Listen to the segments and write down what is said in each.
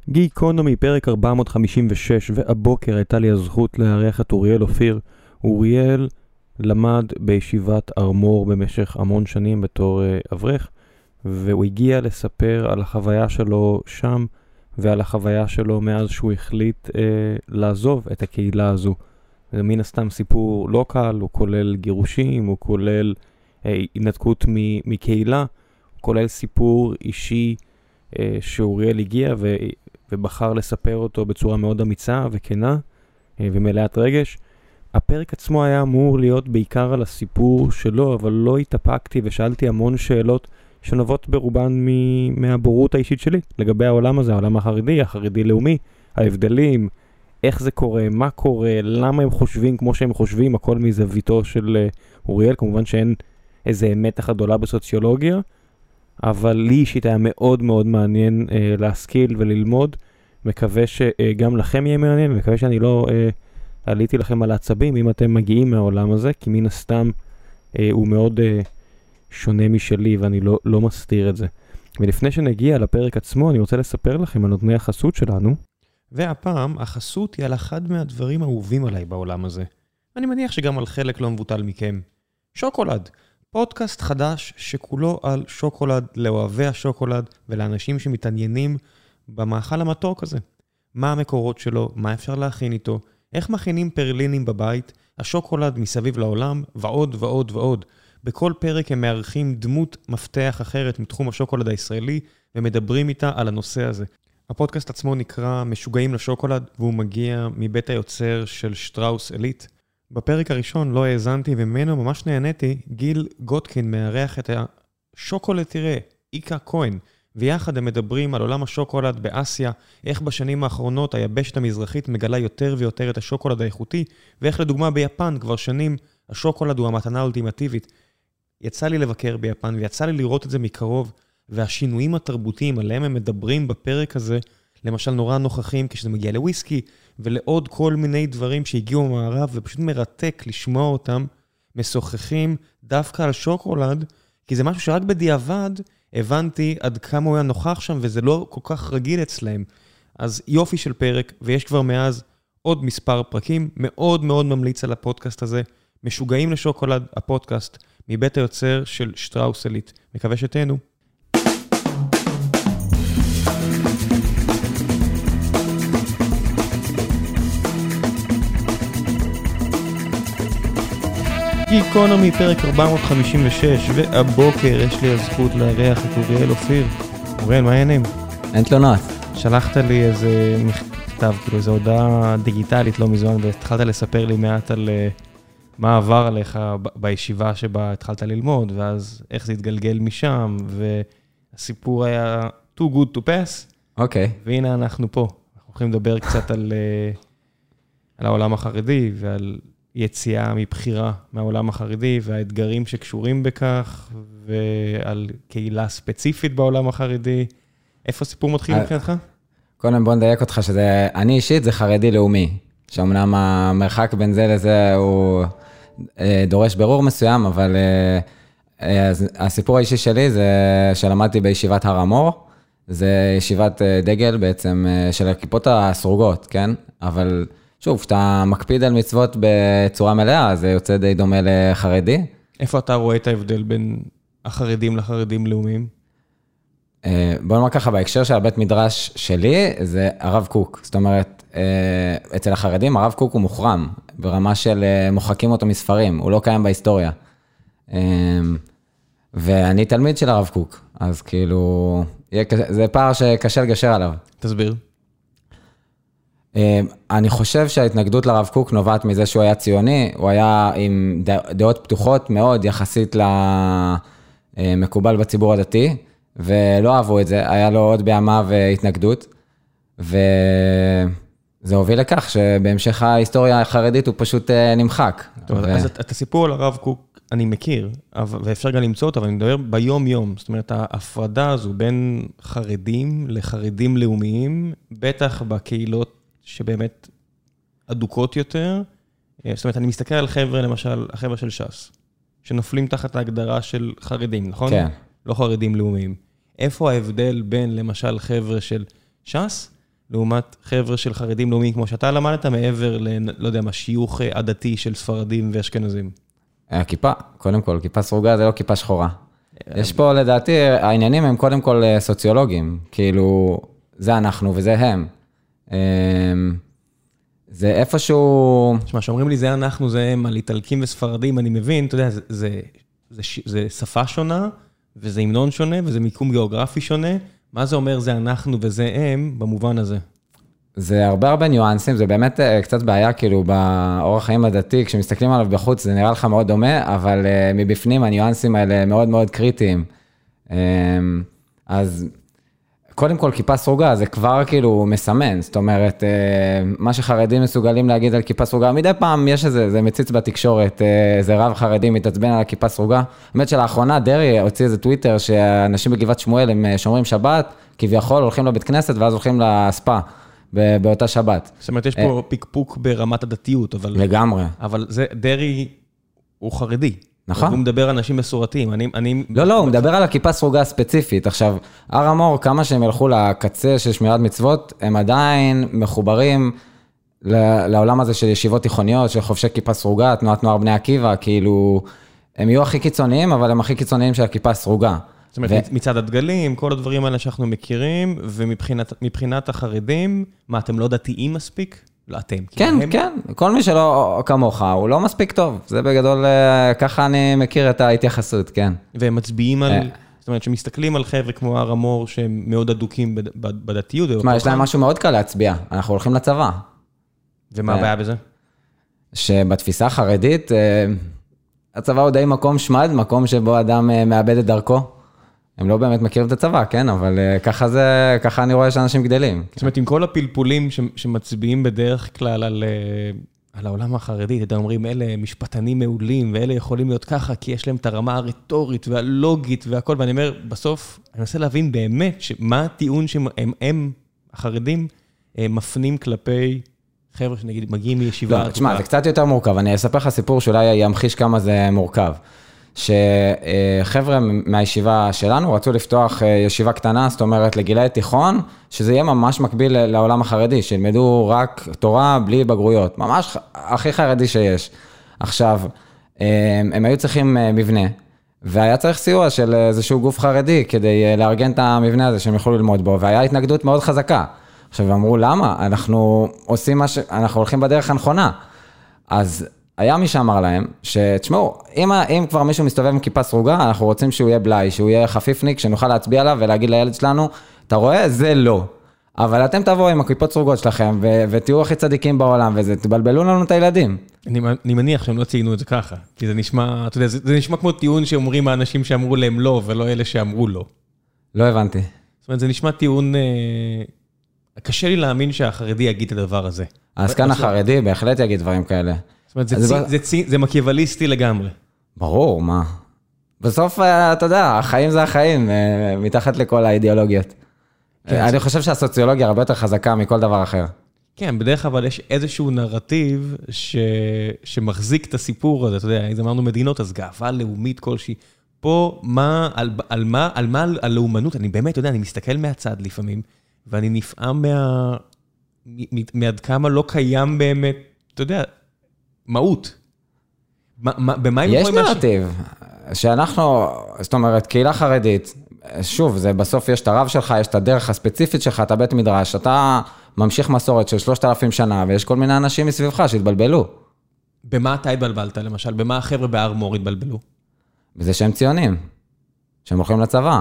גיקונומי, פרק 456, והבוקר הייתה לי הזכות לארח את אוריאל אופיר. אוריאל למד בישיבת ארמור במשך המון שנים בתור אברך, והוא הגיע לספר על החוויה שלו שם, ועל החוויה שלו מאז שהוא החליט לעזוב את הקהילה הזו. זה מן הסתם סיפור לא קל, הוא כולל גירושים, הוא כולל התנתקות מקהילה, הוא כולל סיפור אישי שאוריאל הגיע ובחר לספר אותו בצורה מאוד אמיצה וכנה ומלאת רגש. הפרק עצמו היה אמור להיות בעיקר על הסיפור שלו, אבל לא התאפקתי ושאלתי המון שאלות שנובעות ברובן מהבורות האישית שלי לגבי העולם הזה, העולם החרדי, החרדי-לאומי, ההבדלים, איך זה קורה, מה קורה, למה הם חושבים כמו שהם חושבים, הכל מזוויתו של אוריאל. כמובן שאין איזה מתח גדולה בסוציולוגיה, אבל לי אישית היה מאוד מאוד מעניין להשכיל וללמוד. מקווה שגם לכם יהיה מעניין, מקווה שאני לא עליתי לכם על העצבים אם אתם מגיעים מהעולם הזה, כי מן הסתם הוא מאוד שונה משלי ואני לא מסתיר את זה. ולפני שנגיע לפרק עצמו, אני רוצה לספר לכם על נותני החסות שלנו. והפעם החסות היא על אחד מהדברים האהובים עליי בעולם הזה. אני מניח שגם על חלק לא מבוטל מכם. שוקולד. פודקאסט חדש שכולו על שוקולד, לאוהבי השוקולד ולאנשים שמתעניינים במאכל המתוק הזה. מה המקורות שלו, מה אפשר להכין איתו, איך מכינים פרלינים בבית, השוקולד מסביב לעולם ועוד ועוד ועוד. בכל פרק הם מארחים דמות מפתח אחרת מתחום השוקולד הישראלי ומדברים איתה על הנושא הזה. הפודקאסט עצמו נקרא משוגעים לשוקולד והוא מגיע מבית היוצר של שטראוס אליט. בפרק הראשון לא האזנתי וממנו ממש נהניתי, גיל גוטקין מארח את השוקולד תראה, איקה כהן, ויחד הם מדברים על עולם השוקולד באסיה, איך בשנים האחרונות היבשת המזרחית מגלה יותר ויותר את השוקולד האיכותי, ואיך לדוגמה ביפן כבר שנים השוקולד הוא המתנה האולטימטיבית. יצא לי לבקר ביפן ויצא לי לראות את זה מקרוב, והשינויים התרבותיים עליהם הם מדברים בפרק הזה, למשל נורא נוכחים כשזה מגיע לוויסקי, ולעוד כל מיני דברים שהגיעו במערב, ופשוט מרתק לשמוע אותם, משוחחים דווקא על שוקולד, כי זה משהו שרק בדיעבד הבנתי עד כמה הוא היה נוכח שם, וזה לא כל כך רגיל אצלהם. אז יופי של פרק, ויש כבר מאז עוד מספר פרקים, מאוד מאוד ממליץ על הפודקאסט הזה, משוגעים לשוקולד, הפודקאסט, מבית היוצר של שטראוס אליט. מקווה שתהנו. גיקונומי, פרק 456, והבוקר יש לי הזכות לארח את אוריאל אופיר. אוריאל, מה העניינים? אין תלונות. שלחת לי איזה מכתב, כאילו איזו הודעה דיגיטלית לא מזמן, והתחלת לספר לי מעט על מה עבר עליך בישיבה שבה התחלת ללמוד, ואז איך זה התגלגל משם, והסיפור היה too good to pass. אוקיי. והנה אנחנו פה. אנחנו הולכים לדבר קצת על העולם החרדי ועל יציאה מבחירה מהעולם החרדי והאתגרים שקשורים בכך, ועל קהילה ספציפית בעולם החרדי. איפה הסיפור מתחיל מבחינתך? קודם בוא נדייק אותך שזה, אני אישית זה חרדי לאומי, שאומנם המרחק בין זה לזה הוא דורש ברור מסוים, אבל הסיפור האישי שלי זה שלמדתי בישיבת הר המור, זה ישיבת דגל בעצם של הכיפות הסרוגות, כן? אבל שוב, שאתה מקפיד על מצוות בצורה מלאה, זה יוצא די דומה לחרדי. איפה אתה רואה את ההבדל בין החרדים לחרדים לאומיים? בוא נאמר ככה, בהקשר של הבית מדרש שלי, זה הרב קוק. זאת אומרת, אצל החרדים, הרב קוק הוא מוחרם, ברמה של מוחקים אותו מספרים, הוא לא קיים בהיסטוריה. ואני תלמיד של הרב קוק, אז כאילו, זה פער שקשה לגשר עליו. תסביר. אני חושב שההתנגדות לרב קוק נובעת מזה שהוא היה ציוני, הוא היה עם דעות פתוחות מאוד יחסית למקובל בציבור הדתי, ולא אהבו את זה, היה לו עוד בימיו התנגדות, וזה הוביל לכך שבהמשך ההיסטוריה החרדית הוא פשוט נמחק. אז את הסיפור על הרב קוק אני מכיר, ואפשר גם למצוא אותו, אבל אני מדבר ביום יום, זאת אומרת ההפרדה הזו בין חרדים לחרדים לאומיים, בטח בקהילות שבאמת אדוקות יותר, זאת אומרת, אני מסתכל על חבר'ה, למשל, החבר'ה של ש"ס, שנופלים תחת ההגדרה של חרדים, נכון? כן. לא חרדים לאומיים. איפה ההבדל בין, למשל, חבר'ה של ש"ס, לעומת חבר'ה של חרדים לאומיים, כמו שאתה למדת מעבר לא יודע מה, שיוך עדתי של ספרדים ואשכנזים? הכיפה, קודם כל, כיפה סרוגה זה לא כיפה שחורה. יש פה לדעתי, העניינים הם קודם כל סוציולוגיים, כאילו, זה אנחנו וזה הם. זה איפשהו... תשמע, שאומרים לי זה אנחנו, זה הם, על איטלקים וספרדים, אני מבין, אתה יודע, זה שפה שונה, וזה המנון שונה, וזה מיקום גיאוגרפי שונה. מה זה אומר זה אנחנו וזה הם, במובן הזה? זה הרבה ניואנסים, זה באמת קצת בעיה, כאילו, באורח חיים הדתי, כשמסתכלים עליו בחוץ, זה נראה לך מאוד דומה, אבל מבפנים הניואנסים האלה מאוד מאוד קריטיים. אז קודם כל, כיפה סרוגה, זה כבר כאילו מסמן, זאת אומרת, מה שחרדים מסוגלים להגיד על כיפה סרוגה, מדי פעם יש איזה מציץ בתקשורת, איזה רב חרדי מתעצבן על הכיפה סרוגה. באמת שלאחרונה, דרי הוציא איזה טוויטר, שאנשים בגבעת שמואל הם שומרים שבת, כביכול הולכים לבית כנסת, ואז הולכים לספה באותה שבת. זאת אומרת, יש פה פיקפוק ברמת הדתיות, אבל... לגמרי. אבל זה, דרי הוא חרדי. נכון. הוא מדבר על אנשים מסורתיים. לא, הוא מדבר על הכיפה סרוגה הספציפית. עכשיו, הר המור, כמה שהם ילכו לקצה של שמירת מצוות, הם עדיין מחוברים לעולם הזה של ישיבות תיכוניות, של חובשי כיפה סרוגה, תנועת נוער בני עקיבא, כאילו, הם יהיו הכי קיצוניים, אבל הם הכי קיצוניים של הכיפה סרוגה. זאת אומרת, מצד הדגלים, כל הדברים האלה שאנחנו מכירים, ומבחינת החרדים, מה, אתם לא דתיים מספיק? לא אתם. כן, כן, כל מי שלא כמוך, הוא לא מספיק טוב. זה בגדול, ככה אני מכיר את ההתייחסות, כן. והם מצביעים על, זאת אומרת, שמסתכלים על חבר'ה כמו הר המור, שהם מאוד אדוקים בדתיות. תשמע, יש להם משהו מאוד קל להצביע. אנחנו הולכים לצבא. ומה הבעיה בזה? שבתפיסה החרדית, הצבא הוא די מקום שמד, מקום שבו אדם מאבד את דרכו. הם לא באמת מכירים את הצבא, כן? אבל ככה אני רואה שאנשים גדלים. זאת אומרת, עם כל הפלפולים שמצביעים בדרך כלל על העולם החרדי, אתם אומרים, אלה משפטנים מעולים, ואלה יכולים להיות ככה, כי יש להם את הרמה הרטורית והלוגית והכל, ואני אומר, בסוף, אני מנסה להבין באמת, מה הטיעון שהם, החרדים, מפנים כלפי חבר'ה שנגיד, מגיעים מישיבה. לא, תשמע, זה קצת יותר מורכב. אני אספר לך סיפור שאולי ימחיש כמה זה מורכב. שחבר'ה מהישיבה שלנו רצו לפתוח ישיבה קטנה, זאת אומרת לגילי תיכון, שזה יהיה ממש מקביל לעולם החרדי, שילמדו רק תורה בלי בגרויות, ממש הכי חרדי שיש. עכשיו, הם היו צריכים מבנה, והיה צריך סיוע של איזשהו גוף חרדי, כדי לארגן את המבנה הזה שהם יכולו ללמוד בו, והיה התנגדות מאוד חזקה. עכשיו, אמרו, למה? אנחנו עושים אנחנו הולכים בדרך הנכונה. אז היה מי שאמר להם, שתשמעו, אם כבר מישהו מסתובב עם כיפה סרוגה, אנחנו רוצים שהוא יהיה בלאי, שהוא יהיה חפיפניק, שנוכל להצביע עליו ולהגיד לילד שלנו, אתה רואה? זה לא. אבל אתם תבואו עם הכיפות סרוגות שלכם, ותהיו הכי צדיקים בעולם, וזה תבלבלו לנו את הילדים. אני מניח שהם לא ציינו את זה ככה, כי זה נשמע, אתה יודע, זה נשמע כמו טיעון שאומרים האנשים שאמרו להם לא, ולא אלה שאמרו לא. לא הבנתי. זאת אומרת, זה נשמע טיעון, קשה לי להאמין שהחרדי יגיד את הדבר הזה. העסקן החרדי בהחלט יגיד דברים כאלה. זאת אומרת, זה מקיאווליסטי לגמרי. ברור, מה? בסוף, אתה יודע, החיים זה החיים, מתחת לכל האידיאולוגיות. אני חושב שהסוציולוגיה הרבה יותר חזקה מכל דבר אחר. כן, בדרך כלל יש איזשהו נרטיב שמחזיק את הסיפור הזה, אתה יודע, אם אמרנו מדינות, אז גאווה לאומית כלשהי. פה, על מה הלאומנות, אני באמת, אתה יודע, אני מסתכל מהצד לפעמים, ואני נפעם מעד כמה לא קיים באמת, אתה יודע, מהות. במה הם יש נרטיב, שאנחנו, זאת אומרת, קהילה חרדית, שוב, זה בסוף יש את הרב שלך, יש את הדרך הספציפית שלך, אתה בית מדרש, אתה ממשיך מסורת של 3,000 שנה, ויש כל מיני אנשים מסביבך שהתבלבלו. במה אתה התבלבלת, למשל? במה החבר'ה בהר מור התבלבלו? בזה שהם ציונים, שהם הולכים לצבא,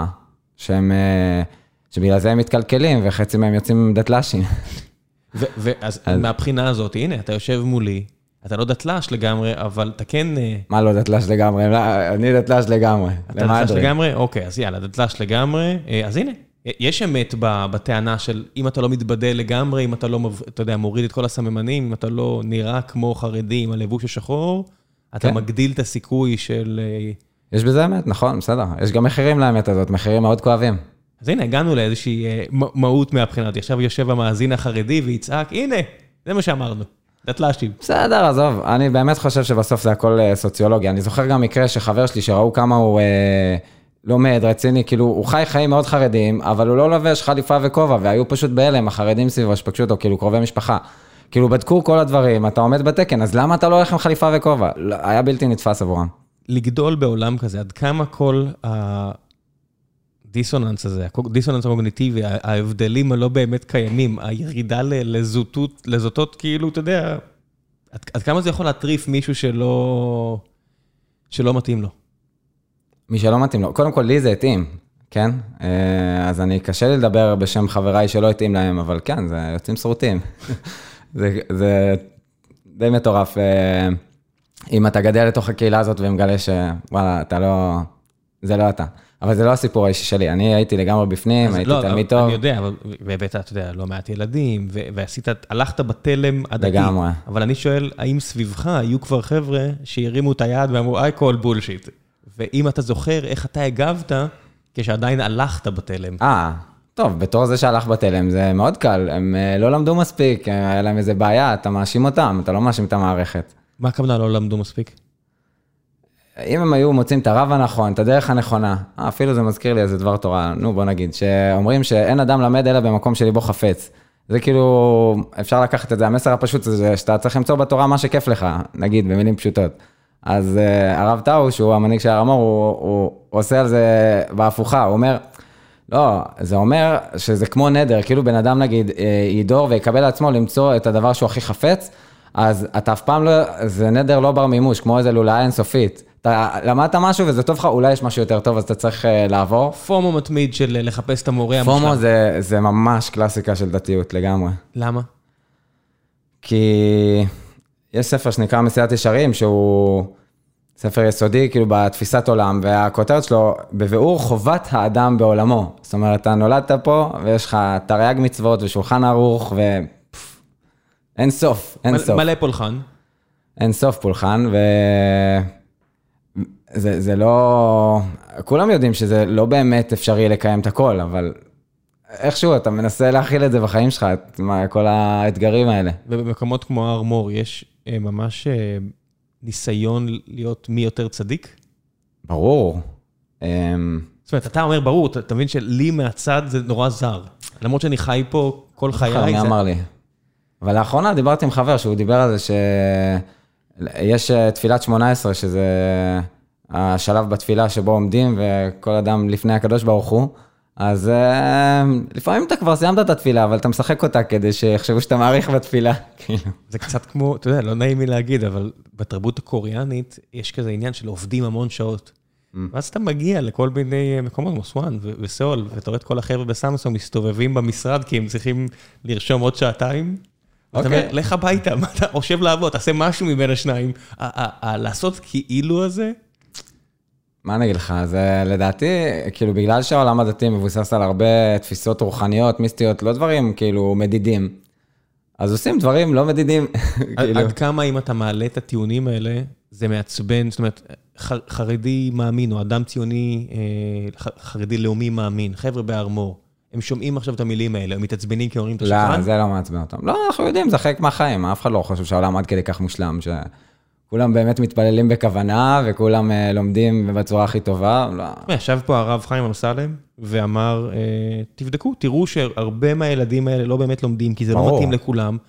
שבגלל זה הם מתקלקלים, וחצי מהם יוצאים דתל"שים. אז מהבחינה הזאת, הנה, אתה יושב מולי, אתה לא דתל"ש לגמרי, אבל אתה כן... מה לא דתל"ש לגמרי? אני דתל"ש לגמרי. אתה דתל"ש לגמרי? אוקיי, אז יאללה, דתל"ש לגמרי. אז הנה, יש אמת בטענה של אם אתה לא מתבדל לגמרי, אם אתה לא, אתה יודע, מוריד את כל הסממנים, אם אתה לא נראה כמו חרדי עם הלבוש השחור, אתה מגדיל את הסיכוי של... יש בזה אמת, נכון, בסדר. יש גם מחירים לאמת הזאת, מחירים מאוד כואבים. אז הנה, הגענו לאיזושהי מהות מהבחינת. עכשיו יושב המאזין החרדי ויצעק, הנה, זה מה שאמרנו. דתל"שים. בסדר, עזוב. אני באמת חושב שבסוף זה הכל סוציולוגיה. אני זוכר גם מקרה שחבר שלי שראו כמה הוא לומד, רציני, כאילו, הוא חי חיים מאוד חרדים, אבל הוא לא לובש חליפה וכובע, והיו פשוט בהלם, החרדים סביבו שפגשו אותו, כאילו, קרובי משפחה. כאילו, בדקו כל הדברים, אתה עומד בתקן, אז למה אתה לא הולך עם חליפה וכובע? היה בלתי נתפס עבורם. לגדול בעולם כזה, עד כמה כל הדיסוננס הזה, הדיסוננס הקוגניטיבי, ההבדלים הלא באמת קיימים, הירידה לזאתות, כאילו, אתה יודע, עד כמה זה יכול להטריף מישהו שלא מתאים לו? מי שלא מתאים לו, קודם כל לי זה התאים, כן? אז אני קשה לי לדבר בשם חבריי שלא התאים להם, אבל כן, זה יוצאים סרוטים. זה די מטורף, אם אתה גדל לתוך הקהילה הזאת ומגלה שוואלה, אתה לא, זה לא אתה. אבל זה לא הסיפור האישי שלי, אני הייתי לגמרי בפנים, הייתי תלמיד טוב. אני יודע, אבל באמת, אתה יודע, לא מעט ילדים, הלכת בתלם הדתי. לגמרי. אבל אני שואל, האם סביבך היו כבר חבר'ה שירימו את היד ואמרו, I call bullshit. ואם אתה זוכר איך אתה הגבת, כשעדיין הלכת בתלם. טוב, בתור זה שהלך בתלם, זה מאוד קל, הם לא למדו מספיק, היה להם איזה בעיה, אתה מאשים אותם, אתה לא מאשים את המערכת. מה הכוונה לא למדו מספיק? אם הם היו מוצאים את הרב הנכון, את הדרך הנכונה, אפילו זה מזכיר לי איזה דבר תורה, בוא נגיד, שאומרים שאין אדם למד אלא במקום שליבו חפץ. זה כאילו, אפשר לקחת את זה, המסר הפשוט זה שאתה צריך למצוא בתורה מה שכיף לך, נגיד, במילים פשוטות. אז הרב טאו, שהוא המנהיג של הר המור, הוא עושה על זה בהפוכה, הוא אומר, לא, זה אומר שזה כמו נדר, כאילו בן אדם נגיד ידור ויקבל לעצמו למצוא את הדבר שהוא הכי חפץ, אז אתה אף פעם לא, זה נדר לא בר מימוש, כמו איזה לולאה אינסופית. אתה למדת משהו וזה טוב לך, אולי יש משהו יותר טוב, אז אתה צריך לעבור. פומו מתמיד של לחפש את המורה המושלם. פומו זה ממש קלאסיקה של דתיות לגמרי. למה? כי יש ספר שנקרא מסיעת ישרים, שהוא ספר יסודי, כאילו בתפיסת עולם, והכותרת שלו, בביאור חובת האדם בעולמו. זאת אומרת, אתה נולדת פה, ויש לך תרי"ג מצוות ושולחן ערוך, אין סוף, אין סוף. מלא פולחן. אין סוף פולחן, זה לא, כולם יודעים שזה לא באמת אפשרי לקיים את הכל, אבל איכשהו אתה מנסה להכיל את זה בחיים שלך, את כל האתגרים האלה. ובמקומות כמו הר מור, יש ממש ניסיון להיות מי יותר צדיק? ברור. זאת אומרת, אתה אומר ברור, אתה מבין שלי מהצד זה נורא זר. למרות שאני חי פה כל חיי. מי אמר לי? אבל לאחרונה דיברתי עם חבר שהוא דיבר על זה שיש תפילת 18, שזה השלב בתפילה שבו עומדים וכל אדם לפני הקדוש ברוך הוא, אז לפעמים אתה כבר סיימת את התפילה, אבל אתה משחק אותה כדי שיחשבו שאתה מעריך בתפילה. זה קצת כמו, אתה יודע, לא נעים לי להגיד, אבל בתרבות הקוריאנית יש כזה עניין של עובדים המון שעות. ואז אתה מגיע לכל מיני מקומות כמו סואן וסאול, ואתה רואה את כל החבר'ה בסמסונג מסתובבים במשרד, כי הם צריכים לרשום עוד שעתיים. אתה אומר, לך הביתה, אתה חושב לעבוד, תעשה משהו מבין השניים. לעשות כאילו הזה? מה אני אגיד לך? זה לדעתי, כאילו בגלל שהעולם הדתי מבוסס על הרבה תפיסות רוחניות, מיסטיות, לא דברים כאילו מדידים. אז עושים דברים לא מדידים. עד כמה אם אתה מעלה את הטיעונים האלה, זה מעצבן, זאת אומרת, חרדי מאמין, או אדם ציוני, חרדי לאומי מאמין, חבר'ה בהר מור, הם שומעים עכשיו את המילים האלה, הם מתעצבנים כי אומרים את השקרן? לא, זה לא מעצבן אותם. לא, אנחנו יודעים, זה חלק מהחיים, אף אחד לא חושב שהעולם עד כדי כך מושלם, שכולם באמת מתפללים בכוונה, וכולם לומדים בצורה הכי טובה. ישב פה הרב חיים אמסלם, ואמר, תבדקו, תראו שהרבה מהילדים האלה לא באמת לומדים, כי זה לא מתאים לכולם,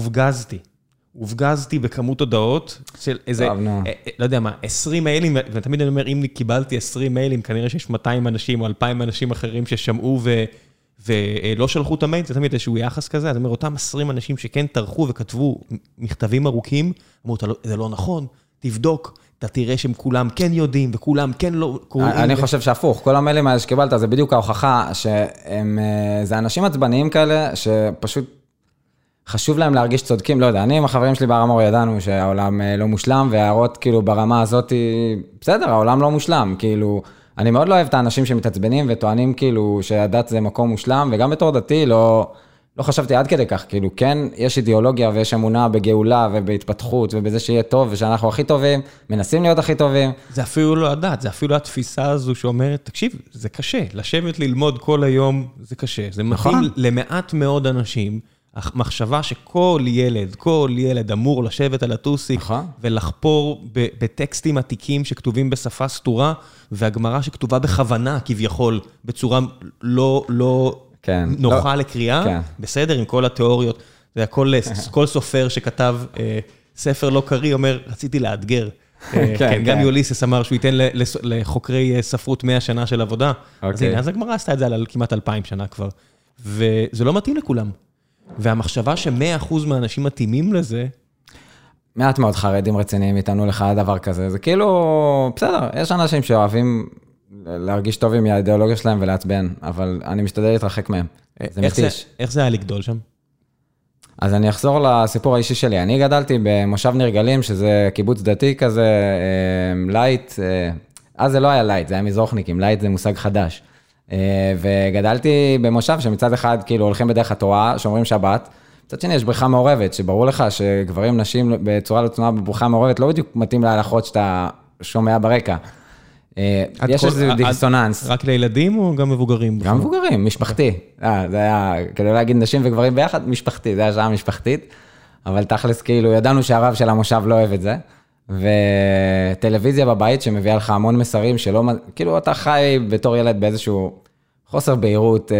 הופגזתי בכמות הודעות של איזה, לא יודע מה, 20 מיילים, ותמיד אני אומר, אם קיבלתי 20 מיילים, כנראה שיש 200 אנשים או 2,000 אנשים אחרים ששמעו ולא שלחו את המייל, זה תמיד איזשהו יחס כזה, אז אני אומר, אותם 20 אנשים שכן טרחו וכתבו מכתבים ארוכים, אמרו, זה לא נכון, תבדוק, אתה תראה שהם כולם כן יודעים, וכולם כן לא קוראים. אני חושב שהפוך, כל המיילים האלה שקיבלת, זה בדיוק ההוכחה, שזה אנשים עצבניים כאלה, שפשוט חשוב להם להרגיש צודקים, לא יודע, אני עם החברים שלי בהר המור ידענו שהעולם לא מושלם, והערות כאילו ברמה הזאת, בסדר, העולם לא מושלם, כאילו, אני מאוד לא אוהב את האנשים שמתעצבנים וטוענים כאילו שהדת זה מקום מושלם, וגם בתור דתי לא חשבתי עד כדי כך, כאילו כן, יש אידיאולוגיה ויש אמונה בגאולה ובהתפתחות ובזה שיהיה טוב ושאנחנו הכי טובים, מנסים להיות הכי טובים. זה אפילו לא הדת, זה אפילו התפיסה הזו שאומרת, תקשיב, זה קשה, לשבת ללמוד כל היום זה קשה, זה מתאים למעט מאוד אנשים, המחשבה שכל ילד אמור לשבת על הטוסיק, ולחפור בטקסטים עתיקים שכתובים בשפה סתורה, והגמרא שכתובה בכוונה כביכול, בצורה לא נוחה לקריאה, בסדר, עם כל התיאוריות, זה כל סופר שכתב ספר לא קריא, אומר, רציתי לאתגר. גם יוליסס אמר שהוא ייתן לחוקרי ספרות 100 שנה של עבודה, אז הנה, אז הגמרא עשתה את זה על כמעט 2000 שנה כבר, וזה לא מתאים לכולם. והמחשבה ש100% מהאנשים מתאימים לזה, מעט מאוד חרדים רציניים איתנו לך דבר כזה, זה כאילו, בסדר, יש אנשים שאוהבים להרגיש טוב עם האידיאולוגיה שלהם ולהצביין, אבל אני משתדל להתרחק מהם, זה מתיש. איך זה היה לגדול שם? אז אני אחזור לסיפור האישי שלי, אני גדלתי במושב נרגלים, שזה קיבוץ דתי כזה, לייט, אז זה לא היה לייט, זה היה מזרוחניקים, לייט זה מושג חדש. וגדלתי במושב שמצד אחד כאילו הולכים בדרך התורה, שומרים שבת, מצד שני יש בריכה מעורבת, שברור לך שגברים, נשים בצורה לא תנועה בבריכה מעורבת, לא בדיוק מתאים להלכות שאתה שומע ברקע. יש איזה דיסוננס. רק לילדים או גם מבוגרים? גם מבוגרים, משפחתי. זה היה, כדי להגיד נשים וגברים ביחד, משפחתי, זה היה שעה משפחתית, אבל תכלס כאילו ידענו שהרב של המושב לא אוהב את זה, וטלוויזיה בבית שמביאה לך המון מסרים שלא, כאילו אתה חי בתור ילד באיזשהו חוסר בהירות,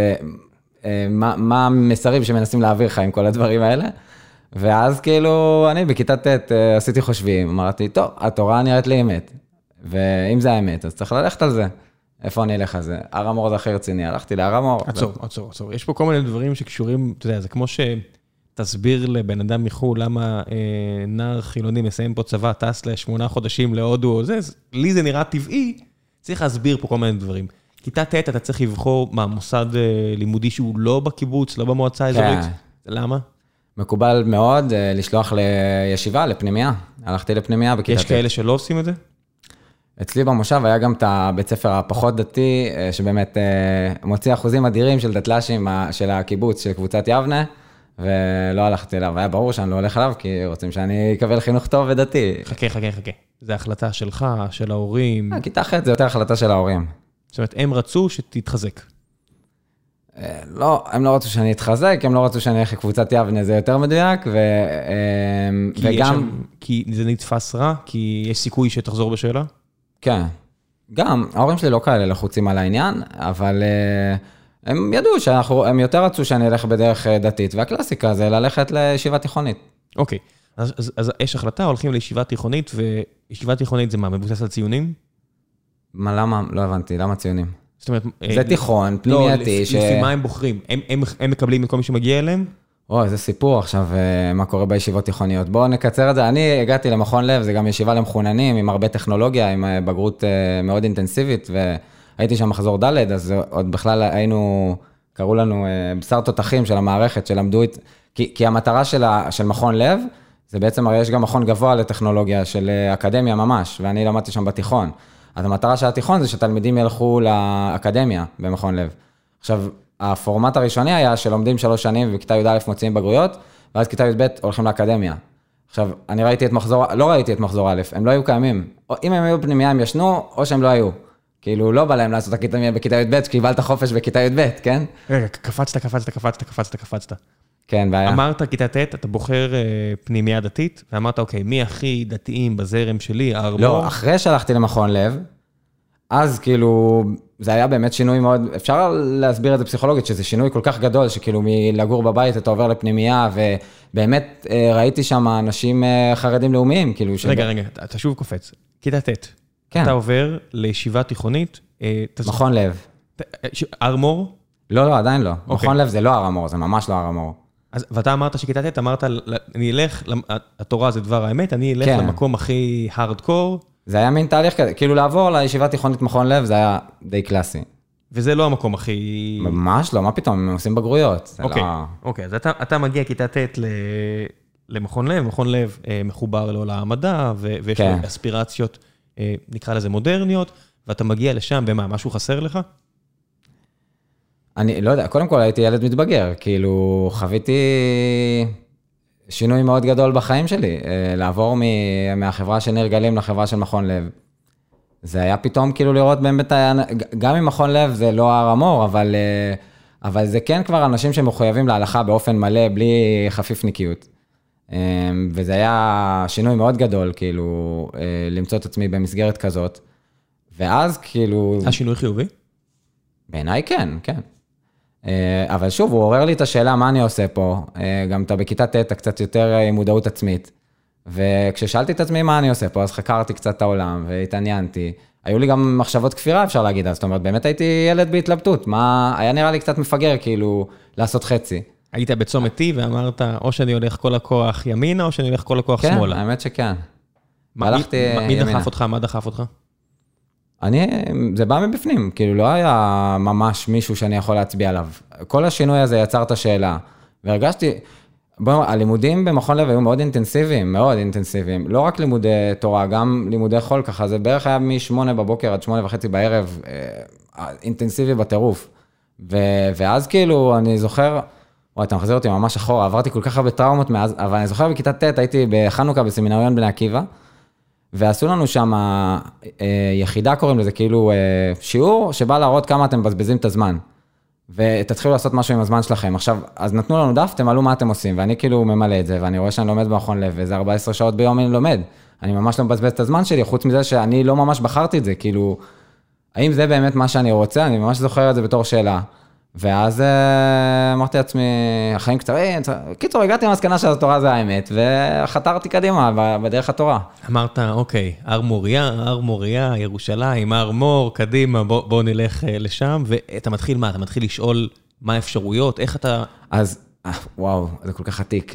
מה המסרים שמנסים להעביר לך עם כל הדברים האלה, ואז כאילו אני בכיתה ט' עשיתי חושבים, אמרתי, טוב, התורה נראית לי אמת, ואם זה האמת, אז צריך ללכת על זה. איפה אני אלך על זה? הר המור זה הכי רציני, הלכתי להר המור. עצור. יש פה כל מיני דברים שקשורים, אתה יודע, זה כמו שתסביר לבן אדם מחול, למה נער חילוני מסיים פה צבא, טס ל8 חודשים להודו או זה, לי זה נראה טבעי, צריך להסביר פה כל מיני דברים. כיתה ט' אתה צריך לבחור מוסד לימודי שהוא לא בקיבוץ, לא במועצה האזורית. למה? מקובל מאוד לשלוח לישיבה, לפנימיה. הלכתי לפנימיה בכיתה ט'. יש כאלה שלא עושים את זה? אצלי במושב היה גם את הבית ספר הפחות דתי, שבאמת מוציא אחוזים אדירים של דתל"שים של הקיבוץ, של קבוצת יבנה, ולא הלכתי אליו. היה ברור שאני לא הולך אליו, כי רוצים שאני אקבל חינוך טוב ודתי. חכה. זה החלטה שלך, של ההורים. כיתה ח' זה יותר החלטה של ההורים. זאת אומרת, הם רצו שתתחזק. לא, הם לא רצו שאני אתחזק, הם לא רצו שאני אלך לקבוצת יבנה, זה יותר מדויק, וגם... כי זה נתפס רע? כי יש סיכוי שתחזור בשאלה? כן, גם, ההורים שלי לא כאלה לחוצים על העניין, אבל הם ידעו שהם יותר רצו שאני אלך בדרך דתית, והקלאסיקה זה ללכת לישיבה תיכונית. אוקיי, אז יש החלטה, הולכים לישיבה תיכונית, וישיבה תיכונית זה מה, מבוסס על ציונים? מה, למה? לא הבנתי, למה ציונים? זאת אומרת... זה תיכון, פנימייתי, לפי מה הם בוחרים? הם מקבלים את כל מי שמגיע אליהם? איזה סיפור עכשיו, מה קורה בישיבות תיכוניות. בואו נקצר את זה. אני הגעתי למכון לב, זה גם ישיבה למחוננים, עם הרבה טכנולוגיה, עם בגרות מאוד אינטנסיבית, והייתי שם מחזור ד', אז עוד בכלל קראו לנו בשר תותחים של המערכת, שלמדו כי המטרה של מכון לב, זה בעצם, הרי יש גם מכון גבוה לטכנולוגיה של אקדמיה ממש, ואני למדתי שם בתיכון. אז המטרה של התיכון זה שתלמידים ילכו לאקדמיה במכון לב. עכשיו, הפורמט הראשוני היה שלומדים 3 שנים ובכיתה י"א מוציאים בגרויות, ואז כיתה י"ב הולכים לאקדמיה. עכשיו, אני לא ראיתי את מחזור א', הם לא היו קיימים. אם הם היו פנימיה, הם ישנו, או שהם לא היו. כאילו, לא בא להם לעשות אקדמיה בכיתה י"ב, שקיבלת חופש בכיתה י"ב, כן? רגע, קפצת. כן, בעיה. אמרת כיתה ט', אתה בוחר פנימיה דתית, ואמרת, אוקיי, מי הכי דתיים בזרם שלי, הארמור? לא, אחרי שהלכתי למכון לב, אז כאילו, זה היה באמת שינוי מאוד, אפשר להסביר את זה פסיכולוגית, שזה שינוי כל כך גדול, שכאילו מלגור בבית אתה עובר לפנימייה, ובאמת ראיתי שם אנשים חרדים לאומיים, כאילו... רגע, אתה שוב קופץ. כיתה ט', כן. אתה עובר לישיבה תיכונית... מכון לב. ארמור? לא, עדיין לא. מכון לב זה לא ארמור, זה ממש לא ארמור. ואתה אמרת שכיתה ט', אמרת, אני אלך, התורה זה דבר האמת, אני אלך למקום הכי הארדקור, זה היה מין תהליך כזה, כאילו לעבור לישיבה תיכונית מכון לב, זה היה די קלאסי. וזה לא המקום הכי... ממש לא, מה פתאום, הם עושים בגרויות. אוקיי, אז אתה מגיע כיתה ט' למכון לב, מכון לב מחובר לעולם המדע, ויש לו אספירציות, נקרא לזה מודרניות, ואתה מגיע לשם, ומה, משהו חסר לך? אני לא יודע, קודם כל הייתי ילד מתבגר, כאילו חוויתי שינוי מאוד גדול בחיים שלי, לעבור מהחברה של נרגלים לחברה של מכון לב. זה היה פתאום כאילו לראות באמת, גם עם מכון לב זה לא הר המור, אבל אבל זה כן כבר אנשים שמחויבים להלכה באופן מלא, בלי חפיפניקיות. וזה היה שינוי מאוד גדול, כאילו, למצוא את עצמי במסגרת כזאת. ואז כאילו... השינוי חיובי? בעיניי כן, כן. אבל שוב, הוא עורר לי את השאלה מה אני עושה פה. גם אתה בכיתה ט' אתה קצת יותר עם מודעות עצמית. וכששאלתי את עצמי מה אני עושה פה, אז חקרתי קצת את העולם והתעניינתי. היו לי גם מחשבות כפירה, אפשר להגיד, אז זאת אומרת, באמת הייתי ילד בהתלבטות. היה נראה לי קצת מפגר, כאילו, לעשות חצי. היית בצומת T ואמרת, או שאני הולך כל הכוח ימינה, או שאני הולך כל הכוח שמאלה. כן, האמת שכן. מי דחף אותך? מה דחף אותך? זה בא מבפנים, כאילו לא היה ממש מישהו שאני יכול להצביע עליו. כל השינוי הזה יצר את השאלה, והרגשתי, הלימודים במכון לב היו מאוד אינטנסיביים, מאוד אינטנסיביים. לא רק לימודי תורה, גם לימודי חול ככה, זה בערך היה מ-8 בבוקר עד 8:30 בערב, אינטנסיבי בטירוף. ואז כאילו, אני זוכר, וואי, אתה מחזיר אותי ממש אחורה, עברתי כל כך הרבה טראומות מאז, אבל אני זוכר בכיתה ט' הייתי בחנוכה בסמינריון בני עקיבא, ועשו לנו שם יחידה, קוראים לזה, כאילו שיעור שבא להראות כמה אתם מבזבזים את הזמן, ותתחילו לעשות משהו עם הזמן שלכם. עכשיו, אז נתנו לנו דף, תמלאו מה אתם עושים, ואני כאילו ממלא את זה, ואני רואה שאני לומד במכון לב, וזה 14 שעות ביום אני לומד. אני ממש לא מבזבז את הזמן שלי, חוץ מזה שאני לא ממש בחרתי את זה, כאילו, האם זה באמת מה שאני רוצה? אני ממש זוכר את זה בתור שאלה. ואז אמרתי לעצמי, החיים קצרים, קיצור, הגעתי למסקנה שהתורה זה האמת, וחתרתי קדימה בדרך התורה. אמרת, אוקיי, הר מוריה, ירושלים, הר מור, קדימה, בוא נלך לשם, ואתה מתחיל מה? אתה מתחיל לשאול מה האפשרויות, איך אתה... אז, וואו, זה כל כך עתיק.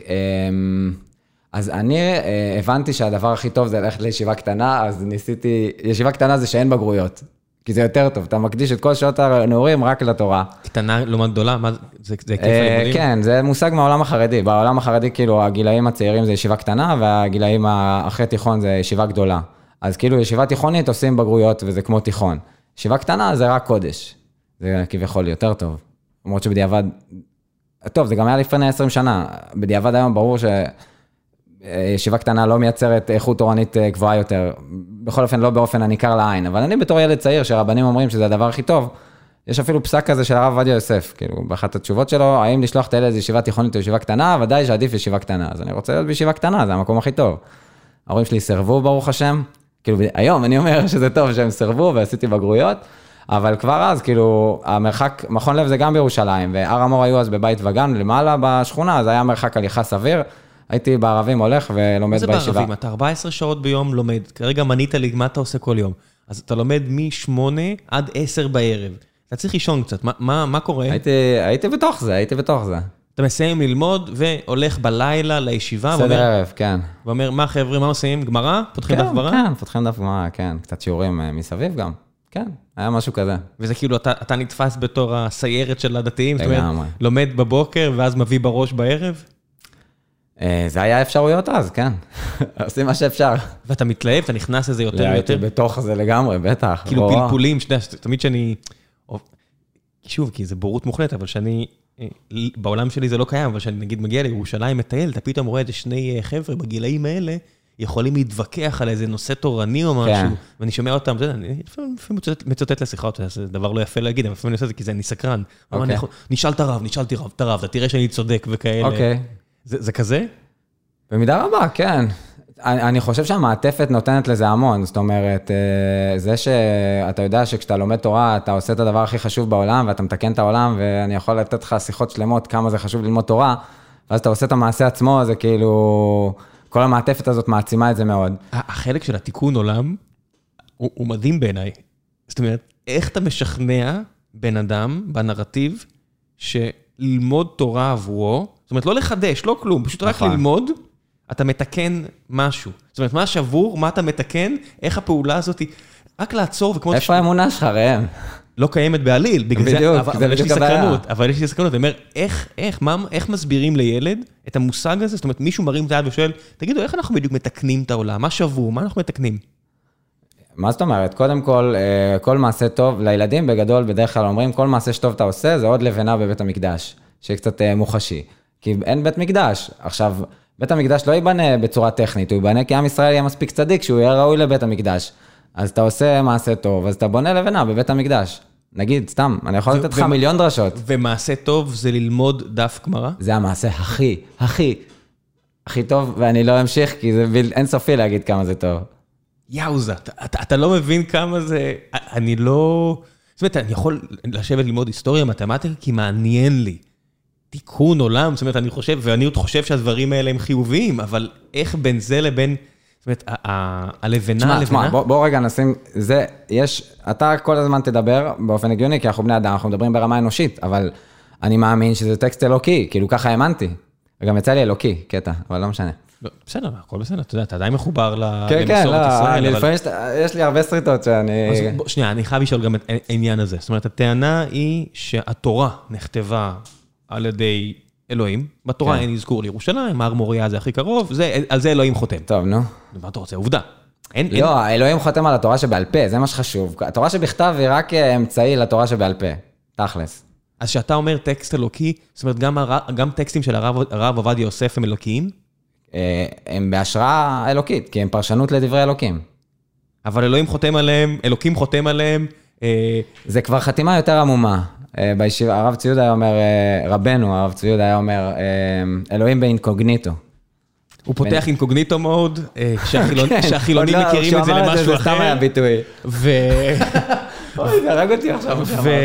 אז אני הבנתי שהדבר הכי טוב זה ללכת לישיבה קטנה, אז ניסיתי, ישיבה קטנה זה שאין בגרויות. כי זה יותר טוב, אתה מקדיש את כל שעות הנעורים רק לתורה. קטנה, לעומת גדולה, מה זה כיף הלימודים? כן, זה מושג מהעולם החרדי. בעולם החרדי, כאילו, הגילאים הצעירים זה ישיבה קטנה, והגילאים אחרי תיכון זה ישיבה גדולה. אז כאילו, ישיבה תיכונית עושים בגרויות, וזה כמו תיכון. ישיבה קטנה זה רק קודש. זה כביכול יותר טוב. למרות שבדיעבד, טוב, זה גם היה לפני 20 שנה. בדיעבד היום ברור ישיבה קטנה לא מייצרת איכות תורנית גבוהה יותר, בכל אופן לא באופן הניכר לעין, אבל אני בתור ילד צעיר שרבנים אומרים שזה הדבר הכי טוב, יש אפילו פסק כזה של הרב עובדיה יוסף, כאילו באחת התשובות שלו, האם לשלוח את הילד לישיבה תיכונית או ישיבה קטנה, ודאי שעדיף ישיבה קטנה, אז אני רוצה להיות בישיבה קטנה, זה המקום הכי טוב. ההורים שלי סרבו ברוך השם, כאילו היום אני אומר שזה טוב שהם סרבו ועשיתי בגרויות, אבל כבר אז כאילו המרחק, מכון לב זה גם בירושלים, והר המור היו אז בבית וגן, למעלה בשכונה, אז היה מרחק הליכה סביר, הייתי בערבים הולך ולומד בישיבה. מה זה בערבים? אתה 14 שעות ביום לומד, כרגע מנית לי מה אתה עושה כל יום. אז אתה לומד מ-8 עד 10 בערב. אתה צריך לישון קצת, מה קורה? הייתי בתוך זה. אתה מסיים ללמוד והולך בלילה לישיבה. סדר ערב, כן. ואומר, מה חבר'ה, מה עושים? גמרא? פותחים דף גמרא? כן, פותחים דף גמרא, כן. קצת שיעורים מסביב גם. כן, היה משהו כזה. וזה כאילו, אתה נתפס בתור הסיירת של הדתיים, זאת אומרת, לומד בבוקר ואז מביא בראש בערב? זה היה אפשרויות אז, כן. עושים מה שאפשר. ואתה מתלהב, אתה נכנס לזה יותר ויותר? הייתי בתוך זה לגמרי, בטח. כאילו פלפולים, תמיד שאני... שוב, כי זה בורות מוחלט, אבל שאני... בעולם שלי זה לא קיים, אבל שאני נגיד מגיע לירושלים מטייל, אתה פתאום רואה את זה שני חבר'ה בגילאים האלה, יכולים להתווכח על איזה נושא תורני או משהו, ואני שומע אותם, אני לפעמים מצוטט לשיחות, זה דבר לא יפה להגיד, אבל לפעמים אני עושה את זה כי אני סקרן. נשאלתי את הרב, אתה תראה שאני צודק וכאלה. זה כזה? במידה רבה, כן. אני חושב שהמעטפת נותנת לזה המון, זאת אומרת, זה שאתה יודע שכשאתה לומד תורה, אתה עושה את הדבר הכי חשוב בעולם, ואתה מתקן את העולם, ואני יכול לתת לך שיחות שלמות כמה זה חשוב ללמוד תורה, ואז אתה עושה את המעשה עצמו, זה כאילו, כל המעטפת הזאת מעצימה את זה מאוד. החלק של התיקון עולם, הוא מדהים בעיניי. זאת אומרת, איך אתה משכנע בן אדם בנרטיב, שללמוד תורה עבורו, זאת אומרת, לא לחדש, לא כלום, פשוט רק ללמוד, אתה מתקן משהו. זאת אומרת, מה שבור, מה אתה מתקן, איך הפעולה הזאת, רק לעצור וכמו... איפה האמונה שלך, ראם? לא קיימת בעליל, בגלל זה, אבל יש לי סקרנות, אני אומר, איך מסבירים לילד את המושג הזה? זאת אומרת, מישהו מרים את היד ושואל, תגידו, איך אנחנו בדיוק מתקנים את העולם? מה שבור? מה אנחנו מתקנים? מה זאת אומרת? קודם כל, כל מעשה טוב, לילדים בגדול בדרך כלל אומרים, כל מעשה שטוב אתה עושה, זה עוד לבנה בבית המקדש, שקצת מוחשי. כי אין בית מקדש. עכשיו, בית המקדש לא ייבנה בצורה טכנית, הוא ייבנה כי עם ישראל יהיה מספיק צדיק, שהוא יהיה ראוי לבית המקדש. אז אתה עושה מעשה טוב, אז אתה בונה לבנה בבית המקדש. נגיד, סתם, אני יכול לתת לך מיליון דרשות. ומעשה טוב זה ללמוד דף גמרא? זה המעשה הכי טוב, ואני לא אמשיך, כי זה אינסופי להגיד כמה זה טוב. יאוזה, אתה לא מבין כמה זה, אני לא, זאת אומרת, אני יכול לשבת ללמוד היסטוריה, מתמטיקה, כי מעניין לי. תיקון עולם, זאת אומרת, אני חושב, ואני עוד חושב שהדברים האלה הם חיוביים, אבל איך בין זה לבין, זאת אומרת, הלבנה... תשמע, בוא רגע נשים, זה, אתה כל הזמן תדבר באופן הגיוני, כי אנחנו בני אדם, אנחנו מדברים ברמה אנושית, אבל אני מאמין שזה טקסט אלוקי, כאילו ככה האמנתי. וגם יצא לי אלוקי, קטע, אבל לא משנה. בסדר, הכל בסדר, אתה יודע, אתה עדיין מחובר למסורת ישראל. ישראל. לפעמים יש לי הרבה סריטות שאני... שנייה, אני חייב לשאול גם את העניין הזה. זאת אומרת, הטענה היא שהתורה נכתבה על ידי אלוהים, בתורה אין אזכור לירושלים, הר מוריה זה הכי קרוב, על זה אלוהים חותם. טוב, נו. מה אתה רוצה? עובדה. לא, אלוהים חותם על התורה שבעל פה, זה מה שחשוב. התורה שבכתב היא רק אמצעי לתורה שבעל פה, תכלס. אז שאתה אומר טקסט אלוקי, זאת אומרת, גם טקסטים של הרב עובדיה יוסף הם אלוקיים? הם בהשראה אלוקית, כי הם פרשנות לדברי אלוקים. אבל אלוהים חותם עליהם, אלוקים חותם עליהם. זה כבר חתימה יותר עמומה. בישיבה, הרב ציוד היה אומר, רבנו, הרב ציוד היה אומר, אלוהים באינקוגניטו. הוא פותח אינקוגניטו מוד, שהחילונים מכירים את זה למשהו אחר. זה סתם היה ביטוי. אוי, הרג אותי עכשיו.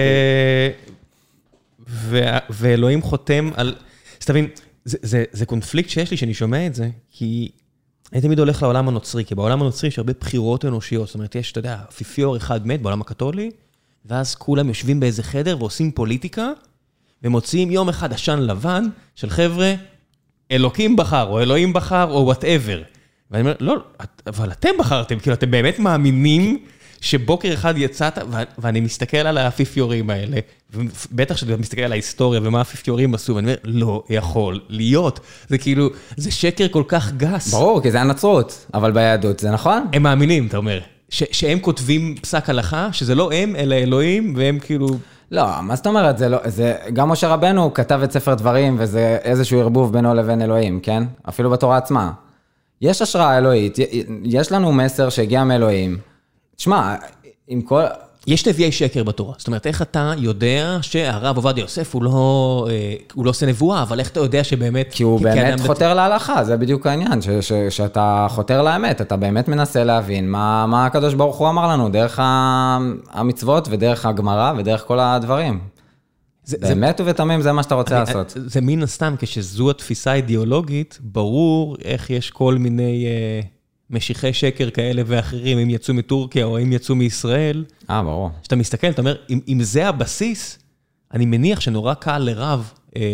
ואלוהים חותם על... אז תבין, זה קונפליקט שיש לי שאני שומע את זה, כי אני תמיד הולך לעולם הנוצרי, כי בעולם הנוצרי יש הרבה בחירות אנושיות, זאת אומרת, יש, אתה יודע, אפיפיור אחד מת בעולם הקתולי, ואז כולם יושבים באיזה חדר ועושים פוליטיקה, ומוציאים יום אחד עשן לבן של חבר'ה, אלוקים בחר, או אלוהים בחר, או whatever. ואני אומר, לא, אבל אתם בחרתם, כאילו, אתם באמת מאמינים שבוקר אחד יצאת, ואני מסתכל על האפיפיורים האלה, ובטח שאתה מסתכל על ההיסטוריה ומה האפיפיורים עשו, ואני אומר, לא יכול להיות. זה כאילו, זה שקר כל כך גס. ברור, כי זה הנצרות, אבל ביהדות זה נכון? הם מאמינים, אתה אומר, שהם כותבים פסק הלכה, שזה לא הם, אלא אלוהים, והם כאילו... לא, מה זאת אומרת? זה גם משה רבנו כתב את ספר דברים, וזה איזשהו ערבוב בינו לבין אלוהים, כן? אפילו בתורה עצמה. יש השראה אלוהית, יש לנו מסר שהגיע מאלוהים. תשמע, עם כל... יש נביאי שקר בתורה. זאת אומרת, איך אתה יודע שהרב עובדיה יוסף הוא לא עושה נבואה, אבל איך אתה יודע שבאמת... כי הוא באמת חותר להלכה, זה בדיוק העניין, שאתה חותר לאמת, אתה באמת מנסה להבין מה הקדוש ברוך הוא אמר לנו, דרך המצוות ודרך הגמרא ודרך כל הדברים. באמת ובתמים זה מה שאתה רוצה לעשות. זה מן הסתם, כשזו התפיסה האידיאולוגית, ברור איך יש כל מיני... משיחי שקר כאלה ואחרים, אם יצאו מטורקיה או אם יצאו מישראל. ברור. כשאתה מסתכל, אתה אומר, אם זה הבסיס, אני מניח שנורא קל לרב,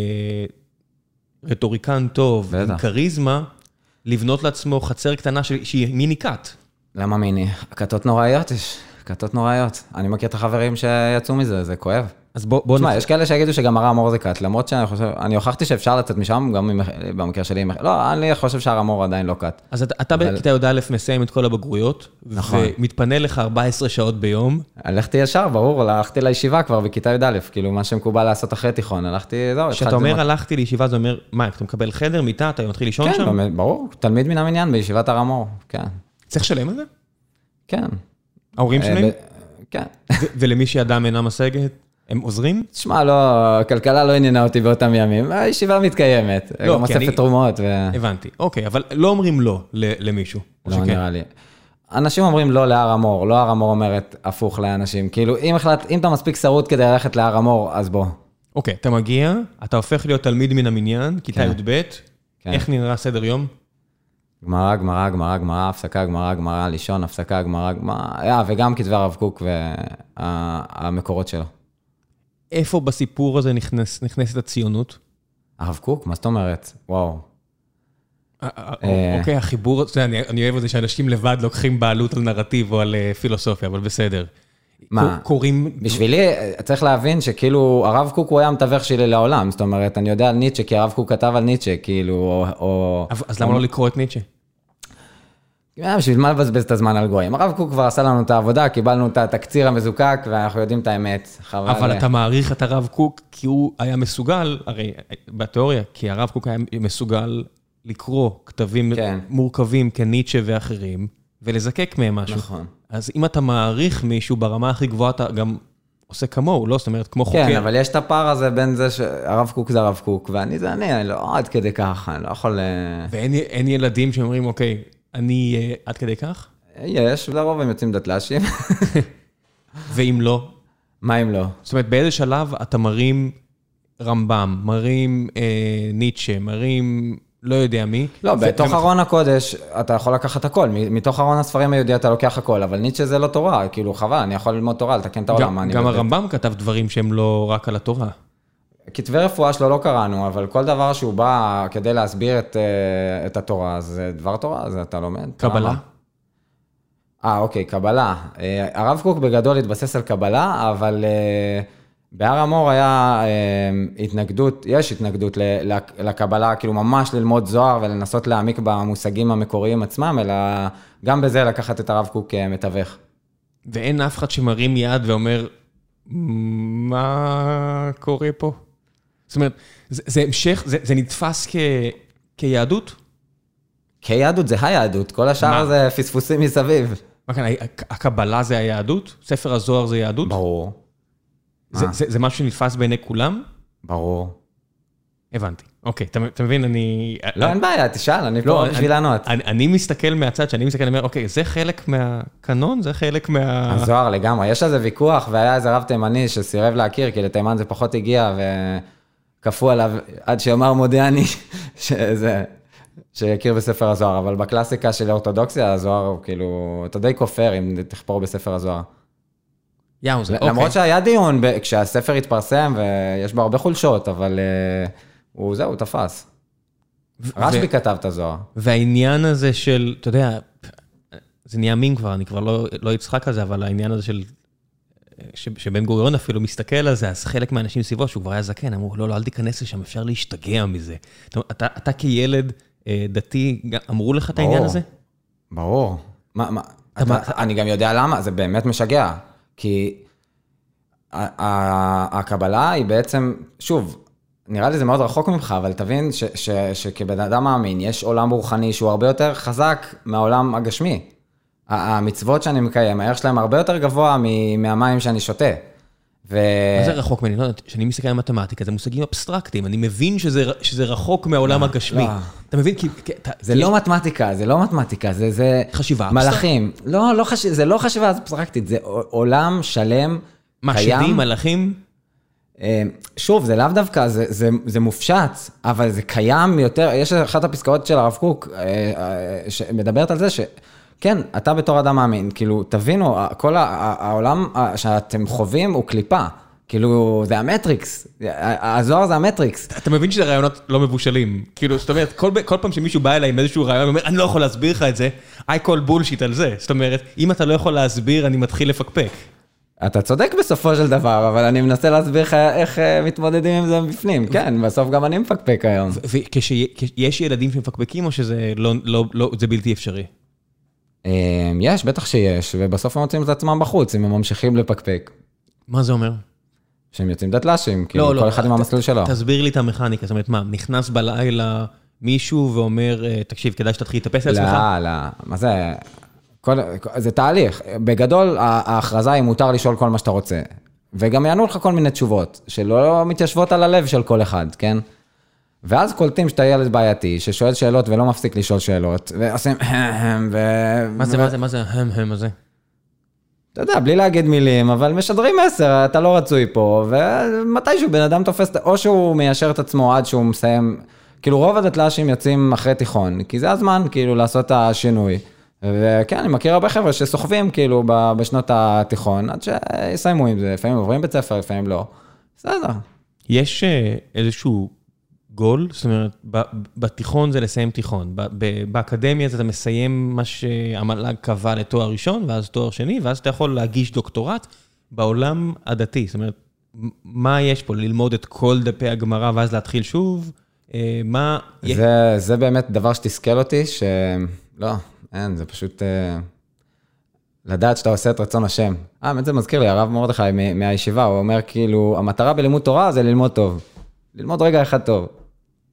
רטוריקן טוב, עם קריזמה, לבנות לעצמו חצר קטנה שהיא מיני קאט. למה מיני? קאטות נוראיות יש. קאטות נוראיות. אני מכיר את החברים שיצאו מזה, זה כואב. אז בוא תשמע, יש כאלה שיגידו שגם הר המור זה קאט, למרות שאני חושב, אני הוכחתי שאפשר לצאת משם, גם במקרה שלי, לא, אני חושב שהר המור עדיין לא קאט. אז אתה בכיתה י"א מסיים את כל הבגרויות, ומתפנה לך 14 שעות ביום. הלכתי ישר, ברור, הלכתי לישיבה כבר בכיתה י"א, כאילו מה שמקובל לעשות אחרי תיכון, הלכתי, זהו. כשאתה אומר הלכתי לישיבה, זה אומר, מה, אתה מקבל חדר, מיטה, אתה מתחיל לישון שם? כן, ברור, תלמיד מן המניין בישיבת הר המור, כן. צריך לשלם על זה? כן. ההורים שלהם? כן. ולמי שידם אינה משגת? הם עוזרים? תשמע, לא, הכלכלה לא עניינה אותי באותם ימים, הישיבה מתקיימת, גם אוספת תרומות. הבנתי, אוקיי, אבל לא אומרים לא למישהו. לא נראה לי. אנשים אומרים לא להר המור, לא הר המור אומרת הפוך לאנשים, כאילו אם אתה מספיק שרוט כדי ללכת להר המור, אז בוא. אוקיי, אתה מגיע, אתה הופך להיות תלמיד מן המניין, כיתה י"ב, איך נראה סדר יום? גמרא, הפסקה, גמרא, לישון, הפסקה, גמרא, וגם כתבי הרב קוק והמקורות שלו. איפה בסיפור הזה נכנסת הציונות? הרב קוק? מה זאת אומרת? וואו. אוקיי, החיבור, אני אוהב את זה שאנשים לבד לוקחים בעלות על נרטיב או על פילוסופיה, אבל בסדר. מה? בשבילי צריך להבין שכאילו הרב קוק הוא היה מתווך שלי לעולם, זאת אומרת, אני יודע על ניטשה, כי הרב קוק כתב על ניטשה, כאילו, או... אז למה לא לקרוא את ניטשה? בשביל מה לבזבז את הזמן על גויים? הרב קוק כבר עשה לנו את העבודה, קיבלנו את התקציר המזוקק, ואנחנו יודעים את האמת. אבל אתה מעריך את הרב קוק, כי הוא היה מסוגל, הרי בתיאוריה, כי הרב קוק היה מסוגל לקרוא כתבים מורכבים כניטשה ואחרים, ולזקק מהם משהו. נכון. אז אם אתה מעריך מישהו ברמה הכי גבוהה, אתה גם עושה כמוהו, לא? זאת אומרת, כמו חוקר. כן, אבל יש את הפער הזה בין זה שהרב קוק זה הרב קוק, ואני זה אני לא עד כדי כך, אני לא יכול... ואין ילדים שאומרים, אוקיי, אני עד כדי כך? יש, לרוב הם יוצאים דתל"שים. ואם לא? מה אם לא? זאת אומרת, באיזה שלב אתה מרים רמב"ם, מרים ניטשה, מרים לא יודע מי? לא, בתוך ארון הקודש אתה יכול לקחת הכל, מתוך ארון הספרים היהודי אתה לוקח הכל, אבל ניטשה זה לא תורה, כאילו חבל, אני יכול ללמוד תורה, לתקן את העולם. גם הרמב"ם כתב דברים שהם לא רק על התורה. כתבי רפואה שלו לא קראנו, אבל כל דבר שהוא בא כדי להסביר את התורה, זה דבר תורה, זה אתה לומד. קבלה? אוקיי, קבלה. הרב קוק בגדול התבסס על קבלה, אבל בהר המור היה התנגדות, יש התנגדות לקבלה, כאילו ממש ללמוד זוהר ולנסות להעמיק במושגים המקוריים עצמם, אלא גם בזה לקחת את הרב קוק מתווך. ואין אף אחד שמרים יד ואומר, מה קורה פה? זאת אומרת, זה המשך, זה נתפס כיהדות? כיהדות זה היהדות, כל השאר זה פספוסים מסביב. מה כאן, הקבלה זה היהדות? ספר הזוהר זה יהדות? ברור. זה משהו שנתפס בעיני כולם? ברור. הבנתי. אוקיי, אתה מבין, אני... לא, אין בעיה, תשאל, אני פה בשביל לענות. אני מסתכל מהצד, שאני מסתכל, אני אומר, אוקיי, זה חלק מהקנון? זה חלק מה... הזוהר לגמרי, יש על זה ויכוח, והיה איזה רב תימני שסירב להכיר, כי לתימן זה פחות הגיע, וכפו עליו עד שיאמר מודה אני, שיכיר בספר הזוהר, אבל בקלאסיקה של האורתודוקסיה, הזוהר הוא כאילו, אתה די כופר אם תחפור בספר הזוהר. למרות שהיה דיון, כשהספר התפרסם, ויש בו הרבה חולשות, אבל הוא תפס. רשב"י כתב את הזוהר. והעניין הזה של, אתה יודע, זה נהיה מין כבר, אני כבר לא אצחק על זה, אבל העניין הזה של, שבן גוריון אפילו מסתכל על זה, אז חלק מהאנשים סביבו, שהוא כבר היה זקן, אמרו, לא, אל תיכנס לשם, אפשר להשתגע מזה. אתה כילד דתי, אמרו לך את העניין הזה? ברור. אני גם יודע למה, זה באמת משגע. כי הקבלה היא בעצם, שוב, נראה לי זה מאוד רחוק ממך, אבל תבין שכבן אדם מאמין, יש עולם רוחני שהוא הרבה יותר חזק מהעולם הגשמי. המצוות שאני מקיים, הערך שלהם הרבה יותר גבוה מהמים שאני שותה. מה זה רחוק ממני? שאני מסתכל על מתמטיקה, זה מושגים אבסטרקטיים, אני מבין שזה רחוק מהעולם הגשמי. אתה מבין? זה לא מתמטיקה, זה לא מתמטיקה, זה חשיבה מלאכים. לא, זה לא חשיבה אבסטרקטית, זה עולם שלם, מה, שדים, מלאכים? שוב, זה לאו דווקא, זה מופשט, אבל זה קיים יותר, יש אחת הפסקאות של הרב קוק, שמדברת על זה כן, אתה בתור אדם מאמין, כאילו, תבינו, כל העולם שאתם חווים הוא קליפה, כאילו, זה המטריקס, הזוהר זה המטריקס. אתה מבין שזה רעיונות לא מבושלים, כאילו, זאת אומרת, כל פעם שמישהו בא אליי עם איזשהו רעיון, הוא אומר, אני לא יכול להסביר לך את זה, I call bullshit על זה, זאת אומרת, אם אתה לא יכול להסביר, אני מתחיל לפקפק. אתה צודק בסופו של דבר, אבל אני מנסה להסביר לך איך מתמודדים עם זה בפנים, כן, בסוף גם אני מפקפק היום. וכשיש ילדים שמפקפקים, או שזה זה בלתי אפשרי? יש, בטח שיש, ובסוף הם מוצאים את עצמם בחוץ, אם הם ממשיכים לפקפק. מה זה אומר? שהם יוצאים דתל"שים, כאילו כל אחד עם המסלול שלו. תסביר לי את המכניקה, זאת אומרת, מה, נכנס בלילה מישהו ואומר, תקשיב, כדאי שתתחיל לטפס לעצמך? לא, מה זה, זה תהליך. בגדול, ההכרזה היא מותר לשאול כל מה שאתה רוצה, וגם יענו לך כל מיני תשובות, שלא מתיישבות על הלב של כל אחד, כן? ואז קולטים שאתה ילד בעייתי, ששואל שאלות ולא מפסיק לשאול שאלות, ועושים מה זה הזה? אתה יודע, בלי להגיד מילים, אבל משדרים מסר, אתה לא רצוי פה, ומתישהו בן אדם תופס, או שהוא מיישר את עצמו עד שהוא מסיים, כאילו רוב הדתל"שים יוצאים אחרי תיכון, כי זה הזמן כאילו לעשות את השינוי, וכן, אני מכיר הרבה חבר'ה שסוחבים כאילו בשנות התיכון, עד שיסיימו עם זה, לפעמים עוברים בית ספר, לפעמים לא, בסדר. יש איזשהו גול, זאת אומרת, בתיכון זה לסיים תיכון, באקדמיה זה אתה מסיים מה שהמל"ג קבע לתואר ראשון, ואז תואר שני, ואז אתה יכול להגיש דוקטורט בעולם הדתי, זאת אומרת, מה יש פה? ללמוד את כל דפי הגמרא, ואז להתחיל שוב? מה... זה באמת דבר שתסכל אותי, שלא, אין, זה פשוט לדעת שאתה עושה את רצון השם. באמת זה מזכיר לי, הרב מרדכי מהישיבה, הוא אומר כאילו, המטרה בלימוד תורה זה ללמוד טוב. ללמוד רגע אחד טוב.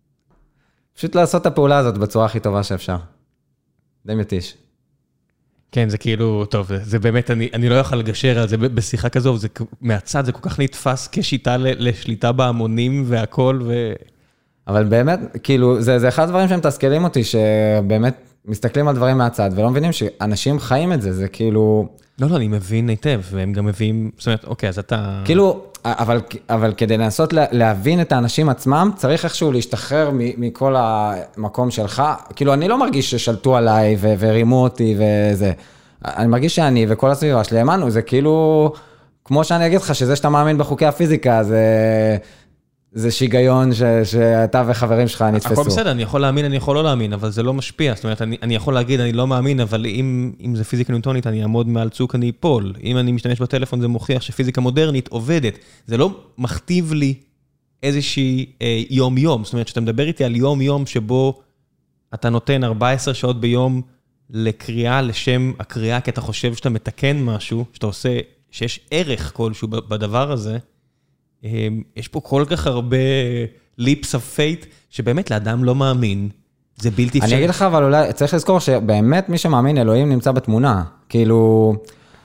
פשוט לעשות את הפעולה הזאת בצורה הכי טובה שאפשר. די מתיש. כן, זה כאילו, טוב, זה באמת, אני לא יכול לגשר על זה בשיחה כזו, מהצד זה כל כך נתפס כשיטה לשליטה בהמונים והכל, אבל באמת, כאילו, זה אחד הדברים שהם תסכלים אותי, שבאמת מסתכלים על דברים מהצד, ולא מבינים שאנשים חיים את זה, זה כאילו... לא, אני מבין היטב, והם גם מביאים, זאת אומרת, אוקיי, אז אתה... כאילו, אבל כדי לנסות להבין את האנשים עצמם, צריך איכשהו להשתחרר מכל המקום שלך. כאילו, אני לא מרגיש ששלטו עליי ורימו אותי וזה. אני מרגיש שאני וכל הסביבה שלי האמנו, זה כאילו, כמו שאני אגיד לך, שזה שאתה מאמין בחוקי הפיזיקה, זה שיגיון שאתה וחברים שלך נתפסו. הכל בסדר, אני יכול להאמין, אני יכול לא להאמין, אבל זה לא משפיע. זאת אומרת, אני יכול להגיד, אני לא מאמין, אבל אם זה פיזיקה ניוטונית, אני אעמוד מעל צוק, אני אפול. אם אני משתמש בטלפון, זה מוכיח שפיזיקה מודרנית עובדת. זה לא מכתיב לי איזושהי יום-יום. זאת אומרת, שאתה מדבר איתי על יום-יום שבו אתה נותן 14 שעות ביום לקריאה לשם הקריאה, כי אתה חושב שאתה מתקן משהו, שאתה עושה, שיש ערך כלשהו בדבר הזה, יש פה כל כך הרבה leaps of fate, שבאמת לאדם לא מאמין, זה בלתי אפשרי. אני אגיד לך, אבל אולי צריך לזכור שבאמת מי שמאמין אלוהים נמצא בתמונה. כאילו,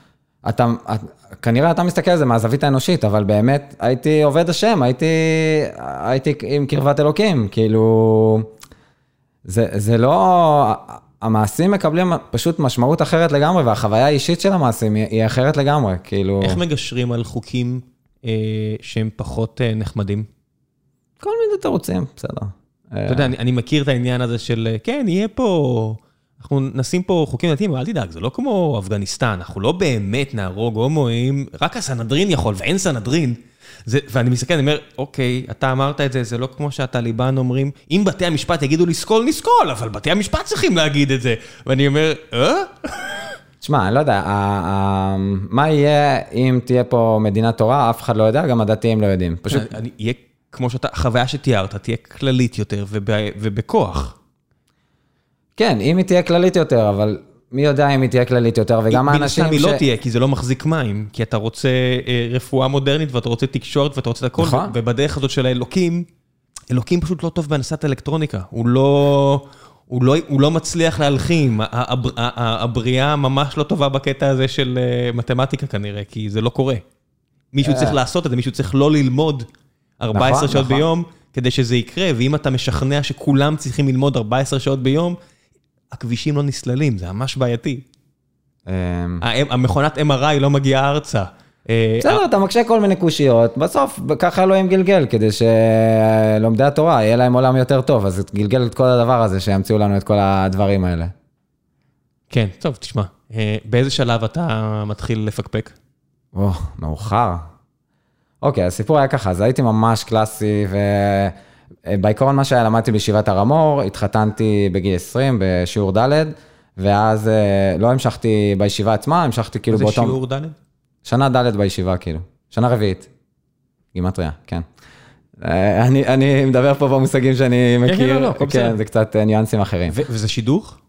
כנראה אתה מסתכל על זה מהזווית האנושית, אבל באמת הייתי עובד השם, הייתי עם קרבת אלוקים, כאילו, זה לא, המעשים מקבלים פשוט משמעות אחרת לגמרי, והחוויה האישית של המעשים היא אחרת לגמרי, כאילו. איך מגשרים על חוקים שהם פחות נחמדים? כל מיני תירוצים, בסדר. אתה יודע, אני מכיר את העניין הזה של, כן, יהיה פה, אנחנו נשים פה חוקים דתיים, אבל אל תדאג, זה לא כמו אפגניסטן, אנחנו לא באמת נהרוג הומואים, רק הסנהדרין יכול, ואין סנהדרין. ואני מסתכל, אני אומר, אוקיי, אתה אמרת את זה, זה לא כמו שהטליבן אומרים, אם בתי המשפט יגידו לסקול, נסקול, אבל בתי המשפט צריכים להגיד את זה. ואני אומר, תשמע, אני לא יודע, מה יהיה אם תהיה פה מדינת תורה, אף אחד לא יודע, גם הדתיים לא יודעים. פשוט... יהיה כמו שאתה, חוויה שתיארת, תהיה כללית יותר ובכוח. כן, אם היא תהיה כללית יותר, אבל מי יודע אם היא תהיה כללית יותר, וגם האנשים ש... היא לא תהיה, כי זה לא מחזיק מים, כי אתה רוצה רפואה מודרנית, ואתה רוצה תקשורת, ואתה רוצה את הכל, ובדרך הזאת של האלוקים, אלוקים פשוט לא טוב בהנדסת אלקטרוניקה, הוא לא מצליח להלחים, הבריאה ממש לא טובה בקטע הזה של מתמטיקה כנראה, כי זה לא קורה. מישהו צריך לעשות את זה, מישהו צריך לא ללמוד 14 שעות ביום, כדי שזה יקרה, ואם אתה משכנע שכולם צריכים ללמוד 14 שעות ביום, הכבישים לא נסללים, זה ממש בעייתי. המכונת MRI לא מגיעה ארצה. בסדר, אתה מקשה כל מיני קושיות, בסוף ככה אלוהים גלגל, כדי שלומדי התורה יהיה להם עולם יותר טוב, אז גלגל את כל הדבר הזה, שימציאו לנו את כל הדברים האלה. כן, טוב, תשמע, באיזה שלב אתה מתחיל לפקפק? מאוחר. אוקיי, הסיפור היה ככה, אז הייתי ממש קלאסי, ובעיקרון מה שהיה, למדתי בישיבת הר המור, התחתנתי בגיל 20 בשיעור ד', ואז לא המשכתי בישיבה עצמה, המשכתי כאילו באותו... זה שיעור ד'? שנה ד' בישיבה כאילו, שנה רביעית. גימטריה, כן. אני מדבר פה במושגים שאני מכיר, כן, זה קצת ניואנסים אחרים. וזה שידוך?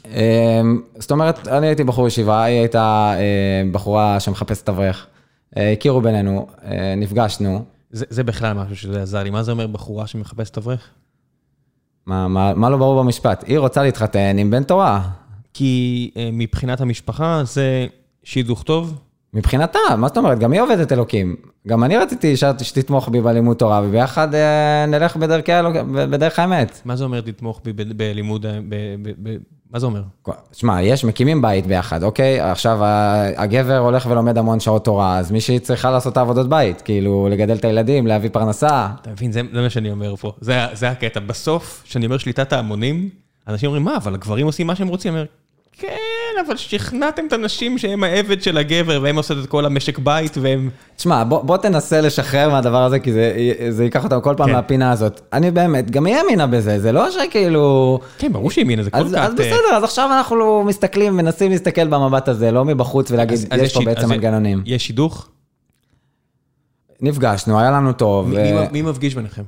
זאת אומרת, אני הייתי בחור ישיבה, היא הייתה בחורה שמחפשת אברך. הכירו בינינו, נפגשנו. זה בכלל משהו שזה עזר לי. מה זה אומר בחורה שמחפשת אברך? מה לא ברור במשפט? היא רוצה להתחתן עם בן תורה. כי מבחינת המשפחה זה שידוך טוב? מבחינתה, מה זאת אומרת? גם היא עובדת אלוקים. גם אני רציתי שתתמוך בי בלימוד תורה, וביחד נלך בדרך האמת. מה זה אומר תתמוך בי בלימוד... מה זה אומר? שמע, מקימים בית ביחד, אוקיי? עכשיו הגבר הולך ולומד המון שעות תורה, אז מישהי צריכה לעשות את העבודות בית, כאילו לגדל את הילדים, להביא פרנסה. אתה מבין, זה מה שאני אומר פה. זה הקטע. בסוף, כשאני אומר שליטת ההמונים, אנשים אומרים, מה, אבל הגברים עושים מה שהם רוצים. אני אומר, כן, אבל שכנעתם את הנשים שהם העבד של הגבר, והם עושים את כל המשק בית, והם... תשמע, בוא תנסה לשחרר מהדבר הזה, כי זה ייקח אותם כל פעם מהפינה הזאת. אני באמת, גם היא האמינה בזה, זה לא שכאילו... כן, ברור שהיא האמינה, זה כל כך... אז בסדר, אז עכשיו אנחנו מסתכלים, מנסים להסתכל במבט הזה, לא מבחוץ ולהגיד, יש פה בעצם מנגנונים. יש שידוך? נפגשנו, היה לנו טוב. מי מפגיש ביניכם?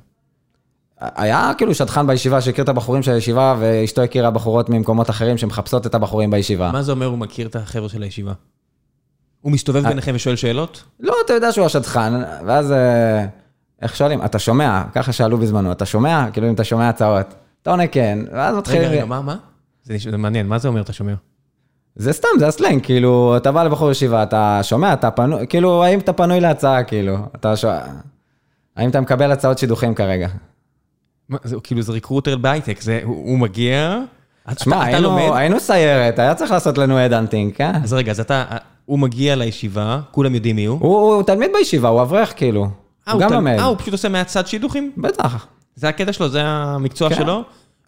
היה כאילו שדכן בישיבה שהכיר את הבחורים של הישיבה, ואשתו הכירה בחורות ממקומות אחרים שמחפשות את הבחורים בישיבה. מה זה אומר, הוא מכיר את החבר'ה של הישיבה? הוא מסתובב ביניכם ושואל שאלות? לא, אתה יודע שהוא השדכן, ואז איך שואלים? אתה שומע? ככה שאלו בזמנו, אתה שומע? כאילו אם אתה שומע הצעות. אתה עונה כן, ואז מתחילים... רגע, מה? זה מעניין, מה זה אומר אתה שומע? זה סתם, זה הסלנג, כאילו, אתה בא לבחור ישיבה, אתה שומע, אתה פנוי, כאילו, האם אתה פנוי להצעה, כאילו, האם אתה מקבל הצעות שידוכים כרגע? כאילו זה ריקרוטר בהייטק, הוא מגיע, תשמע, היינו סיירת, היה צריך לעשות לנו הדהנטינג, כן? אז רגע, אז הוא מגיע לישיבה, כולם יודעים מי הוא. הוא תלמיד בישיבה, הוא אברך, כאילו. הוא גם לומד. הוא פשוט עושה מהצד שידוכים? בטח. זה הקטע שלו, זה המקצוע שלו,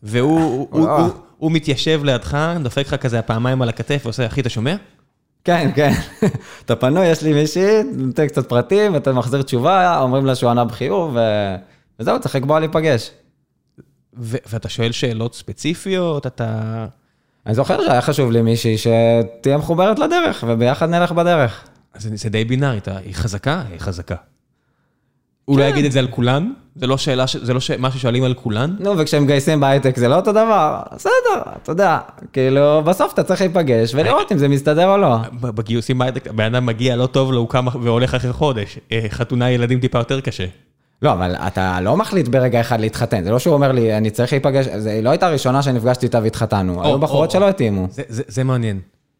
והוא מתיישב לידך, דופק לך כזה הפעמיים על הכתף, ועושה, אחי, אתה שומע? כן, כן. אתה פנוי, יש לי מישהי, נותן קצת פרטים, אתה מחזיר תשובה, אומרים לה שהוא ענה בחיוב, וזהו, צריך לקבוע להיפגש. ואתה שואל שאלות ספציפיות, אתה... אני זוכר שהיה חשוב לי מישהי שתהיה מחוברת לדרך, וביחד נלך בדרך. אז זה די בינארי, היא חזקה? היא חזקה. הוא לא יגיד את זה על כולן? זה לא מה ששואלים על כולן? נו, וכשהם גייסים בהייטק זה לא אותו דבר. בסדר, אתה יודע, כאילו, בסוף אתה צריך להיפגש ולראות אם זה מסתדר או לא. בגיוסים בהייטק, הבן אדם מגיע לא טוב לו, הוא קם והולך אחרי חודש. חתונה ילדים טיפה יותר קשה. לא, אבל אתה לא מחליט ברגע אחד להתחתן. זה לא שהוא אומר לי, אני צריך להיפגש, זה לא הייתה הראשונה שנפגשתי איתה והתחתנו. היו בחורות שלא התאימו. זה מעניין.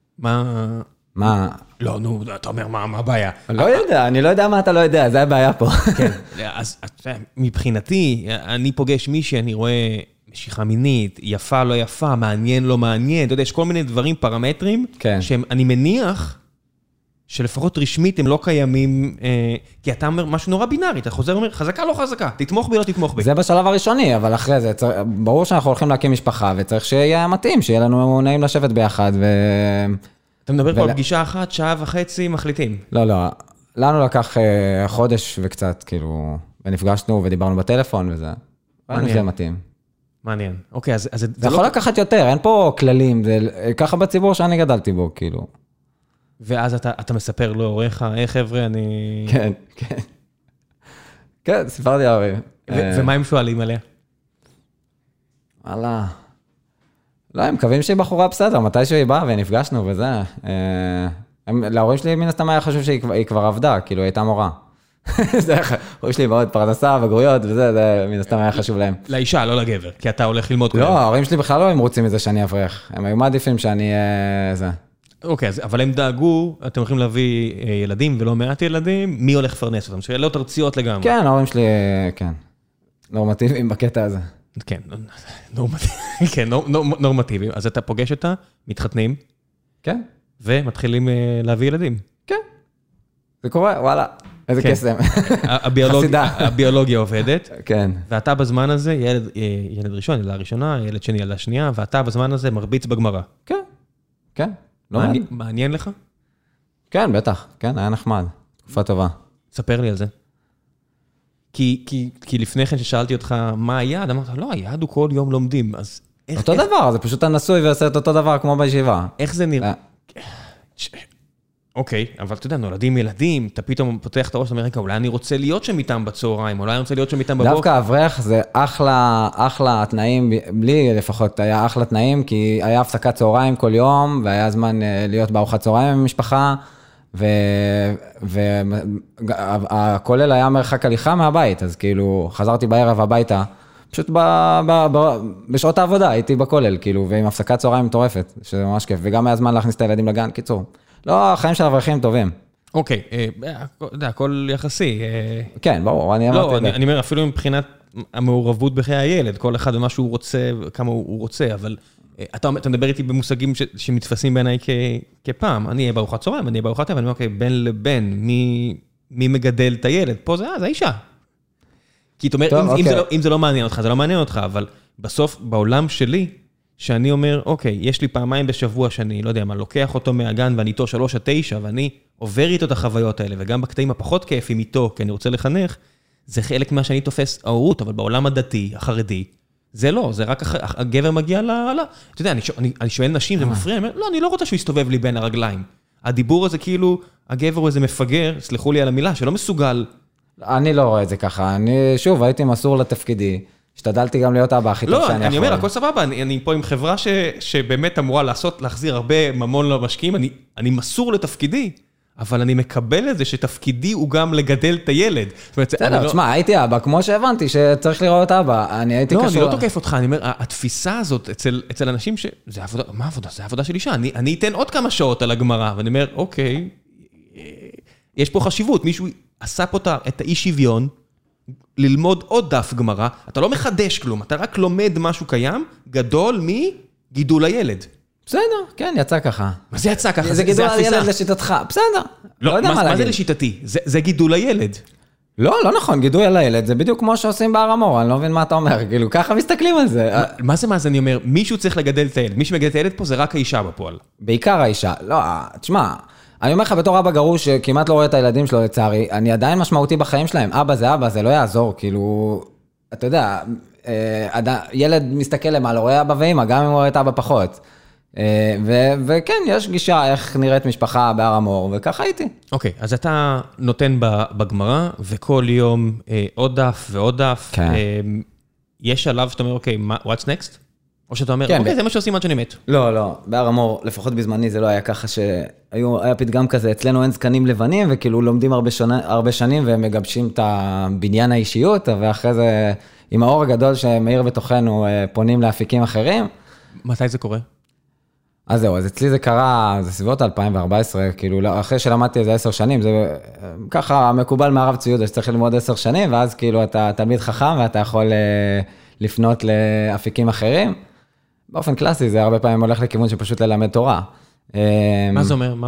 מה? לא, נו, אתה אומר, מה הבעיה? לא יודע, אני לא יודע מה אתה לא יודע, זה הבעיה פה. כן, אז מבחינתי, אני פוגש מישהי, אני רואה משיכה מינית, יפה, לא יפה, מעניין, לא מעניין, אתה יודע, יש כל מיני דברים, פרמטרים, שאני מניח שלפחות רשמית הם לא קיימים, כי אתה אומר משהו נורא בינארי, אתה חוזר ואומר, חזקה, לא חזקה, תתמוך בי, לא תתמוך בי. זה בשלב הראשוני, אבל אחרי זה, ברור שאנחנו הולכים להקים משפחה, וצריך שיהיה מתאים, שיהיה לנו נעים לשבת ביחד, אתה מדבר פה על פגישה אחת, שעה וחצי, מחליטים. לא, לא, לנו לקח חודש וקצת, כאילו, ונפגשנו ודיברנו בטלפון וזה. זה מתאים. מעניין. אוקיי, אז... זה יכול לקחת יותר, אין פה כללים, זה ככה בציבור שאני גדלתי בו, כאילו. ואז אתה מספר לו, הוריך, חבר'ה, אני... כן, כן. כן, סיפרתי להורים. ומה הם שואלים עליה? וואלה. לא, הם מקווים שהיא בחורה בסדר, מתי שהיא באה ונפגשנו וזה. להורים שלי מן הסתם היה חשוב שהיא כבר עבדה, כאילו היא הייתה מורה. ההורים שלי מאוד פרנסה, בגרויות וזה, זה מן הסתם היה חשוב להם. לאישה, לא לגבר, כי אתה הולך ללמוד. לא, ההורים שלי בכלל לא הם רוצים מזה שאני אברך. הם היו מעדיפים שאני... זה. אוקיי, אבל הם דאגו, אתם הולכים להביא ילדים ולא מעט ילדים, מי הולך לפרנס אותם? שאלות ארציות לגמרי. כן, ההורים שלי, כן. נורמטיביים בקטע הזה. כן, נורמטיביים. אז אתה פוגש אותה, מתחתנים. כן. ומתחילים להביא ילדים. כן. זה קורה, וואלה. איזה קסם. הביולוגיה עובדת. כן. ואתה בזמן הזה, ילד ראשון, ילדה ראשונה, ילד שני, ילדה שנייה, ואתה בזמן הזה מרביץ בגמרא. כן. כן. מעניין לך? כן, בטח. כן, היה נחמד. תקופה טובה. ספר לי על זה. כי לפני כן ששאלתי אותך מה היעד, אמרת, לא, היעד הוא כל יום לומדים, אז איך... אותו דבר, זה פשוט אתה נשוי ועושה את אותו דבר כמו בישיבה. איך זה נראה? אוקיי, אבל אתה יודע, נולדים ילדים, אתה פתאום פותח את הראש, אתה אומר, רגע, אולי אני רוצה להיות שם איתם בצהריים, אולי אני רוצה להיות שם איתם בבוקר. דווקא אברך זה אחלה תנאים, בלי לפחות היה אחלה תנאים, כי היה הפסקת צהריים כל יום, והיה זמן להיות בארוחת צהריים עם המשפחה, והכולל היה מרחק הליכה מהבית, אז כאילו חזרתי בערב הביתה, פשוט בשעות העבודה הייתי בכולל, כאילו, ועם הפסקת צהריים מטורפת, שזה ממש כיף, וגם היה זמן להכניס את הילדים לגן, קיצור. לא, החיים של אברכים טובים. אוקיי, הכל יחסי. כן, ברור, אני אמרתי את זה. לא, אני אומר, אפילו מבחינת המעורבות בחיי הילד, כל אחד ומה שהוא רוצה, כמה הוא רוצה, אבל אתה מדבר איתי במושגים שמתפסים בעיניי כפעם, אני אהיה בארוחת צהריים, אני אהיה בארוחת ערב, אני אומר, אוקיי, בין לבין, מי מגדל את הילד? פה זה האישה. כי אתה אומר, אם זה לא מעניין אותך, זה לא מעניין אותך, אבל בסוף, בעולם שלי, שאני אומר, אוקיי, יש לי פעמיים בשבוע שאני, לא יודע מה, לוקח אותו מהגן ואני איתו 3-9, ואני עובר איתו את החוויות האלה, וגם בקטעים הפחות כיפים איתו, כי אני רוצה לחנך, זה חלק מה שאני תופס ההורות, אבל בעולם הדתי, החרדי, זה לא, זה רק הגבר מגיע אתה יודע, אני שואל נשים, זה מפריע, אני אומר, לא, אני לא רוצה שהוא יסתובב לי בין הרגליים. הדיבור הזה כאילו, הגבר הוא איזה מפגר, סלחו לי על המילה, שלא מסוגל. אני לא רואה את זה ככה, אני שוב, הייתי מסור לתפקידי, השתדלתי גם להיות אבא הכי טוב שאני יכול. לא, אני אומר, הכל סבבה, אני פה עם חברה שבאמת אמורה להחזיר הרבה ממון למשקיעים, אני מסור לתפקידי, אבל אני מקבל את זה שתפקידי הוא גם לגדל את הילד. בסדר, תשמע, הייתי אבא, כמו שהבנתי שצריך לראות אבא, אני הייתי לא, אני לא תוקף אותך, אני אומר, התפיסה הזאת אצל אנשים זה עבודה, מה עבודה? זה עבודה של אישה, אני אתן עוד כמה שעות על הגמרא, ואני אומר, אוקיי, יש פה חשיבות, מישהו עשה פה את האי שוויון, ללמוד עוד דף גמרא, אתה לא מחדש כלום, אתה רק לומד משהו קיים, גדול מגידול הילד. בסדר, כן, יצא ככה. מה זה יצא ככה? זה גידול הילד לשיטתך, בסדר. לא יודע מה להגיד. מה זה לשיטתי? זה גידול הילד. לא נכון, גידול על הילד, זה בדיוק כמו שעושים בהר המור, אני לא מבין מה אתה אומר, כאילו, ככה מסתכלים על זה. מה זה, אני אומר, מישהו צריך לגדל את הילד, מי שמגדל את הילד פה זה רק האישה בפועל. בעיקר האישה, לא, תשמע, אני אומר לך בתור אבא גרוש שכמעט לא רואה את הילדים שלו לצערי, אני עדיין משמעותי בחיים שלהם, אבא, זה לא יעזור, כאילו, אתה יודע, ילד מסתכל למעלה, רואה אבא ואמא, גם אם הוא רואה את אבא פחות. וכן, יש גישה איך נראית משפחה בהר המור, וככה הייתי. אוקיי, אז אתה נותן בגמרא, וכל יום עוד דף ועוד דף. כן. יש שלב שאתה אומר, אוקיי, what's next? או שאתה אומר, אוקיי, זה מה שעושים עד שאני מת. לא, בהר המור, לפחות בזמני זה לא היה ככה היה פתגם כזה, אצלנו אין זקנים לבנים, וכאילו לומדים הרבה שנים, והם מגבשים את הבניין האישיות, ואחרי זה, עם האור הגדול שמאיר בתוכנו, פונים לאפיקים אחרים. מתי זה קורה? אז זהו, אז אצלי זה קרה, זה סביבות 2014, כאילו, אחרי שלמדתי איזה 10 שנים, זה ככה מקובל מהרב ציודה, שצריך ללמוד 10 שנים, ואז כאילו אתה תלמיד חכם, ואתה יכול לפנות לאפיקים אחרים. באופן קלאסי, זה הרבה פעמים הולך לכיוון שפשוט ללמד תורה. מה זה אומר?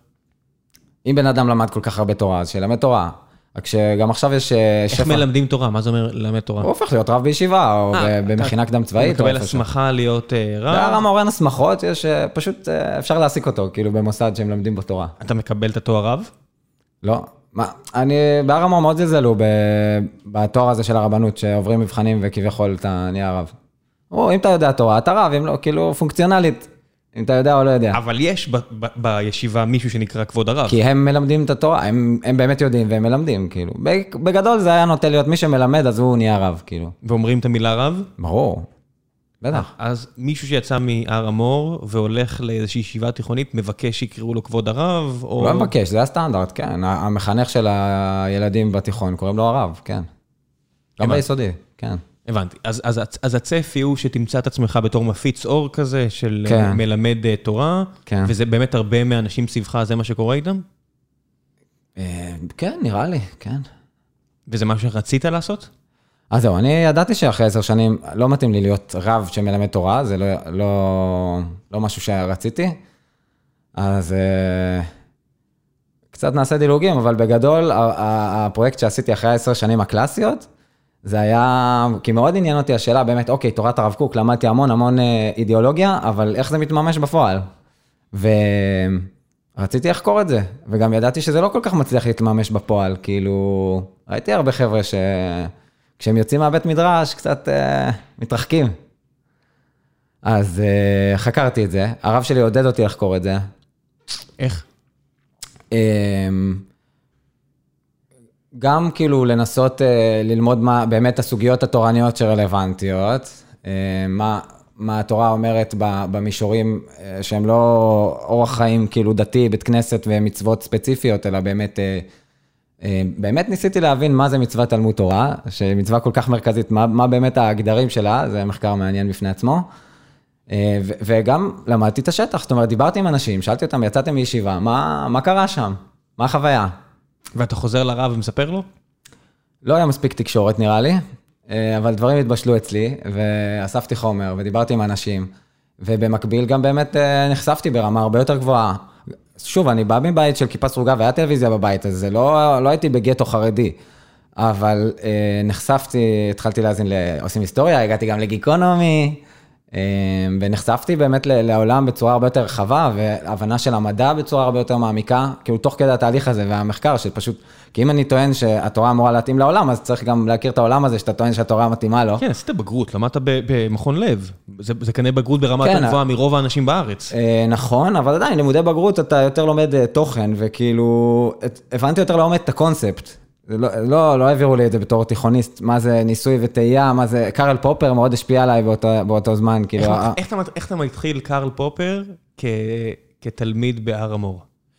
אם בן אדם למד כל כך הרבה תורה, אז שילמד תורה. רק שגם עכשיו יש שפע. איך מלמדים תורה? מה זה אומר ללמד תורה? הוא הופך להיות רב בישיבה, או במכינה קדם צבאית. הוא מקבל הסמכה להיות רב? בהר המור אין הסמכות, יש פשוט אפשר להעסיק אותו, כאילו במוסד שהם למדים בתורה. אתה מקבל את התואר רב? לא. בהר המור מאוד זלזלו בתואר הזה של הרבנות, שעוברים מבחנים וכביכול אתה נהיה רב. אם אתה יודע תורה, אתה רב, אם לא, כאילו פונקציונלית. אם אתה יודע או לא יודע. אבל יש בישיבה מישהו שנקרא כבוד הרב. כי הם מלמדים את התורה, הם באמת יודעים והם מלמדים, כאילו. בגדול זה היה נוטה להיות מי שמלמד, אז הוא נהיה רב, כאילו. ואומרים את המילה רב? ברור. בטח. אז מישהו שיצא מהר המור והולך לאיזושהי ישיבה תיכונית, מבקש שיקראו לו כבוד הרב, או... לא מבקש, זה הסטנדרט, כן. המחנך של הילדים בתיכון, קוראים לו הרב, כן. גם ביסודי, כן. הבנתי. אז הצפי הוא שתמצא את עצמך בתור מפיץ אור כזה, של מלמד תורה, וזה באמת הרבה מהאנשים סביבך, זה מה שקורה איתם? כן, נראה לי, כן. וזה מה שרצית לעשות? אז זהו, אני ידעתי שאחרי 10 שנים לא מתאים לי להיות רב שמלמד תורה, זה לא משהו שרציתי. אז קצת נעשה דילוגים, אבל בגדול, הפרויקט שעשיתי אחרי 10 שנים הקלאסיות, זה היה, כי מאוד עניין אותי השאלה, באמת, אוקיי, תורת הרב קוק, למדתי המון אידיאולוגיה, אבל איך זה מתממש בפועל? ורציתי לחקור את זה, וגם ידעתי שזה לא כל כך מצליח להתממש בפועל, כאילו, ראיתי הרבה חבר'ה כשהם יוצאים מהבית מדרש, קצת מתרחקים. אז חקרתי את זה, הרב שלי עודד אותי לחקור את זה. איך? גם כאילו לנסות ללמוד מה באמת הסוגיות התורניות שרלוונטיות, מה התורה אומרת במישורים שהם לא אורח חיים כאילו דתי, בית כנסת ומצוות ספציפיות, אלא באמת ניסיתי להבין מה זה מצוות תלמוד תורה, שמצווה כל כך מרכזית, מה באמת ההגדרים שלה, זה מחקר מעניין בפני עצמו, וגם למדתי את השטח, זאת אומרת, דיברתי עם אנשים, שאלתי אותם, יצאתם מישיבה, מה קרה שם? מה החוויה? ואתה חוזר לרב ומספר לו? לא היה מספיק תקשורת נראה לי, אבל דברים התבשלו אצלי, ואספתי חומר ודיברתי עם אנשים, ובמקביל גם באמת נחשפתי ברמה הרבה יותר גבוהה. שוב, אני בא מבית של כיפה סרוגה, והיה טלוויזיה בבית, אז לא הייתי בגטו חרדי, אבל נחשפתי, התחלתי להאזין לעושים היסטוריה, הגעתי גם לגיקונומי, ונחשפתי באמת לעולם בצורה הרבה יותר רחבה, והבנה של המדע בצורה הרבה יותר מעמיקה, כאילו תוך כדי התהליך הזה והמחקר, שפשוט, כי אם אני טוען שהתורה אמורה להתאים לעולם, אז צריך גם להכיר את העולם הזה, שאתה טוען שהתורה מתאימה לו. כן, עשית בגרות, למדת במכון לב, זה כנראה בגרות ברמה יותר גבוהה מרוב האנשים בארץ. נכון, אבל עדיין, לימודי בגרות אתה יותר לומד תוכן, וכאילו, הבנתי יותר לעומד את הקונספט. לא העבירו לי את זה בתור תיכוניסט, מה זה ניסוי וטעייה, מה זה, קארל פופר מאוד השפיע עליי באותו זמן, כאילו. איך אתה מתחיל קארל פופר כתלמיד בהר המור?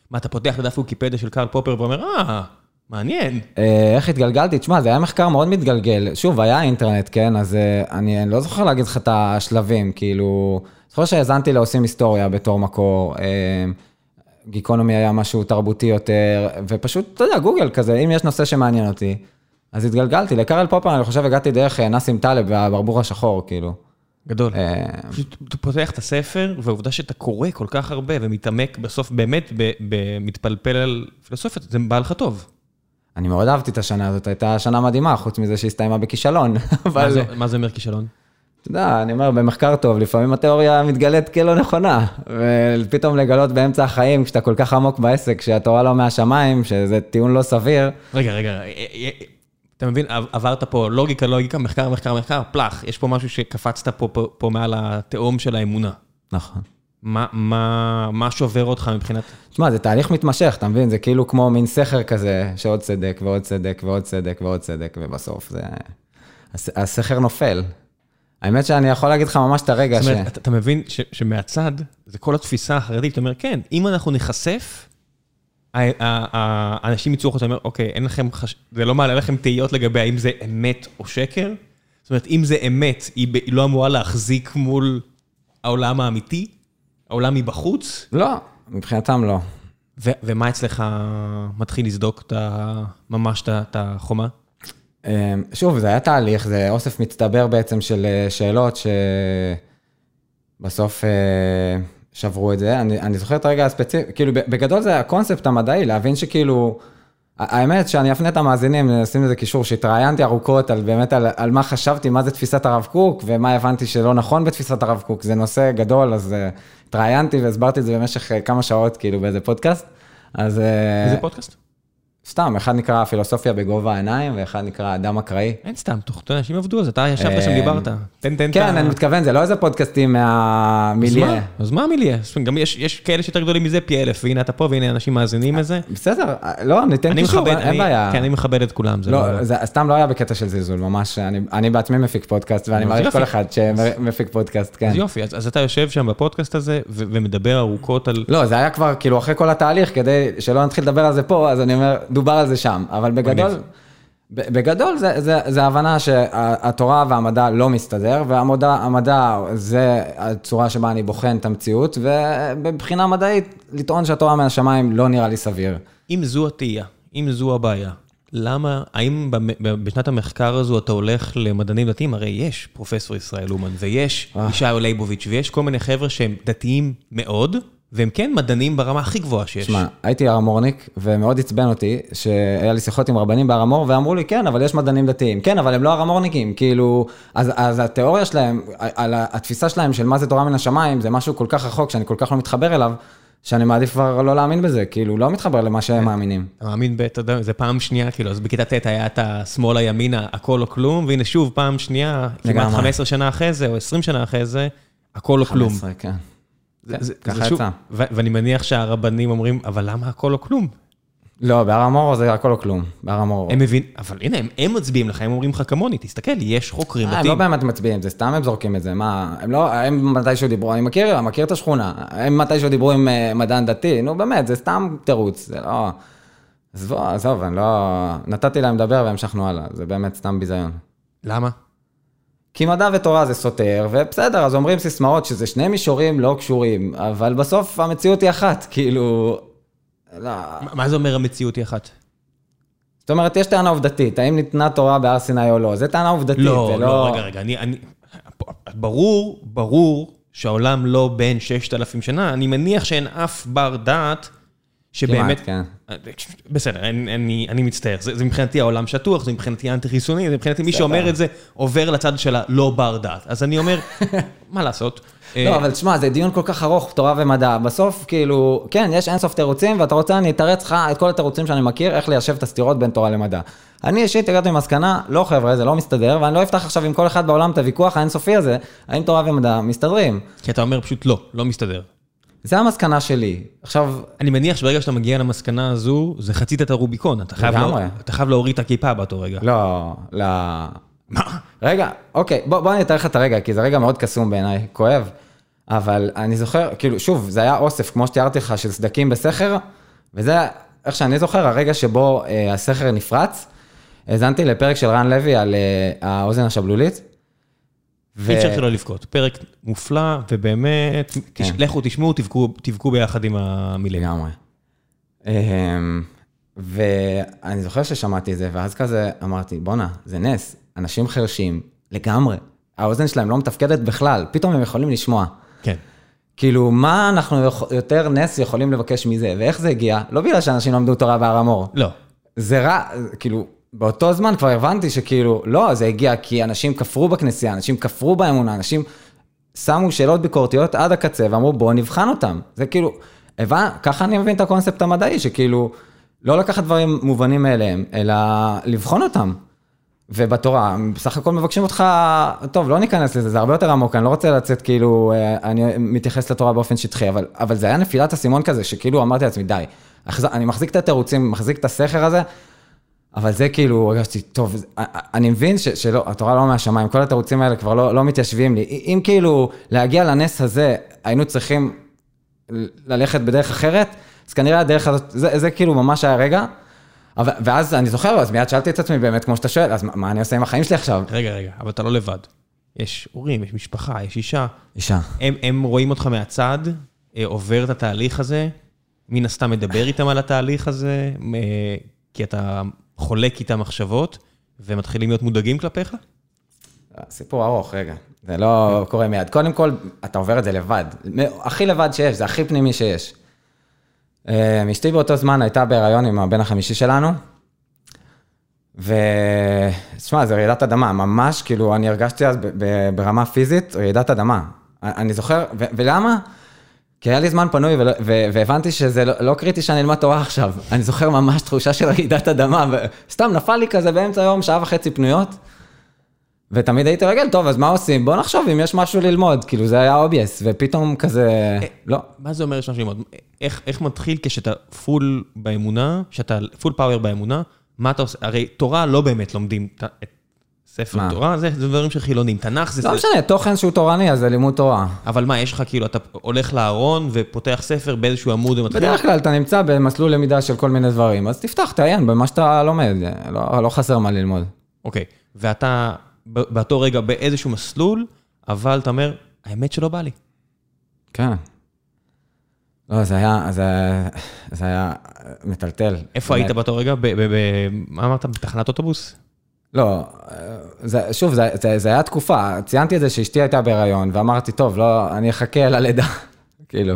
מה, אתה פותח לדף ויקיפדיה של קארל פופר ואומר, מעניין. איך התגלגלתי? תשמע, זה היה מחקר מאוד מתגלגל. שוב, היה אינטרנט, כן? אז אני לא זוכר להגיד לך את השלבים, כאילו, זוכר שהזנתי לעושים היסטוריה בתור מקור, גיקונומי היה משהו תרבותי יותר, ופשוט, אתה יודע, גוגל כזה, אם יש נושא שמעניין אותי, אז התגלגלתי. לקארל פופר, אני חושב, הגעתי דרך נסים טלב והברבור השחור, כאילו. גדול. אתה פותח את הספר, והעובדה שאתה קורא כל כך הרבה, ומתעמק בסוף באמת מתפלפל על פילוסופיה, זה בא לך טוב. אני מאוד אהבתי את השנה הזאת, הייתה שנה מדהימה, חוץ מזה שהסתיימה בכישלון. מה זה אומר כישלון? אתה יודע, אני אומר, במחקר טוב, לפעמים התיאוריה מתגלית כלא נכונה, ופתאום לגלות באמצע החיים, כשאתה כל כך עמוק בעסק, שהתורה לא מהשמיים, שזה טיעון לא סביר. רגע, אתה מבין, עברת פה לוגיקה, מחקר, פלח, יש פה משהו שקפצת פה מעל התאום של האמונה. נכון. מה שובר אותך מבחינת? תשמע, זה תהליך מתמשך, אתה מבין? זה כאילו כמו מין סכר כזה, שעוד צדק ועוד צדק ועוד צדק ועוד צדק, ובסוף זה... הסכר נופל. האמת שאני יכול להגיד לך ממש את הרגע זאת אומרת, אתה מבין שמהצד, זה כל התפיסה החרדית, אתה אומר, כן, אם אנחנו נחשף, האנשים יצאו לך, אתה אומר, אוקיי, אין לכם, זה לא מעלה לכם תהיות לגבי האם זה אמת או שקר? זאת אומרת, אם זה אמת, היא לא אמורה להחזיק מול העולם האמיתי? העולם מבחוץ? לא, מבחינתם לא. ומה אצלך מתחיל לסדוק ממש את החומה? שוב, זה היה תהליך, זה אוסף מצטבר בעצם של שאלות שבסוף שברו את זה. אני זוכר את הרגע הספציפי, כאילו בגדול זה הקונספט המדעי, להבין שכאילו, האמת שאני אפנה את המאזינים, נשים לזה קישור, שהתראיינתי ארוכות על באמת על מה חשבתי, מה זה תפיסת הרב קוק, ומה הבנתי שלא נכון בתפיסת הרב קוק, זה נושא גדול, אז התראיינתי והסברתי את זה במשך כמה שעות, כאילו באיזה פודקאסט. איזה פודקאסט? סתם, אחד נקרא פילוסופיה בגובה העיניים, ואחד נקרא אדם אקראי. אין סתם, אנשים עבדו, אז אתה ישבת שם דיברת. כן, אני מתכוון, זה לא איזה פודקאסטים מהמיליה. אז מה המיליה? גם יש כאלה שיותר גדולים מזה פי 1000, והנה אתה פה, והנה אנשים מאזינים לזה. בסדר, לא, ניתן קישור, אין בעיה. כן, אני מכבד את כולם. לא, סתם לא היה בקטע של זלזול, ממש, אני בעצמי מפיק פודקאסט, ואני מעריך כל אחד שמפיק פודקאסט, כן. אז יופי, אז אתה יושב שם בפודקאסט הזה, ומדבר ארוכות על... לא, זה היה כבר, כאילו, אחרי כל התהליך, כדי שלא נתחיל לדבר על זה פה, אז אני אומר, דובר על זה שם, אבל בגדול זה ההבנה שהתורה והמדע לא מסתדר, והמדע זה הצורה שבה אני בוחן את המציאות, ובבחינה מדעית לטעון שהתורה מהשמיים לא נראה לי סביר. אם זו התהייה, אם זו הבעיה, למה, האם בשנת המחקר הזו אתה הולך למדענים דתיים? הרי יש פרופסור ישראל אומן, ויש ישעיהו ליבוביץ', ויש כל מיני חבר'ה שהם דתיים מאוד, והם כן מדענים ברמה הכי גבוהה שיש. שמע, הייתי הרמורניק, ומאוד עצבן אותי, שהיה לי שיחות עם רבנים בהרמור, ואמרו לי, כן, אבל יש מדענים דתיים. כן, אבל הם לא הרמורניקים, כאילו, אז התיאוריה שלהם, התפיסה שלהם של מה זה תורה מן השמיים, זה משהו כל כך רחוק, שאני כל כך לא מתחבר אליו, שאני מעדיף כבר לא להאמין בזה, כאילו, לא מתחבר למה שהם מאמינים. אתה מאמין אתה יודע, זה פעם שנייה, כאילו, אז בכיתה ט' היה את השמאל הימין, הכל או כלום, והנה שוב, פעם שנייה, כמעט 15 שנה אחרי זה, או 20 שנה אחרי זה, הכל או כלום. 15, כן. ככה יצא. ואני מניח שהרבנים אומרים, אבל למה הכל או כלום? לא, בהר המור זה הכל או כלום, בהר המור. הם מבין, אבל הנה, הם מצביעים לך, הם אומרים לך כמוני, תסתכל, יש חוקרים דתיים. הם לא באמת מצביעים, זה סתם הם זורקים את זה, מה, הם מתישהו דיברו, אני מכיר את השכונה, הם מתישהו דיברו עם מדען דתי, נו באמת, זה סתם תירוץ, זה לא, עזוב, אני לא, נתתי להם לדבר והמשכנו הלאה, זה באמת סתם ביזיון. למה? כי מדע ותורה זה סותר, ובסדר, אז אומרים סיסמאות שזה שני מישורים לא קשורים, אבל בסוף המציאות היא אחת, כאילו... לא. מה זה אומר המציאות היא אחת? זאת אומרת, יש טענה עובדתית, האם ניתנה תורה בהר סיני או לא, זה טענה עובדתית, זה לא... רגע, ברור שהעולם לא בין 6,000 שנה, אני מניח שאין אף בר דעת שבאמת... כן. בסדר, אני מצטער, זה מבחינתי העולם שטוח, זה מבחינתי אנטי-חיסוני, זה מבחינתי מי שאומר את זה עובר לצד של הלא בר דעת, אז אני אומר, מה לעשות? לא, אבל תשמע, זה דיון כל כך ארוך, תורה ומדע, בסוף כאילו, כן, יש אינסוף תירוצים, ואתה רוצה, אני אתרץ לך את כל התירוצים שאני מכיר, איך ליישב את הסתירות בין תורה למדע. אני אישית הגעתי למסקנה, לא חבר'ה, זה לא מסתדר, ואני לא אפתח עכשיו עם כל אחד בעולם את הוויכוח האינסופי הזה, האם תורה ומדע מסתדרים. כי אתה אומר פשוט לא מסתדר. זה המסקנה שלי. עכשיו... אני מניח שברגע שאתה מגיע למסקנה הזו, זה חצית את הרוביקון. אתה חייב להוריד את הכיפה באותו רגע. לא. מה? רגע, אוקיי, בוא אני אתאר לך את הרגע, כי זה רגע מאוד קסום בעיניי, כואב. אבל אני זוכר, כאילו, שוב, זה היה אוסף, כמו שתיארתי לך, של סדקים בסכר, וזה, איך שאני זוכר, הרגע שבו הסכר נפרץ, האזנתי לפרק של רן לוי על האוזן השבלולית. אי אפשר שלא לבכות. פרק מופלא, ובאמת, לכו תשמעו, תבכו ביחד עם המילים. לגמרי. ואני זוכר ששמעתי את זה, ואז כזה אמרתי, בונה, זה נס, אנשים חרשים, לגמרי. האוזן שלהם לא מתפקדת בכלל, פתאום הם יכולים לשמוע. כן. כאילו, מה אנחנו יותר נס יכולים לבקש מזה, ואיך זה הגיע? לא בגלל שאנשים למדו תורה בהר המור. לא. זה רע, כאילו, באותו זמן כבר הבנתי שכאילו, לא, זה הגיע כי אנשים כפרו בכנסייה, אנשים כפרו באמונה, אנשים שמו שאלות ביקורתיות עד הקצה, ואמרו, בוא נבחן אותם. זה כאילו, ככה אני מבין את הקונספט המדעי, שכאילו, לא לקחת דברים מובנים מאליהם, אלא לבחון אותם. ובתורה, בסך הכל מבקשים אותך, טוב, לא ניכנס לזה, זה הרבה יותר עמוק, אני לא רוצה לצאת כאילו, אני מתייחס לתורה באופן שטחי, אבל זה היה נפילת הסימון כזה, שכאילו אמרתי לעצמי, די, אני מחזיק את התירוצים, מחזיק את הסכר הזה, אבל זה כאילו, הרגשתי, טוב, אני מבין שלא, התורה לא מהשמיים, כל התירוצים האלה כבר לא מתיישבים לי, אם כאילו להגיע לנס הזה, היינו צריכים ללכת בדרך אחרת, אז כנראה הדרך הזאת, זה כאילו ממש היה רגע, ואז אני זוכר, אז מיד שאלתי את עצמי באמת, כמו שאתה שואל, אז מה אני עושה עם החיים שלי עכשיו? רגע, אבל אתה לא לבד. יש הורים, יש משפחה, יש אישה. אישה. הם רואים אותך מהצד, עובר את התהליך הזה, מן הסתם מדבר איתם על התהליך הזה, כי אתה חולק איתם מחשבות, ומתחילים להיות מודאגים כלפיך? סיפור ארוך, רגע. זה לא קורה מיד. קודם כל, אתה עובר את זה לבד. הכי לבד שיש, זה הכי פנימי שיש. אשתי באותו זמן הייתה בהיריון עם הבן החמישי שלנו, ושמע, זה רעידת אדמה, ממש, כאילו, אני הרגשתי אז ברמה פיזית, רעידת אדמה. אני זוכר, ולמה? כי היה לי זמן פנוי, והבנתי שזה לא קריטי שאני אלמד תורה עכשיו. אני זוכר ממש תחושה של רעידת אדמה, וסתם נפל לי כזה באמצע היום, 1.5 שעות פנויות, ותמיד הייתי רגל, טוב, אז מה עושים? בוא נחשוב אם יש משהו ללמוד, כאילו זה היה אובייס, ופתאום כזה, לא. מה זה אומר יש משהו ללמוד? איך מתחיל כשאתה פול באמונה, כשאתה פול פאוור באמונה, מה אתה עושה? הרי תורה לא באמת לומדים את ספר תורה, זה דברים של חילונים, תנ"ך זה... לא משנה, תוכן שהוא תורני, אז זה לימוד תורה. אבל מה, יש לך כאילו, אתה הולך לארון ופותח ספר באיזשהו עמוד ומתחיל? בדרך כלל אתה נמצא במסלול למידה של כל מיני דברים, אז תפתח, תעיין במה שאתה לומד, לא חסר מה ללמוד. אוקיי, ואתה באותו רגע באיזשהו מסלול, אבל אתה אומר, האמת שלא בא לי. כן. לא, זה היה מטלטל. איפה היית באותו רגע? מה אמרת? בתחנת אוטובוס? לא, שוב, זה היה תקופה, ציינתי את זה שאשתי הייתה בהיריון, ואמרתי, טוב, לא, אני אחכה ללידה, כאילו.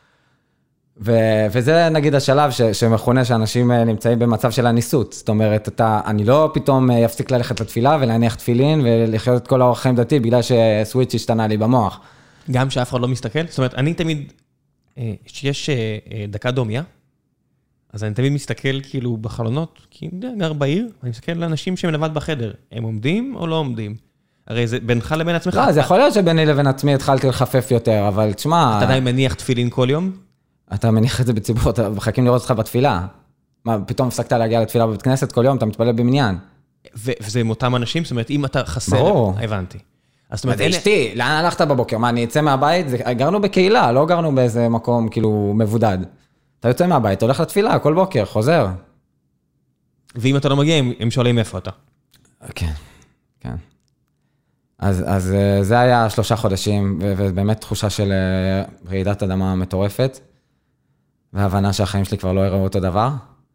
וזה נגיד השלב שמכונה שאנשים נמצאים במצב של הניסות, זאת אומרת, אני לא פתאום יפסיק ללכת לתפילה ולהניח תפילין ולחיות את כל האורח חיים דתי, בגלל שסוויץ' השתנה לי במוח. גם שאף אחד לא מסתכל? זאת אומרת, אני תמיד, שיש דקה דומיה, אז אני תמיד מסתכל כאילו בחלונות, כי אני גר בעיר, אני מסתכל לאנשים שהם לבד בחדר, הם עומדים או לא עומדים? הרי זה בינך לבין עצמך. לא, זה יכול להיות שביני לבין עצמי התחלתי לחפף יותר, אבל תשמע... אתה עדיין מניח תפילין כל יום? אתה מניח את זה בציבור, אתה מחכים לראות אותך בתפילה. מה, פתאום הפסקת להגיע לתפילה בבית כנסת כל יום, אתה מתפלל במניין. וזה עם אותם אנשים, זאת אומרת, אם אתה חסר... ברור. הבנתי. אז אשתי, לאן הלכת בבוקר? מה, אני אצא מהבית? גרנו בקהילה, לא גרנו באיזה מקום כאילו מבודד. אתה יוצא מהבית, הולך לתפילה כל בוקר, חוזר. ואם אתה לא מגיע, הם שואלים איפה אתה. כן, כן. אז זה היה 3 חודשים, ובאמת תחושה של רעידת אדמה מטורפת, והבנה שהחיים שלי כבר לא יראו אותו דבר.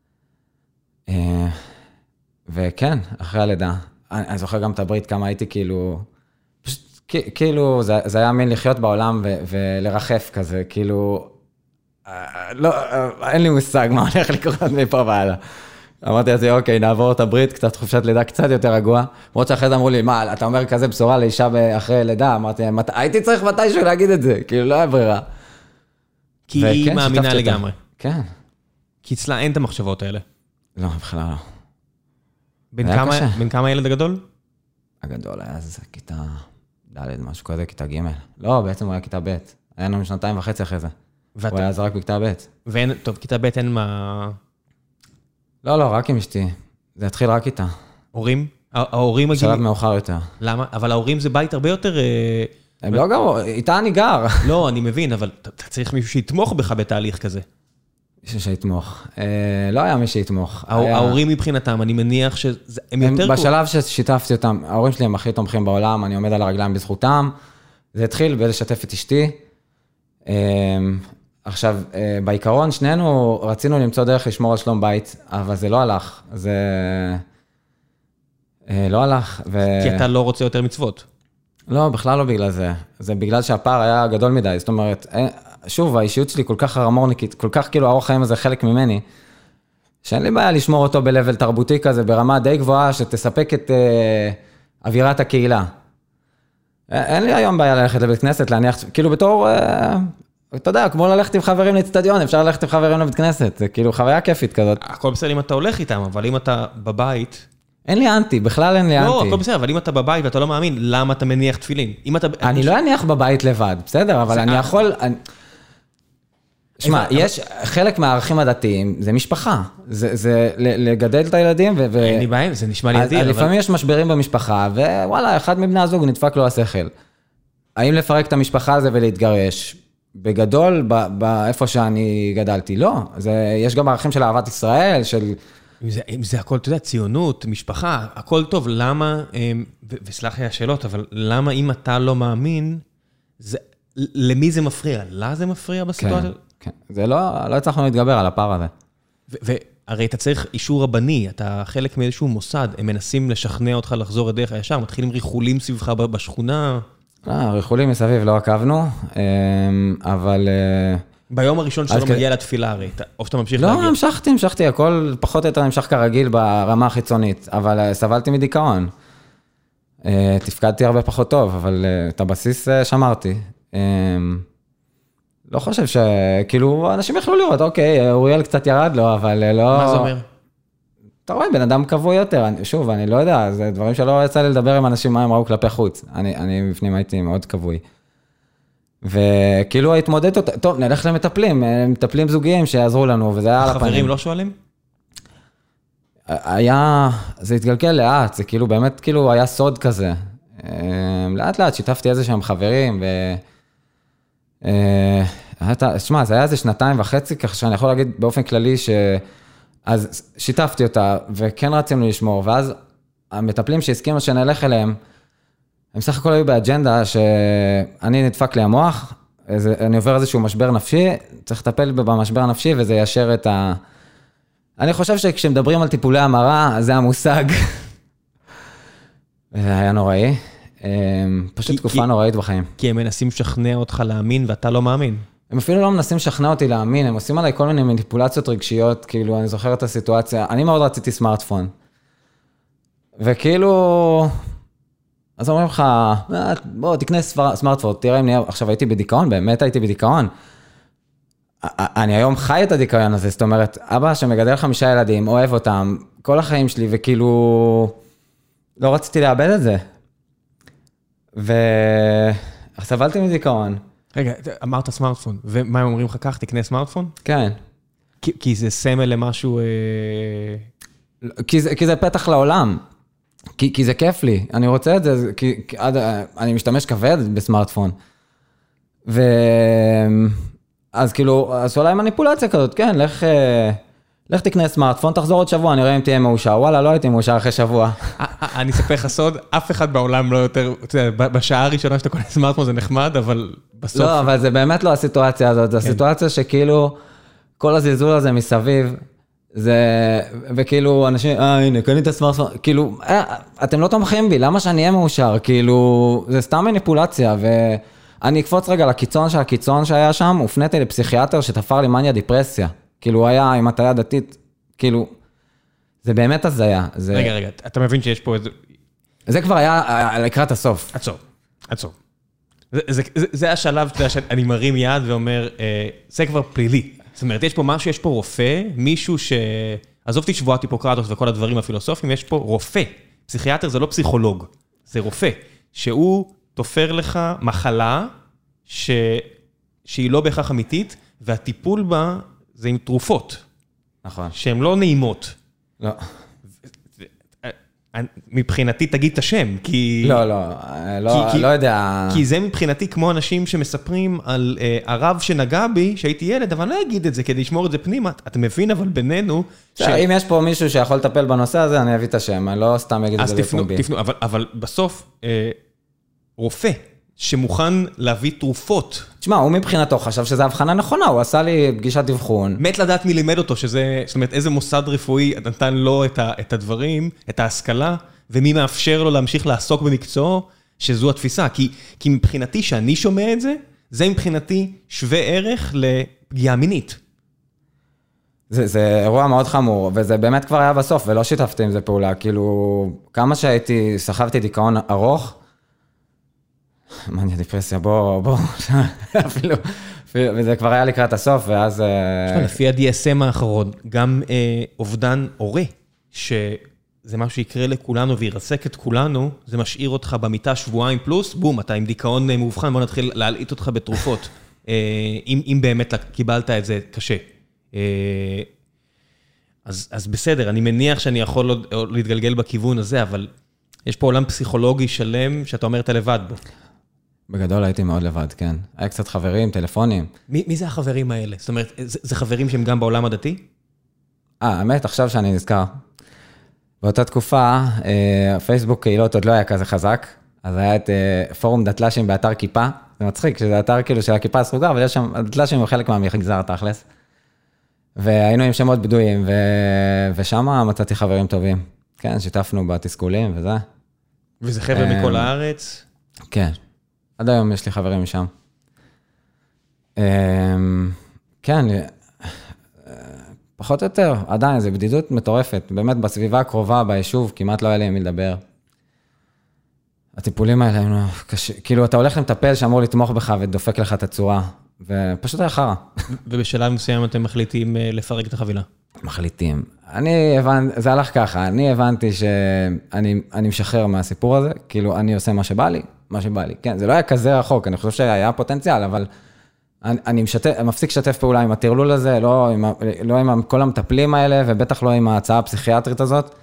וכן, אחרי הלידה, אני זוכר גם את הברית, כמה הייתי כאילו, פשוט כאילו, זה היה מין לחיות בעולם ולרחף כזה, כאילו, לא, אין לי מושג מה הולך לקרות מפה והלאה. אמרתי לעצמי, אוקיי, נעבור את הברית, קצת חופשת לידה, קצת יותר רגוע. למרות שאחרי זה אמרו לי, מה, אתה אומר כזה בשורה לאישה אחרי לידה? אמרתי, הייתי צריך מתישהו להגיד את זה, כאילו לא היה ברירה. כי היא מאמינה לגמרי. כן. כי אצלה אין את המחשבות האלה. לא, בכלל לא. בין כמה הילד הגדול? הגדול היה אז כיתה ד' משהו כזה, כיתה ג'. לא, בעצם הוא היה כיתה ב'. היה לנו 2.5 אחרי זה. הוא היה אז רק בכיתה ב'. טוב, כיתה ב' אין מה... לא, רק עם אשתי. זה התחיל רק איתה. הורים? ההורים מגיעים... שלב מאוחר יותר. למה? אבל ההורים זה בית הרבה יותר... הם לא גרו, איתה אני גר. לא, אני מבין, אבל אתה צריך מישהו שיתמוך בך בתהליך כזה. מישהו שיתמוך. לא היה מי שיתמוך. ההורים מבחינתם, אני מניח שהם יותר... בשלב ששיתפתי אותם, ההורים שלי הם הכי תומכים בעולם, אני עומד על הרגליים בזכותם. זה התחיל בלשתף את אשתי. עכשיו, בעיקרון, שנינו רצינו למצוא דרך לשמור על שלום בית, אבל זה לא הלך. זה לא הלך. כי אתה לא רוצה יותר מצוות. לא, בכלל לא בגלל זה. זה בגלל שהפער היה גדול מדי. זאת אומרת, שוב, האישיות שלי כל כך הרמוניקית, כל כך כאילו האורח חיים הזה חלק ממני, שאין לי בעיה לשמור אותו בלבל תרבותי כזה, ברמה די גבוהה, שתספק את אווירת הקהילה. אין לי היום בעיה ללכת לבית כנסת, להניח, כאילו בתור, אתה יודע, כמו ללכת עם חברים לאצטדיון, אפשר ללכת עם חברים לבית כנסת, זה כאילו חוויה כיפית כזאת. הכל בסדר אם אתה הולך איתם, אבל אם אתה בבית... אין לי אנטי, בכלל אין לי אנטי. לא, הכל בסדר, אבל אם אתה בבית ואתה לא מאמין, למה אתה מניח תפילין? אני לא אניח בבית לבד, בסדר, אבל אני יכול... שמע, יש חלק מהערכים הדתיים, זה משפחה, זה לגדל את הילדים אין לי בעיה, זה נשמע לי אדיר. לפעמים יש משברים במשפחה, ווואלה, אחד מבני הזוג נדפק לו השכל. האם לפרק את המשפחה הזה ולהתגרש? בגדול, באיפה שאני גדלתי, לא. יש גם ערכים של אהבת ישראל, של... אם זה הכל, אתה יודע, ציונות, משפחה, הכל טוב, למה, וסלח לי השאלות, אבל למה אם אתה לא מאמין, למי זה מפריע? לה זה מפריע בסיטואציה? כן, זה לא הצלחנו להתגבר על הפער הזה. והרי אתה צריך אישור רבני, אתה חלק מאיזשהו מוסד, הם מנסים לשכנע אותך לחזור לדרך הישר, מתחילים ריחולים סביבך בשכונה. ריחולים מסביב לא עקבנו, אבל... ביום הראשון שלא מגיע לתפילה הרי, או שאתה ממשיך להגיע. לא, המשכתי, הכל פחות או יותר נמשך כרגיל ברמה החיצונית, אבל סבלתי מדיכאון. תפקדתי הרבה פחות טוב, אבל את הבסיס שמרתי. לא חושב שכאילו, אנשים יכלו לראות, אוקיי, אוריאל קצת ירד לו, אבל לא... מה זה אומר? אתה רואה, בן אדם קבוע יותר, שוב, אני לא יודע, זה דברים שלא יצא לי לדבר עם אנשים מה הם ראו כלפי חוץ. אני בפנים הייתי מאוד קבוי. וכאילו ההתמודד אותה, טוב, נלך למטפלים, מטפלים זוגיים שיעזרו לנו, וזה היה על הפנים. החברים לא שואלים? זה התגלגל לאט, זה כאילו באמת, כאילו היה סוד כזה. לאט לאט שיתפתי איזה שהם חברים, שמע, זה היה איזה 2.5 כך שאני יכול להגיד באופן כללי אז שיתפתי אותה, וכן רצינו לשמור, ואז המטפלים שהסכימו שנלך אליהם, הם סך הכל היו באג'נדה שאני נדפק לי המוח, אני עובר איזשהו משבר נפשי, צריך לטפל במשבר הנפשי, וזה ישר את אני חושב שכשמדברים על טיפולי המרה, זה המושג. זה היה נוראי. פשוט תקופה נוראית בחיים. כי הם מנסים לשכנע אותך להאמין, ואתה לא מאמין. הם אפילו לא מנסים לשכנע אותי להאמין, הם עושים עליי כל מיני מניפולציות רגשיות, כאילו, אני זוכר את הסיטואציה, אני מאוד רציתי סמארטפון. וכאילו, אז אומרים לך, בוא, תקנה סמארטפון, תראה אם נהיה, עכשיו הייתי בדיכאון, באמת הייתי בדיכאון. אני היום חי את הדיכאון הזה, זאת אומרת, אבא שמגדל 5 ילדים, אוהב אותם, כל החיים שלי, וכאילו, לא רציתי לאבד את זה. וסבלתי מדיכאון. רגע, אמרת סמארטפון, ומה הם אומרים לך כך, תקנה סמארטפון? כן. כי זה סמל למשהו... כי זה פתח לעולם. כי זה כיף לי, אני רוצה את זה, כי אני משתמש כבד בסמארטפון. אז כאילו, עשו עליי מניפולציה כזאת, כן, לך תקנה סמארטפון, תחזור עוד שבוע, נראה אם תהיה מאושר. וואלה, לא הייתי מאושר אחרי שבוע. אני אספר לך סוד, אף אחד בעולם לא יותר, בשעה הראשונה שאתה קונה סמארטפון זה נחמד, אבל בסוף... לא, אבל זה באמת לא הסיטואציה הזאת, זה הסיטואציה שכאילו, כל הזלזול הזה מסביב, וכאילו אנשים, הנה, קנית סמארטפון, כאילו, אתם לא תומכים בי, למה שאני אהיה מאושר? כאילו, זה סתם מניפולציה, ואני אקפוץ רגע לקיצון שהקיצון שהיה שם, הופניתי לפסיכיאטר שתפר לי מניה דיפרסיה. כאילו, הוא היה עם הטיה דתית, כאילו, זה באמת הזיה. רגע, אתה מבין שיש פה איזה... זה כבר היה לקראת הסוף. עצור. זה השלב שאני מרים יד ואומר, זה כבר פלילי. זאת אומרת, יש פה משהו, יש פה רופא, מישהו עזוב אותי שבועת היפוקרטוס וכל הדברים הפילוסופיים, יש פה רופא. פסיכיאטר זה לא פסיכולוג, זה רופא, שהוא תופר לך מחלה שהיא לא בהכרח אמיתית, והטיפול בה זה עם תרופות. נכון. שהן לא נעימות. לא. מבחינתי תגיד את השם, כי... לא יודע. כי זה מבחינתי כמו אנשים שמספרים על הרב שנגע בי, שהייתי ילד, אבל לא אגיד את זה כדי לשמור את זה פנימה. אתה מבין, אבל בינינו... אם יש פה מישהו שיכול לטפל בנושא הזה, אני אביא את השם, אני לא סתם אגיד את זה בפומבי. אז תפנו, אבל בסוף, רופא שמוכן להביא תרופות. תשמע, הוא מבחינתו חשב שזו הבחנה נכונה, הוא עשה לי פגישת אבחון. מת לדעת מי לימד אותו, זאת אומרת, איזה מוסד רפואי נתן לו את הדברים, את ההשכלה, ומי מאפשר לו להמשיך לעסוק במקצוע, שזו התפיסה. כי מבחינתי, שאני שומע את זה, זה מבחינתי שווה ערך לפגיעה מינית. זה אירוע מאוד חמור, וזה באמת כבר היה בסוף, ולא שיתפתי עם זה פעולה. כאילו, כמה סחבתי דיכאון ארוך, מניה דיפרסיה, בוא, אפילו, וזה כבר היה לקראת הסוף, ואז... לפי ה-DSM האחרון, גם אובדן הורה, שזה משהו שיקרה לכולנו וירסק את כולנו, זה משאיר אותך במיטה שבועיים פלוס, בום, אתה עם דיכאון מאובחן, בוא נתחיל להלעיט אותך בתרופות, אם באמת קיבלת את זה קשה. אז בסדר, אני מניח שאני יכול להתגלגל בכיוון הזה, אבל יש פה עולם פסיכולוגי שלם, שאתה אומר, אתה לבד בו. בגדול הייתי מאוד לבד, כן. היה קצת חברים, טלפונים. מי זה החברים האלה? זאת אומרת, זה חברים שהם גם בעולם הדתי? האמת, עכשיו שאני נזכר. באותה תקופה, הפייסבוק קהילות עוד לא היה כזה חזק, אז היה את פורום דתל"שים באתר כיפה, זה מצחיק, שזה אתר כאילו של הכיפה הסרוגה, אבל יש שם, דתל"שים הוא חלק מהמגזר תכלס. והיינו עם שמות בדויים, ושם מצאתי חברים טובים. כן, שיתפנו בתסכולים וזה. וזה חבר'ה מכל הארץ? כן. עד היום יש לי חברים משם. כן, פחות או יותר, עדיין, זו בדידות מטורפת. באמת, בסביבה הקרובה, ביישוב, כמעט לא היה לי עם מי לדבר. הטיפולים האלה הם קשה. כאילו, אתה הולך למטפל שאמור לתמוך בך ודופק לך את הצורה, ופשוט היה חרא. ובשלב מסוים אתם מחליטים לפרק את החבילה? מחליטים. זה הלך ככה, אני הבנתי שאני משחרר מהסיפור הזה, כאילו, אני עושה מה שבא לי. כן, זה לא היה כזה רחוק, אני חושב שהיה פוטנציאל, אבל אני מפסיק לשתף פעולה עם הטרלול הזה, לא עם כל המטפלים האלה, ובטח לא עם ההצעה הפסיכיאטרית הזאת.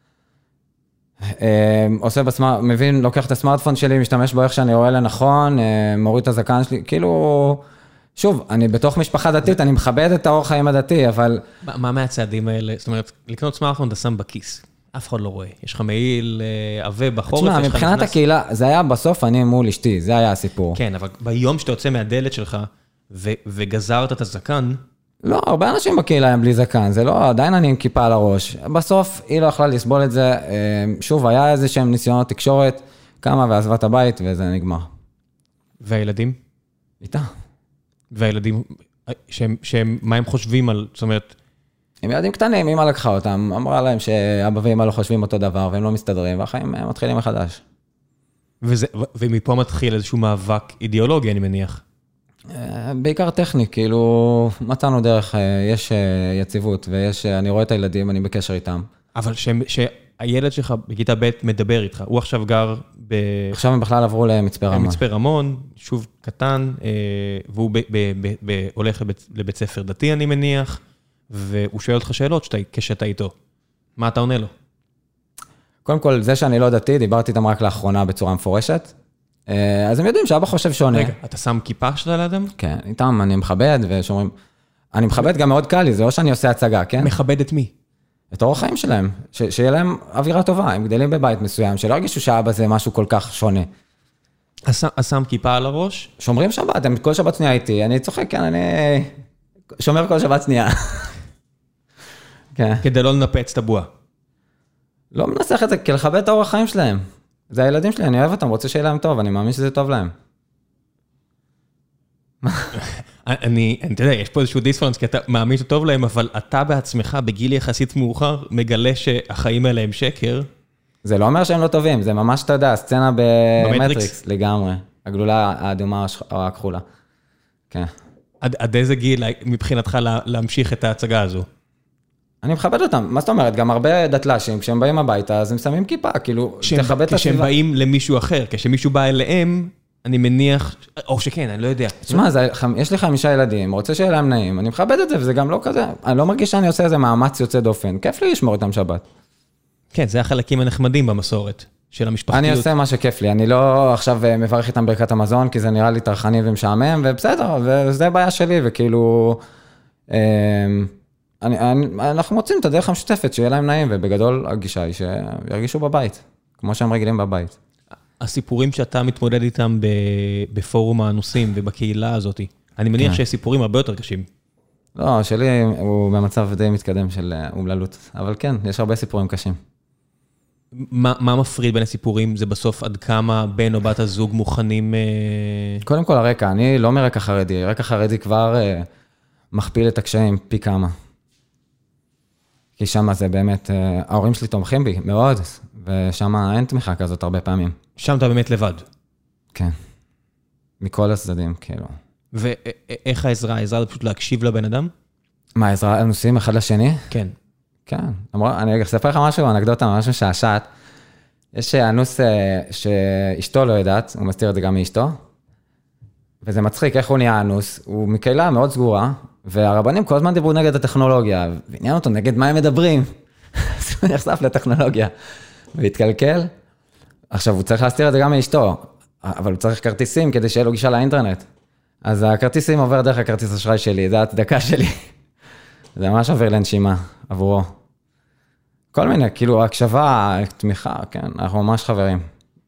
לוקח את הסמארטפון שלי, משתמש בו איך שאני רואה לנכון, מוריד את הזקן שלי, כאילו, שוב, אני בתוך משפחה דתית, אני מכבד את האורח חיים הדתי, אבל... מה מהצעדים האלה? זאת אומרת, לקנות סמארטפון אתה שם בכיס, אף אחד לא רואה. יש לך מעיל עבה בחורף, תשמע, מבחינת הקהילה, זה היה בסוף אני מול אשתי, זה היה הסיפור. כן, אבל ביום שאתה יוצא מהדלת שלך, וגזרת את הזקן... לא, הרבה אנשים בקהילה הם בלי זקן, זה לא, עדיין אני עם כיפה על הראש. בסוף היא לא יכלה לסבול את זה, שוב, היה איזה שהם ניסיונות תקשורת, קמה ועזבה את הבית, וזה נגמר. והילדים? איתה. והילדים, מה הם חושבים על, זאת אומרת... הם ילדים קטנים, אמא לקחה אותם, אמרה להם שאבא ואמא לא חושבים אותו דבר, והם לא מסתדרים, והחיים מתחילים מחדש. ומפה מתחיל איזשהו מאבק אידיאולוגי, אני מניח. בעיקר טכני, כאילו, מצאנו דרך, יש יציבות, אני רואה את הילדים, אני בקשר איתם. אבל שהילד שלך בכיתה ב' מדבר איתך, הוא עכשיו גר עכשיו הם בכלל עברו למצפה רמון. מצפה רמון, שוב קטן, והוא הולך לבית ספר דתי, אני מניח, והוא שואל אותך שאלות כשאתה איתו. מה אתה עונה לו? קודם כל, זה שאני לא דתי, דיברתי איתם רק לאחרונה בצורה מפורשת, אז הם יודעים שאבא חושב שונה. רגע, אתה שם כיפה של האדם? כן, איתם אני מכבד, ושאומרים, אני מכבד גם מאוד קל לי, זה לא שאני עושה הצגה, כן? מכבד את מי? את אורח חיים שלהם, שיהיה להם אווירה טובה, הם גדלים בבית מסוים, שלא הרגישו שאבא זה משהו כל כך שונה. אז שם כיפה על הראש? שומרים שבת, הם כל שבת שנייה איתי, אני צוחק, כן, אני שומר כל שבת שנייה. כדי לא לנפץ את הבועה. לא מנסח את זה, כי לכבד את האורח חיים שלהם. זה הילדים שלי, אני אוהב אותם, רוצה שיהיה להם טוב, אני מאמין שזה טוב להם. אתה יודע, יש פה איזשהו דיספרנס, כי אתה מאמין שזה טוב להם, אבל אתה בעצמך, בגיל יחסית מאוחר, מגלה שהחיים האלה הם שקר. זה לא אומר שהם לא טובים, זה ממש, אתה יודע, סצנה במטריקס, לגמרי. הגלולה האדומה או הכחולה. כן. עד איזה גיל מבחינתך להמשיך את ההצגה הזו? אני מכבד אותם, מה זאת אומרת? גם הרבה דתל"שים, כשהם באים הביתה, אז הם שמים כיפה, כאילו, תכבד את הסביבה. כשהם באים למישהו אחר, כשמישהו בא אליהם, אני מניח, או שכן, אני לא יודע. תשמע, יש לי 5 ילדים, רוצה שיהיה להם נעים, אני מכבד את זה, וזה גם לא כזה, אני לא מרגיש שאני עושה איזה מאמץ יוצא דופן, כיף לי לשמור איתם שבת. כן, זה החלקים הנחמדים במסורת של המשפחתיות. אני עושה מה שכיף לי, אני לא עכשיו מברך איתם ברכת המזון, כי זה נראה לי טרחני ומשעמם, ובסדר, וזה בעיה שלי, וכאילו, אנחנו מוצאים את הדרך המשותפת, שיהיה להם נעים, ובגדול הגישה היא שירגישו בבית, כמו שהם רגילים בבית. הסיפורים שאתה מתמודד איתם בפורום האנוסים ובקהילה הזאת, אני מניח שיש סיפורים הרבה יותר קשים. לא, שלי הוא במצב די מתקדם של אומללות, אבל כן, יש הרבה סיפורים קשים. מה מפריד בין הסיפורים? זה בסוף עד כמה בן או בת הזוג מוכנים... קודם כל הרקע, אני לא מרקע חרדי, רקע חרדי כבר מכפיל את הקשיים פי כמה. כי שם זה באמת, ההורים שלי תומכים בי מאוד, ושם אין תמיכה כזאת הרבה פעמים. שם אתה באמת לבד. כן. מכל הצדדים, כאילו. ואיך העזרה? העזרה זה פשוט להקשיב לבן אדם? מה, העזרה נוסעים אחד לשני? כן. כן. אני אספר לך משהו, אנקדוטה ממש משעשעת. יש אנוס שאשתו לא יודעת, הוא מסתיר את זה גם מאשתו, וזה מצחיק איך הוא נהיה אנוס, הוא מקהילה מאוד סגורה, והרבנים כל הזמן דיברו נגד הטכנולוגיה, ועניין אותו נגד מה הם מדברים. אז הוא נחשף לטכנולוגיה, והתקלקל. עכשיו, הוא צריך להסתיר את זה גם מאשתו, אבל הוא צריך כרטיסים כדי שיהיה לו גישה לאינטרנט. אז הכרטיסים עובר דרך הכרטיס אשראי שלי, זה הצדקה שלי. זה ממש עובר לנשימה עבורו. כל מיני, כאילו, הקשבה, תמיכה, כן, אנחנו ממש חברים.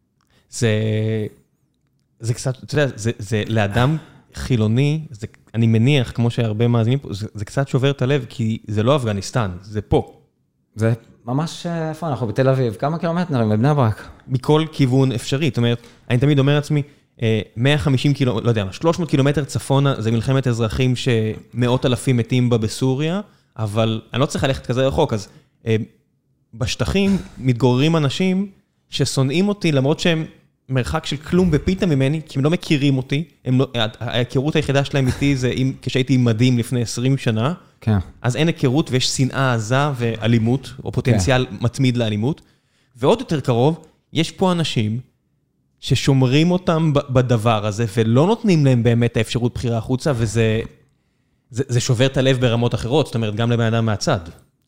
זה קצת, אתה יודע, זה לאדם חילוני, אני מניח, כמו שהרבה מאזינים פה, זה קצת שובר את הלב, כי זה לא אפגניסטן, זה פה. זה ממש, איפה אנחנו בתל אביב, כמה קילומטרים, בבני ברק. מכל כיוון אפשרי, זאת אומרת, אני תמיד אומר לעצמי, 150 קילומטר, לא יודע, 300 קילומטר צפונה, זה מלחמת אזרחים שמאות אלפים מתים בה בסוריה, אבל אני לא צריך ללכת כזה רחוק, אז בשטחים מתגוררים אנשים ששונאים אותי, למרות שהם מרחק של כלום ופיתה ממני, כי הם לא מכירים אותי, ההיכרות היחידה שלהם איתי זה כשהייתי עם מדים לפני 20 שנה, כן. אז אין היכרות ויש שנאה עזה ואלימות, או פוטנציאל מתמיד לאלימות, ועוד יותר קרוב, יש פה אנשים ששומרים אותם בדבר הזה, ולא נותנים להם באמת האפשרות בחירה החוצה, וזה שובר את הלב ברמות אחרות, זאת אומרת, גם לבן אדם מהצד.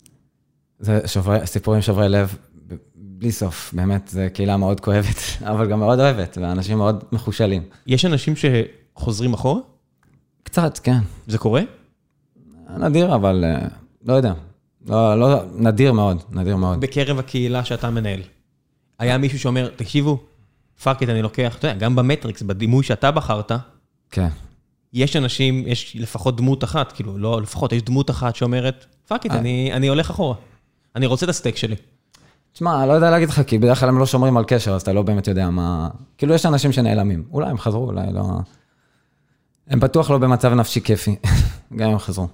זה סיפורים שוברי לב בלי סוף, באמת, זו קהילה מאוד כואבת, אבל גם מאוד אוהבת, ואנשים מאוד מחושלים. יש אנשים שחוזרים אחורה? קצת, כן. זה קורה? נדיר, אבל לא יודע. לא, נדיר מאוד, נדיר מאוד. בקרב הקהילה שאתה מנהל, היה מישהו שאומר, תקשיבו, פאקית, אני לוקח, אתה יודע, גם במטריקס, בדימוי שאתה בחרת, כן. יש אנשים, יש לפחות דמות אחת, כאילו, לא לפחות, יש דמות אחת שאומרת, פאקית, אני הולך אחורה. אני רוצה את הסטייק שלי. תשמע, לא יודע להגיד לך, כי בדרך כלל הם לא שומרים על קשר, אז אתה לא באמת יודע מה... כאילו, יש אנשים שנעלמים. אולי הם חזרו, אולי לא... הם בטוח לא במצב נפשי כיפי, גם הם חזרו.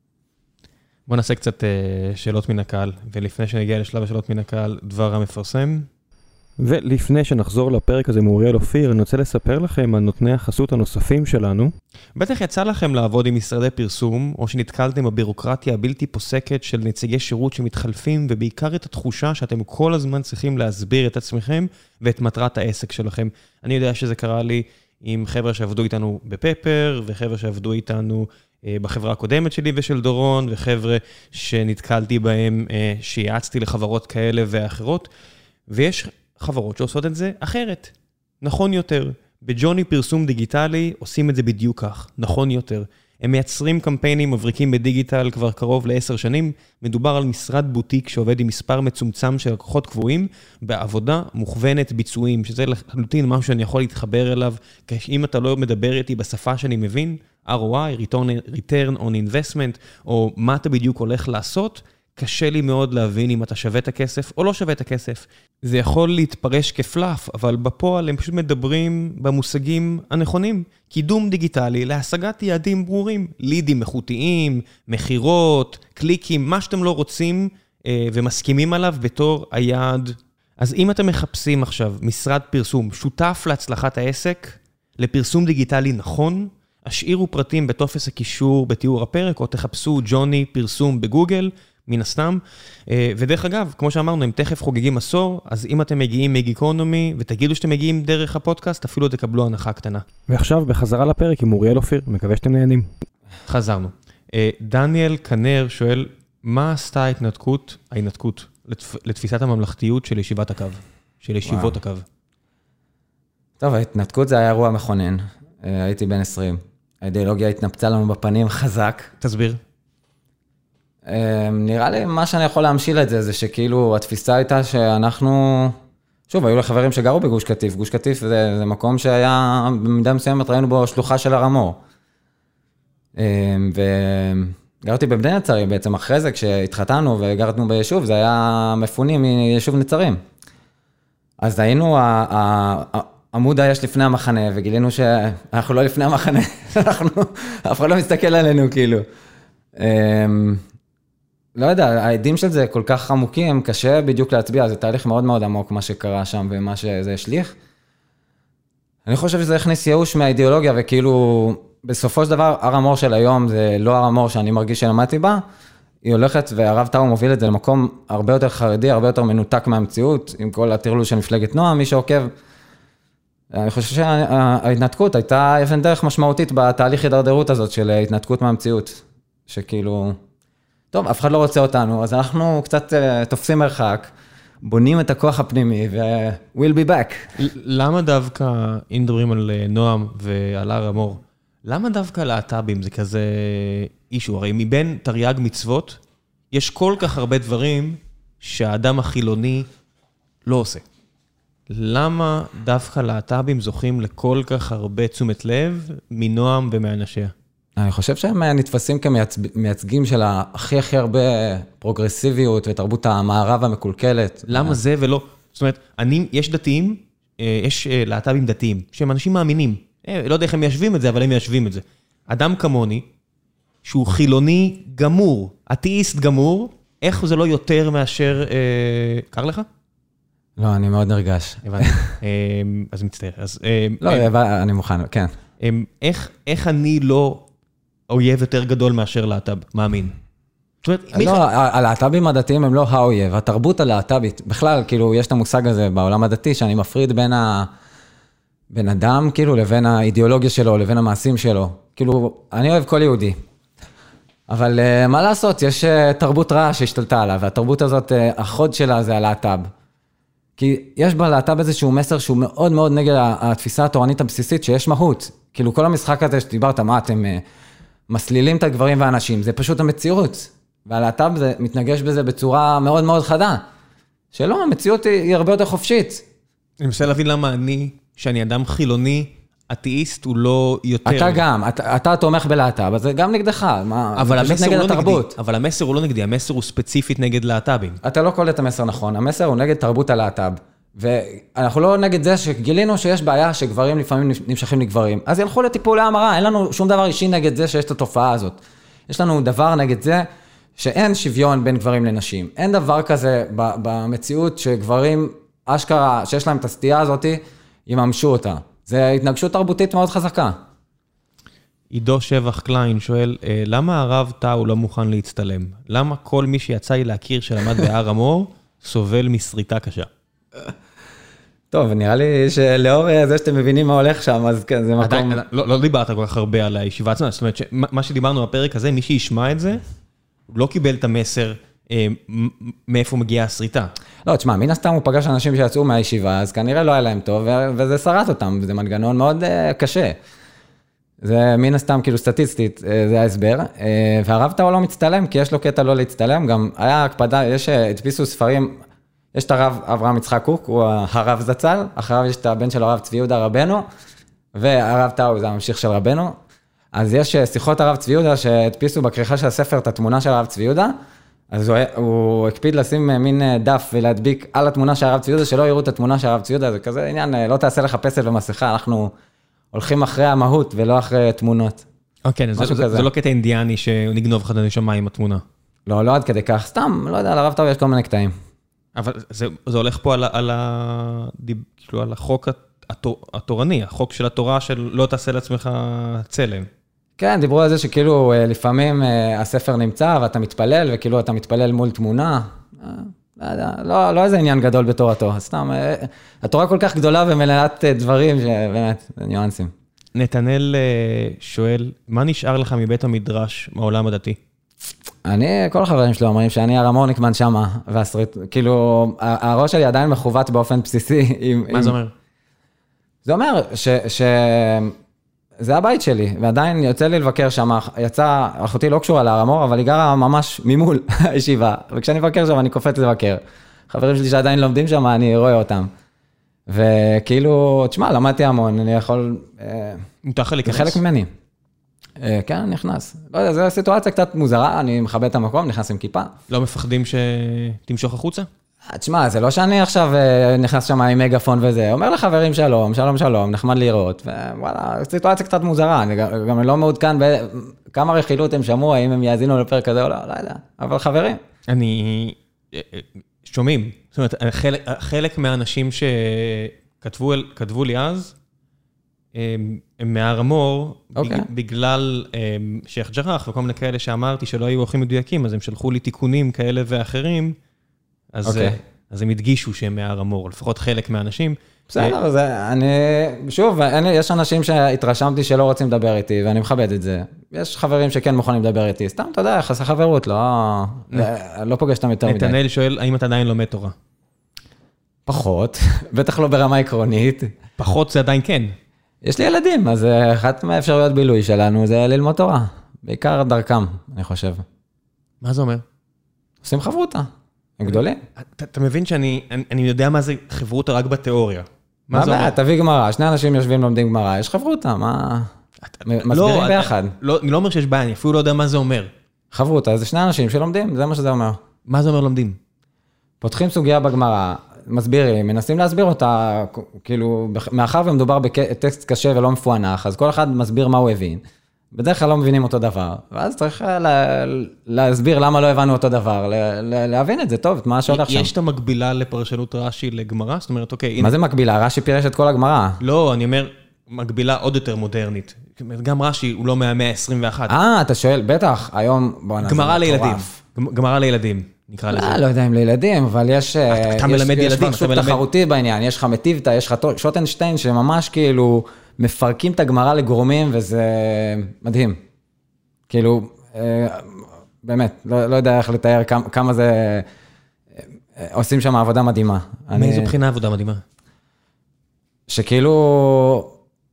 בוא נעשה קצת שאלות מן הקהל, ולפני שנגיע לשלב השאלות מן הקהל, דבר המפרסם. ולפני שנחזור לפרק הזה מאוריאל אופיר, אני רוצה לספר לכם על נותני החסות הנוספים שלנו. בטח יצא לכם לעבוד עם משרדי פרסום, או שנתקלתם בבירוקרטיה הבלתי פוסקת של נציגי שירות שמתחלפים, ובעיקר את התחושה שאתם כל הזמן צריכים להסביר את עצמכם, ואת מטרת העסק שלכם. אני יודע שזה קרה לי עם חבר'ה שעבדו איתנו בפפר, וחבר'ה שעבדו איתנו בחברה הקודמת שלי ושל דורון, וחבר'ה שנתקלתי בהם, שיעצתי לחברות כאלה ואחרות, ויש חברות שעושות את זה אחרת, נכון יותר. בג'וני פרסום דיגיטלי עושים את זה בדיוק כך, נכון יותר. הם מייצרים קמפיינים מבריקים בדיגיטל כבר קרוב ל10 שנים, מדובר על משרד בוטיק שעובד עם מספר מצומצם של לקוחות קבועים, בעבודה מוכוונת ביצועים, שזה לחלוטין משהו שאני יכול להתחבר אליו, אם אתה לא מדבר איתי בשפה שאני מבין, ROI, Return on Investment, או מה אתה בדיוק הולך לעשות, קשה לי מאוד להבין אם אתה שווה את הכסף או לא שווה את הכסף. זה יכול להתפרש כפלף, אבל בפועל הם פשוט מדברים במושגים הנכונים. קידום דיגיטלי להשגת יעדים ברורים, לידים איכותיים, מחירות, קליקים, מה שאתם לא רוצים ומסכימים עליו בתור היעד. אז אם אתם מחפשים עכשיו משרד פרסום שותף להצלחת העסק, לפרסום דיגיטלי נכון, השאירו פרטים בטופס הקישור בתיאור הפרק, או תחפשו ג'וני פרסום בגוגל, מן הסתם, ודרך אגב, כמו שאמרנו, הם תכף חוגגים עשור, אז אם אתם מגיעים מגיקונומי, ותגידו שאתם מגיעים דרך הפודקאסט, אפילו תקבלו הנחה קטנה. ועכשיו בחזרה לפרק עם אוריאל אופיר, מקווה שאתם נהנים. חזרנו. דניאל קנר שואל, מה עשתה ההתנתקות לתפיסת הממלכתיות של ישיבת הקו, של ישיבות הקו? טוב, ההתנתקות זה היה אירוע מכונן. הייתי בן 20. האידיאולוגיה התנפצה לנו בפנים חזק. תסביר. נראה לי מה שאני יכול להמשיל את זה, זה שכאילו התפיסה הייתה שאנחנו... שוב, היו לחברים שגרו בגוש קטיף. גוש קטיף זה מקום שהיה, במידה מסוימת ראינו בו שלוחה של הר המור. וגרתי בבני נצרים בעצם אחרי זה, כשהתחתנו וגרתנו ביישוב, זה היה מפונים מיישוב נצרים. אז היינו עמוד היש לפני המחנה, וגילינו שאנחנו לא לפני המחנה, אף אחד לא מסתכל עלינו כאילו. לא יודע, העדים של זה כל כך עמוקים, קשה בדיוק להצביע, זה תהליך מאוד מאוד עמוק מה שקרה שם ומה שזה השליך. אני חושב שזה הכניס ייאוש מהאידיאולוגיה, וכאילו בסופו של דבר, הר המור של היום זה לא הר המור שאני מרגיש שלמדתי בה, היא הולכת והרב טאו מוביל את זה למקום הרבה יותר חרדי, הרבה יותר מנותק מהמציאות, עם כל הטרלול של מפלגת נועם, מי שעוקב. אני חושב שההתנתקות הייתה אבן דרך משמעותית בתהליך הידרדרות הזאת של התנתקות מהמציאות, שכאילו, טוב, אף אחד לא רוצה אותנו, אז אנחנו קצת תופסים מרחק, בונים את הכוח הפנימי, ו-we'll be back. למה דווקא, אם מדברים על נועם ועל הר המור, למה דווקא להט"בים זה כזה אישו? הרי מבין תרי"ג מצוות, יש כל כך הרבה דברים שהאדם החילוני לא עושה. למה דווקא להט"בים זוכים לכל כך הרבה תשומת לב מנועם ומאנשיה? אני חושב שהם נתפסים כמייצגים של הכי הרבה פרוגרסיביות ותרבות המערב המקולקלת. למה זה ולא? זאת אומרת, יש דתיים, יש להט"בים דתיים, שהם אנשים מאמינים. לא יודע איך הם מיישבים את זה, אבל הם מיישבים את זה. אדם כמוני, שהוא חילוני גמור, אתאיסט גמור, איך זה לא יותר מאשר... קר לך? לא, אני מאוד נרגש. הבנתי. אז מצטער. לא, אני מוכן, כן. איך אני לא אויב יותר גדול מאשר להט"ב? מאמין. לא, הלהט"בים הדתיים הם לא האויב, התרבות הלהט"בית. בכלל, כאילו, יש את המושג הזה בעולם הדתי, שאני מפריד בין אדם, כאילו, לבין האידיאולוגיה שלו, לבין המעשים שלו. כאילו, אני אוהב כל יהודי. אבל מה לעשות? יש תרבות רעה שהשתלטה עליו, והתרבות הזאת, החוד שלה זה הלהט"ב. כי יש בלהט"ב איזשהו מסר שהוא מאוד מאוד נגד התפיסה התורנית הבסיסית, שיש מהות. כאילו, כל המשחק הזה שדיברת, מה אתם מסלילים את הגברים והאנשים, זה פשוט המציאות. והלהט"ב מתנגש בזה בצורה מאוד מאוד חדה. שלא, המציאות היא הרבה יותר חופשית. אני מנסה להבין למה שאני אדם חילוני, אתאיסט הוא לא יותר... אתה גם, אתה תומך בלהט"ב, אז זה גם נגדך, אבל המסר הוא לא נגדי, אבל המסר הוא לא נגדי, המסר הוא ספציפית נגד להט"בים. אתה לא קולט את המסר נכון, המסר הוא נגד תרבות הלהט"ב, ואנחנו לא נגד זה שגילינו שיש בעיה שגברים לפעמים נמשכים לגברים, אז ילכו לטיפולי המרה, אין לנו שום דבר אישי נגד זה שיש את התופעה הזאת. יש לנו דבר נגד זה שאין שוויון בין גברים לנשים, אין דבר כזה במציאות שגברים אשכרה, שיש להם את הסטייה הזאת, יממשו אותה. זה התנגשות תרבותית מאוד חזקה. עידו שבח קליין שואל, למה הרב טאו לא מוכן להצטלם? למה כל מי שיצא לי להכיר שלמד בהר המור, סובל מסריטה קשה? טוב, נראה לי שלאור זה שאתם מבינים מה הולך שם, אז כן, זה מקום... לא דיברת כל כך הרבה על הישיבה עצמה, זאת אומרת, מה שדיברנו בפרק הזה, מי שישמע את זה, לא קיבל את המסר מאיפה מגיעה הסריטה. לא, תשמע, מן הסתם הוא פגש אנשים שיצאו מהישיבה, אז כנראה לא היה להם טוב, וזה שרט אותם, וזה מנגנון מאוד קשה. זה מן הסתם כאילו סטטיסטית, זה ההסבר, והרב טאו לא מצטלם, כי יש לו קטע לא להצטלם, גם היה הקפדה, הדפיסו ספרים, יש את הרב אברהם יצחק קוק, הוא הרב זצ"ל, אחריו יש את הבן של הרב צבי יהודה רבנו, והרב טאו זה הממשיך של רבנו, אז יש שיחות הרב צבי יהודה שהדפיסו בכריכה של הספר את התמונה של הרב צבי יהודה, אז הוא הקפיד לשים מין דף ולהדביק על התמונה של הרב צבי יהודה, שלא יראו את התמונה של הרב צבי יהודה, זה כזה עניין, לא תעשה לך פסל ומסכה, אנחנו הולכים אחרי המהות ולא אחרי תמונות. אוקיי, זה לא קטע אינדיאני שנגנוב לך את הנשמה עם התמונה. לא, לא עד כדי כך, סתם, לא יודע, לרב טאו יש כל מיני קטעים. אבל זה הולך פה על החוק התורני, החוק של התורה של לא תעשה לעצמך צלם. כן, דיברו על זה שכאילו לפעמים הספר נמצא ואתה מתפלל, וכאילו אתה מתפלל מול תמונה. לא איזה עניין גדול בתורתו, סתם, התורה כל כך גדולה ומלאת דברים שבאמת, זה ניואנסים. נתנאל שואל, מה נשאר לך מבית המדרש מהעולם הדתי? כל החברים שלי אומרים שאני הרמורניק מנשמה, כאילו, הראש שלי עדיין מחוות באופן בסיסי. מה זה אומר? זה אומר זה הבית שלי, ועדיין יוצא לי לבקר שם, אחותי לא קשורה להרמור, אבל היא גרה ממש ממול הישיבה, וכשאני מבקר שם אני קופץ לבקר. חברים שלי שעדיין לומדים שם, אני רואה אותם. וכאילו, תשמע, למדתי המון, אני יכול... מותר להיכנס. זה חלק ממני. כן, אני נכנס. לא יודע, זו סיטואציה קצת מוזרה, אני מכבד את המקום, נכנס עם כיפה. לא מפחדים שתמשוך החוצה? תשמע, זה לא שאני עכשיו נכנס שם עם מגפון וזה, אומר לחברים שלום, שלום, שלום, נחמד לראות, ווואלה, סיטואציה קצת מוזרה, אני גם לא מעודכן בכמה רכילות הם שמעו, האם הם יאזינו לפרק כזה או לא, לא יודע, אבל חברים. שומעים, זאת אומרת, חלק מהאנשים שכתבו לי אז, הם מהר המור, בגלל שייח ג'רח וכל מיני כאלה שאמרתי שלא היו אורחים מדויקים, אז הם שלחו לי תיקונים כאלה ואחרים, אז הם הדגישו שהם מהר המור, לפחות חלק מהאנשים. בסדר, שוב, יש אנשים שהתרשמתי שלא רוצים לדבר איתי, ואני מכבד את זה. יש חברים שכן מוכנים לדבר איתי, סתם, אתה יודע, יחסי חברות, לא פוגש אותם יותר מדי. נתנאל שואל, האם אתה עדיין לומד תורה? פחות, בטח לא ברמה עקרונית. פחות זה עדיין כן. יש לי ילדים, אז אחת מהאפשרויות בילוי שלנו זה ללמוד תורה. בעיקר דרכם, אני חושב. מה זה אומר? עושים חברותה. הם גדולים. אתה מבין שאני יודע מה זה חברותה רק בתיאוריה. מה זה אומר? תביא גמרא, שני אנשים יושבים לומדים גמרא, יש חברותה, מה? מסבירים ביחד. אני לא אומר שיש בעיה, אני אפילו לא יודע מה זה אומר. חברותה, זה שני אנשים שלומדים, זה מה שזה אומר. מה זה אומר לומדים? פותחים סוגיה בגמרא, מסבירים, מנסים להסביר אותה, כאילו, מאחר ומדובר בטקסט קשה ולא מפוענח, אז כל אחד מסביר מה הוא הבין. בדרך כלל לא מבינים אותו דבר, ואז צריך להסביר למה לא הבנו אותו דבר, להבין את זה טוב, את מה שהולך שם. יש את המקבילה לפרשנות רש"י לגמרא? זאת אומרת, אוקיי, מה זה מקבילה? רש"י פירש את כל הגמרא. לא, אני אומר, מקבילה עוד יותר מודרנית. גם רש"י הוא לא מהמאה ה-21. אתה שואל, בטח, היום, בוא נעשה גמרא לילדים. גמרא לילדים, נקרא לזה. לא יודע אם לילדים, אבל יש... אתה מלמד ילדים, יש שוק תחרותי בעניין, יש לך מטיבתא, יש לך שוטנשטיין, שממש כאילו... מפרקים את הגמרא לגורמים, וזה מדהים. כאילו, באמת, לא יודע איך לתאר כמה זה, עושים שם עבודה מדהימה. מאיזו בחינה עבודה מדהימה? שכאילו,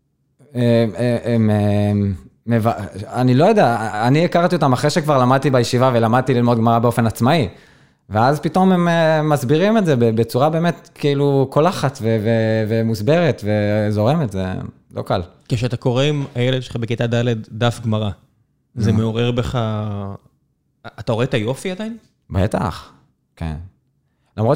אני לא יודע, אני הכרתי אותם אחרי שכבר למדתי בישיבה, ולמדתי ללמוד גמרא באופן עצמאי, ואז פתאום הם מסבירים את זה בצורה באמת כאילו קולחת ומוסברת וזורמת, זה לא קל. כשאתה קורא עם הילד שלך בכיתה ד' דף גמרא, זה מעורר בך... אתה רואה את היופי עדיין? בטח, כן. למרות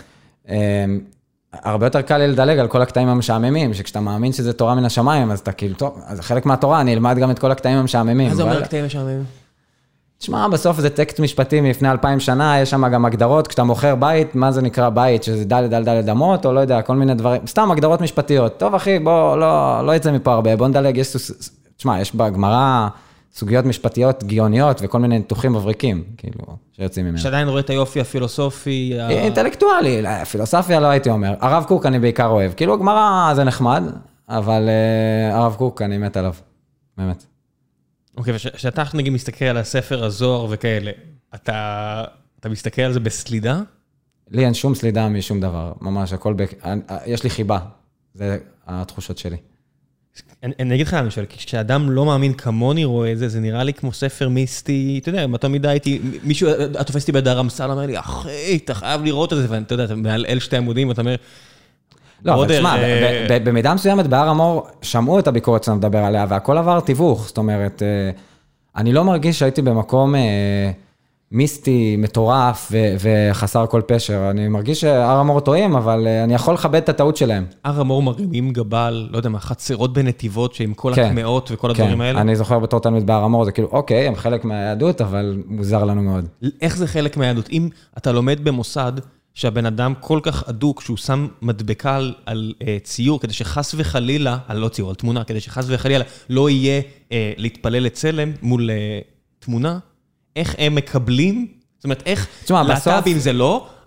הרבה יותר קל לדלג על כל הקטעים המשעממים, שכשאתה מאמין שזה תורה מן השמיים, אז אתה כאילו, טוב, אז חלק מהתורה, אני אלמד גם את כל הקטעים המשעממים. מה זה אומר קטעים משעממים? תשמע, בסוף זה טקסט משפטי מלפני 2000 שנה, יש שם גם הגדרות, כשאתה מוכר בית, מה זה נקרא בית, שזה ד' אמות, או לא יודע, כל מיני דברים, סתם הגדרות משפטיות. טוב אחי, בוא, לא יצא מפה הרבה, בוא נדלג, תשמע, יש בגמרא סוגיות משפטיות גיוניות, וכל מיני ניתוחים מבריקים, כאילו, שיוצאים ממנו. שעדיין רואה את היופי הפילוסופי... אינטלקטואלי, פילוסופיה לא הייתי אומר. הרב קוק אני בעיקר אוהב, כאילו גמרא זה נחמד, אבל הרב קוק אני מת עליו, באמת. אוקיי, ושאתה נגיד מסתכל על הספר הזוהר וכאלה, אתה מסתכל על זה בסלידה? לי אין שום סלידה משום דבר, ממש הכל, יש לי חיבה, זה התחושות שלי. אני אגיד לך למה שואל, כשאדם לא מאמין כמוני רואה את זה, זה נראה לי כמו ספר מיסטי, אתה יודע, באותה מידה הייתי, מישהו, את תופסתי בידי הרמס"ל, אומר לי, אחי, אתה חייב לראות את זה, ואתה יודע, אתה מעל שתי עמודים, ואתה אומר, לא, אבל תשמע, במידה מסוימת בהר המור שמעו את הביקורת שאני מדבר עליה, והכל עבר תיווך, זאת אומרת, אני לא מרגיש שהייתי במקום מיסטי, מטורף וחסר כל פשר, אני מרגיש שהר המור טועים, אבל אני יכול לכבד את הטעות שלהם. הר המור מרימים גבל, לא יודע מה, חצרות בנתיבות, שעם כל הקמאות וכל הדברים האלה? כן, אני זוכר בתור תלמיד בהר המור, זה כאילו, אוקיי, הם חלק מהיהדות, אבל מוזר לנו מאוד. איך זה חלק מהיהדות? אם אתה לומד במוסד, שהבן אדם כל כך עדוק, שהוא שם מדבקה על ציור, כדי שחס וחלילה, לא ציור, על תמונה, כדי שחס וחלילה לא יהיה להתפלל לצלם מול תמונה, איך הם מקבלים? זאת אומרת, איך להט"בים זה לא,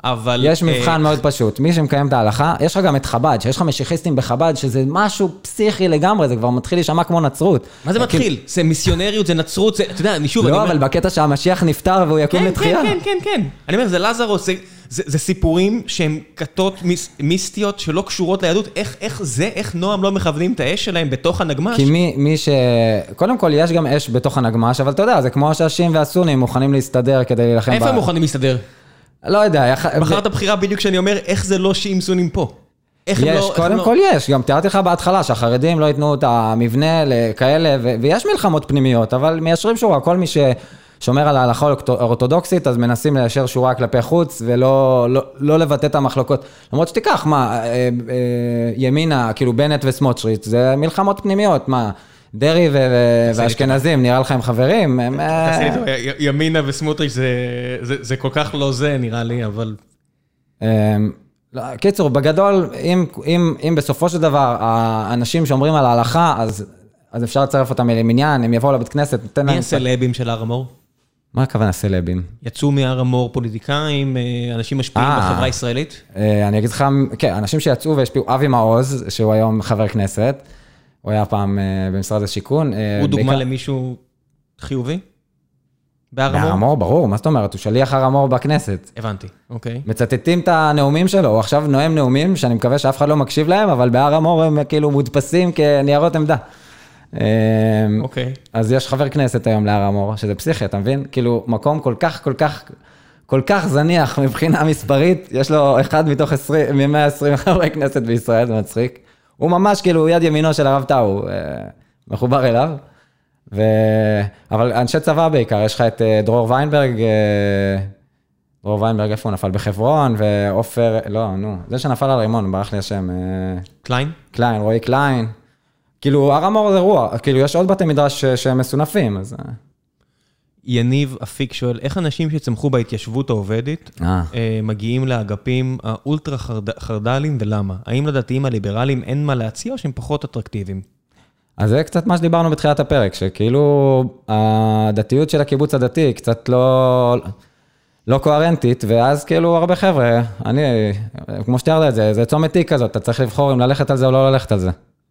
אבל... יש מבחן מאוד פשוט, מי שמקיים את ההלכה, יש לך גם את חב"ד, שיש לך משיחיסטים בחב"ד, שזה משהו פסיכי לגמרי, זה כבר מתחיל להישמע כמו נצרות. מה זה מתחיל? זה מיסיונריות, זה נצרות, זה, אתה יודע, אני שוב... לא, אבל בקטע שהמשיח נפטר והוא יקום לתחייה. כן. אני אומר, זה לזרוס, זה סיפורים שהם כתות מיסטיות שלא קשורות ליהדות, איך נועם לא מכוונים את האש שלהם בתוך הנגמש? כי קודם כל יש גם אש בתוך הנגמש, אבל אתה יודע, זה כמו שהשיעים והסונים מוכנים להסתדר כדי להילחם איפה הם מוכנים להסתדר? לא יודע. בחרת בחירה בדיוק שאני אומר, איך זה לא שיעים סונים פה? יש, קודם כל יש, גם תיארתי לך בהתחלה שהחרדים לא ייתנו את המבנה לכאלה, ויש מלחמות פנימיות, אבל מיישרים שורה, כל מי ששומר על ההלכה האורתודוקסית, אז מנסים ליישר שורה כלפי חוץ, ולא לבטא את המחלוקות. למרות שתיקח, ימינה, כאילו בנט וסמוטריץ', זה מלחמות פנימיות, דרי ואשכנזים, נראה לך הם חברים? ימינה וסמוטריץ' זה כל כך לא זה, נראה לי, אבל... קיצור, בגדול, אם בסופו של דבר, האנשים שאומרים על ההלכה, אז אפשר לצרף אותם למניין, הם יבואו לבית כנסת, מי הסלבים של הר המור? מה הכוונה סלבים? יצאו מהר המור פוליטיקאים, אנשים משפיעים בחברה הישראלית? אני אגיד לך, כן, אנשים שיצאו והשפיעו, אבי מעוז, שהוא היום חבר כנסת, הוא היה פעם במשרד השיכון. הוא דוגמה למישהו חיובי? בהר המור? בהר המור, ברור, מה זאת אומרת? הוא שליח הר המור בכנסת. הבנתי, אוקיי. מצטטים את הנאומים שלו, הוא עכשיו נואם נאומים, שאני מקווה שאף אחד לא מקשיב להם, אבל בהר המור הם כאילו מודפסים כניירות עמדה. אוקיי. אז יש חבר כנסת היום להר המור, שזה פסיכי, אתה מבין? כאילו, מקום כל כך זניח מבחינה מספרית, יש לו אחד מתוך 120 חברי כנסת בישראל, זה מצחיק. הוא ממש כאילו יד ימינו של הרב טאו, מחובר אליו. אבל אנשי צבא בעיקר, יש לך את דרור ויינברג, איפה הוא נפל? בחברון, ואופר, לא, נו, זה שנפל על רימון, ברח לי השם. קליין? קליין, רועי קליין. כאילו, הר המור זה רוע, כאילו, יש עוד בתי מדרש שהם מסונפים, אז... יניב אפיק שואל, איך אנשים שצמחו בהתיישבות העובדת, מגיעים לאגפים האולטרה חרדליים ולמה? האם לדתיים הליברליים אין מה להציע או שהם פחות אטרקטיביים? אז זה קצת מה שדיברנו בתחילת הפרק, שכאילו הדתיות של הקיבוץ הדתי היא קצת לא קוהרנטית, ואז כאילו הרבה חבר'ה, כמו שתיארת את זה, זה צומת תיק כזאת, אתה צריך לבחור אם ללכת על זה או לא ללכת על זה.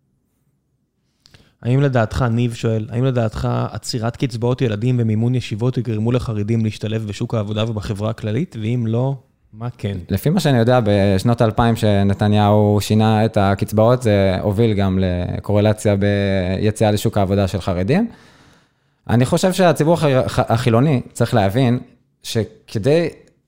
האם לדעתך, ניב שואל, האם לדעתך עצירת קצבאות ילדים ומימון ישיבות יגרמו לחרדים להשתלב בשוק העבודה ובחברה הכללית, ואם לא, מה כן? לפי מה שאני יודע, בשנות 2000 שנתניהו שינה את הקצבאות, זה הוביל גם לקורלציה ביציאה לשוק העבודה של חרדים. אני חושב שהציבור החילוני צריך להבין שכדי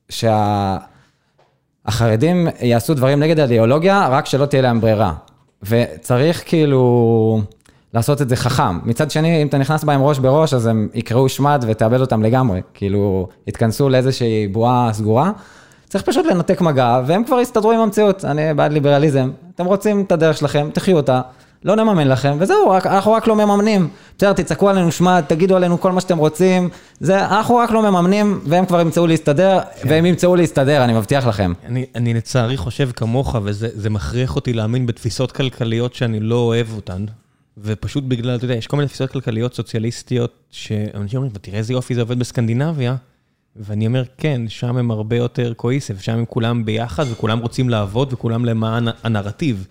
שהחרדים יעשו דברים נגד האידיאולוגיה, רק שלא תהיה להם ברירה. וצריך כאילו לעשות את זה חכם. מצד שני, אם אתה נכנס בהם ראש בראש, אז הם יקראו שמד ותאבד אותם לגמרי. כאילו, התכנסו לאיזושהי בועה סגורה. צריך פשוט לנתק מגע, והם כבר יסתדרו עם המציאות. אני בעד ליברליזם. אתם רוצים את הדרך שלכם, תחיו אותה. לא נממן לכם, וזהו, אנחנו רק לא מממנים. בסדר, תצעקו עלינו שמד, תגידו עלינו כל מה שאתם רוצים. אנחנו רק לא מממנים, והם כבר ימצאו להסתדר, והם ימצאו להסתדר, אני מבטיח לכם. אני לצערי חושב כמוך, וזה מכריח אותי להאמין בתפיסות כלכליות שאני לא אוהב אותן, ופשוט בגלל, אתה יודע, יש כל מיני תפיסות כלכליות סוציאליסטיות, שאנשים אומרים, ותראה איזה יופי זה עובד בסקנדינביה, ואני אומר, כן, שם הם הרבה יותר קוהיסיב, שם הם כולם ביחד, וכולם רוצים לעבוד, וכולם למען הנרטיב.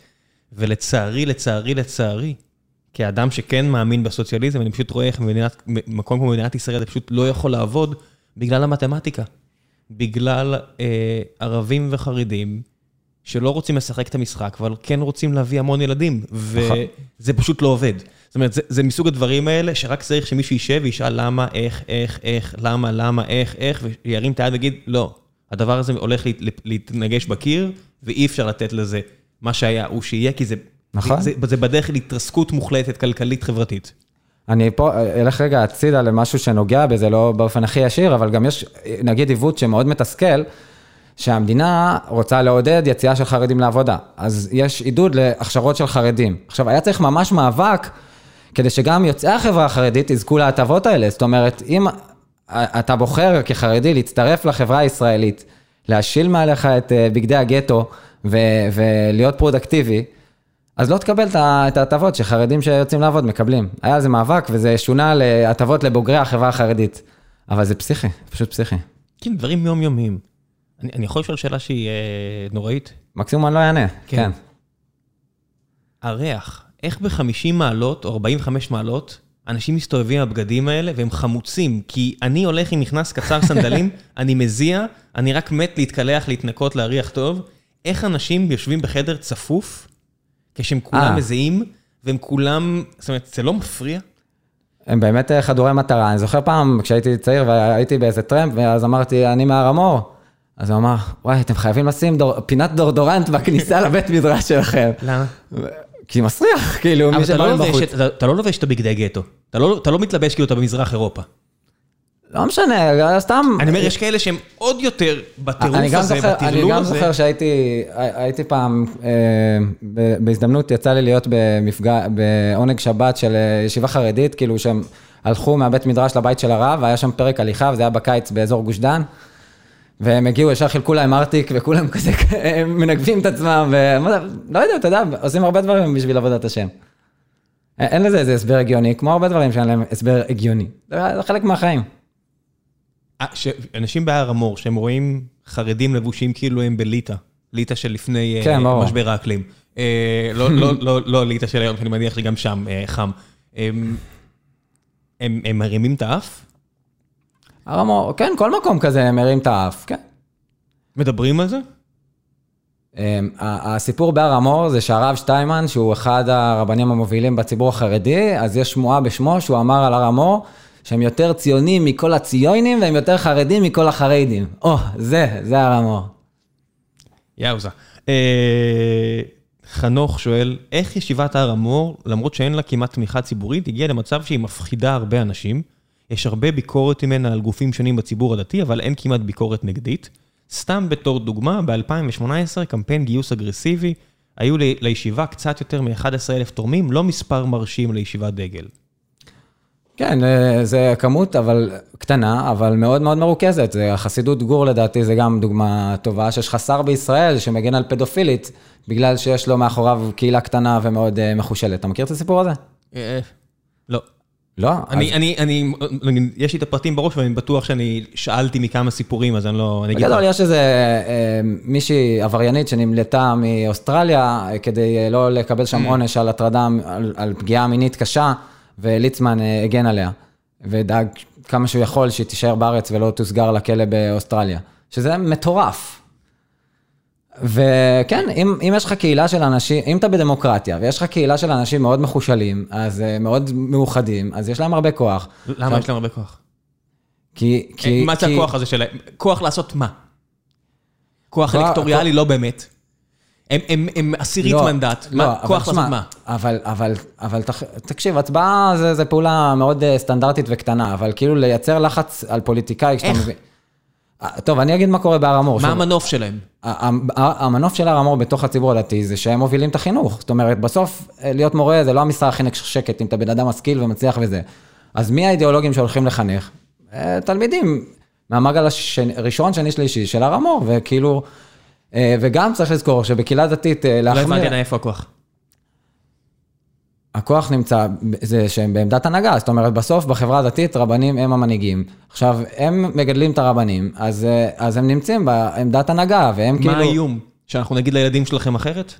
ולצערי, כאדם שכן מאמין בסוציאליזם, אני פשוט רואה איך מקום כמו מדינת ישראל, זה פשוט לא יכול לעבוד בגלל המתמטיקה. בגלל ערבים וחרדים, שלא רוצים לשחק את המשחק, אבל כן רוצים להביא המון ילדים, וזה פשוט לא עובד. זאת אומרת, זה מסוג הדברים האלה, שרק צריך שמישהו יישב וישאל למה, איך, למה, איך, וירים את היד ויגיד, לא, הדבר הזה הולך להתנגש בקיר, ואי אפשר לתת לזה מה שהיה הוא שיהיה, כי זה בדרך להתרסקות מוחלטת, כלכלית, חברתית. אני פה אלך רגע הצידה למשהו שנוגע בזה, לא באופן הכי ישיר, אבל גם יש, נגיד, עיוות שמאוד מתסכל, שהמדינה רוצה לעודד יציאה של חרדים לעבודה. אז יש עידוד להכשרות של חרדים. עכשיו, היה צריך ממש מאבק, כדי שגם יוצאי החברה החרדית יזכו להטבות האלה. זאת אומרת, אם אתה בוחר כחרדי להצטרף לחברה הישראלית, להשיל מעליך את בגדי הגטו, ולהיות פרודקטיבי, אז לא תקבל את ההטבות שחרדים שיוצאים לעבוד מקבלים. היה לזה מאבק, וזה שונה להטבות לבוגרי החברה החרדית. אבל זה פסיכי, פשוט פסיכי. כן, דברים יומיומיים. אני יכול לשאול שאלה שהיא נוראית? מקסימום אני לא אענה, כן. הריח, איך ב-50 מעלות או 45 מעלות, אנשים מסתובבים הבגדים האלה והם חמוצים, כי אני הולך עם מכנס קצר סנדלים, אני מזיע, אני רק מת להתקלח, להתנקות, להריח טוב. איך אנשים יושבים בחדר צפוף, כשהם כולם מזיעים, והם כולם, זאת אומרת, זה לא מפריע? הם באמת חדורי מטרה. אני זוכר פעם, כשהייתי צעיר והייתי באיזה טרמפ, ואז אמרתי, אני מהר המור. אז הוא אמר, וואי, אתם חייבים לשים פינת דורדורנט בכניסה לבית מדרש שלכם. למה? כי מסריח, כאילו, מי שבא מבחוץ. אתה לא לובש את הבגדי גטו. אתה לא מתלבש כאילו אתה במזרח אירופה. לא משנה, סתם... אני אומר, יש כאלה שהם עוד יותר בטירוף הזה, בטרלול הזה. אני גם זוכר שהייתי פעם, בהזדמנות יצא לי להיות בעונג שבת של ישיבה חרדית, כאילו שהם הלכו מהבית מדרש לבית של הרב, והיה שם פרק הליכה, וזה היה בקיץ באזור גוש דן, והם הגיעו, ישר חילקו להם ארטיק, וכולם כזה מנגבים את עצמם, ולא יודע, אתה יודע, עושים הרבה דברים בשביל עבודת השם. אין לזה איזה הסבר הגיוני, כמו הרבה דברים שאין להם הסבר הגיוני. זה חלק מהחיים. אנשים בהר המור, שהם רואים חרדים לבושים כאילו הם בליטה, ליטה של לפני משבר האקלים. לא ליטה של היום, שאני מניח שגם שם חם. הם מרימים את האף? הר המור, כן, כל מקום כזה מרים את האף, כן. מדברים על זה? הסיפור בהר המור זה שהרב שטיימן, שהוא אחד הרבנים המובילים בציבור החרדי, אז יש שמועה בשמו שהוא אמר על הר המור, שהם יותר ציונים מכל הציונים, והם יותר חרדים מכל החרדים. זה הר המור. יאוזה. חנוך שואל, איך ישיבת הר המור, למרות שאין לה כמעט תמיכה ציבורית, הגיעה למצב שהיא מפחידה הרבה אנשים, יש הרבה ביקורת ממנה על גופים שונים בציבור הדתי, אבל אין כמעט ביקורת נגדית. סתם בתור דוגמה, ב-2018, קמפיין גיוס אגרסיבי, היו לישיבה קצת יותר מ-11,000 תורמים, לא מספר מרשים לישיבת דגל. כן, זה כמות, אבל קטנה, אבל מאוד מאוד מרוכזת. זה החסידות גור לדעתי, זה גם דוגמה טובה, שיש חסר בישראל שמגן על פדופילית, בגלל שיש לו מאחוריו קהילה קטנה ומאוד מחושלת. אתה מכיר את הסיפור הזה? לא. לא? יש לי את הפרטים בראש, ואני בטוח שאני שאלתי מכמה סיפורים, אז אני לא... בגדול, יש איזה מישהי עבריינית שנמלטה מאוסטרליה, כדי לא לקבל שם עונש על הטרדה, על פגיעה מינית קשה, וליצמן הגן עליה, ודאג כמה שהוא יכול שהיא תישאר בארץ ולא תוסגר לכלא באוסטרליה, שזה מטורף. וכן, אם יש לך קהילה של אנשים, אם אתה בדמוקרטיה, ויש לך קהילה של אנשים מאוד מחושלים, אז מאוד מאוחדים, אז יש להם הרבה כוח. למה יש להם הרבה כוח? מה זה הכוח הזה שלהם? כוח לעשות מה? כוח אלקטוריאלי לא באמת. הם עשירית מנדט, כוח לעשות מה? אבל תקשיב, הצבעה זה פעולה מאוד סטנדרטית וקטנה, אבל כאילו לייצר לחץ על פוליטיקאי, איך? טוב, אני אגיד מה קורה בהר המור. מה המנוף שלהם? המנוף של הר המור בתוך הציבור הדתי זה שהם מובילים את החינוך. זאת אומרת, בסוף להיות מורה זה לא המשרה הכי נחשקת, אם אתה בן אדם משכיל ומצליח וזה. אז מי האידיאולוגים שהולכים לחנך? תלמידים, מהמעגל הראשון, שני, שלישי של הר המור, וכאילו... וגם צריך לזכור שבקהילה דתית להחמיר... לא הבנתי איפה הכוח. הכוח נמצא, זה שהם בעמדת הנהגה, זאת אומרת, בסוף בחברה הדתית רבנים הם המנהיגים. עכשיו, הם מגדלים את הרבנים, אז הם נמצאים בעמדת הנהגה, והם כאילו... מה האיום? שאנחנו נגיד לילדים שלכם אחרת?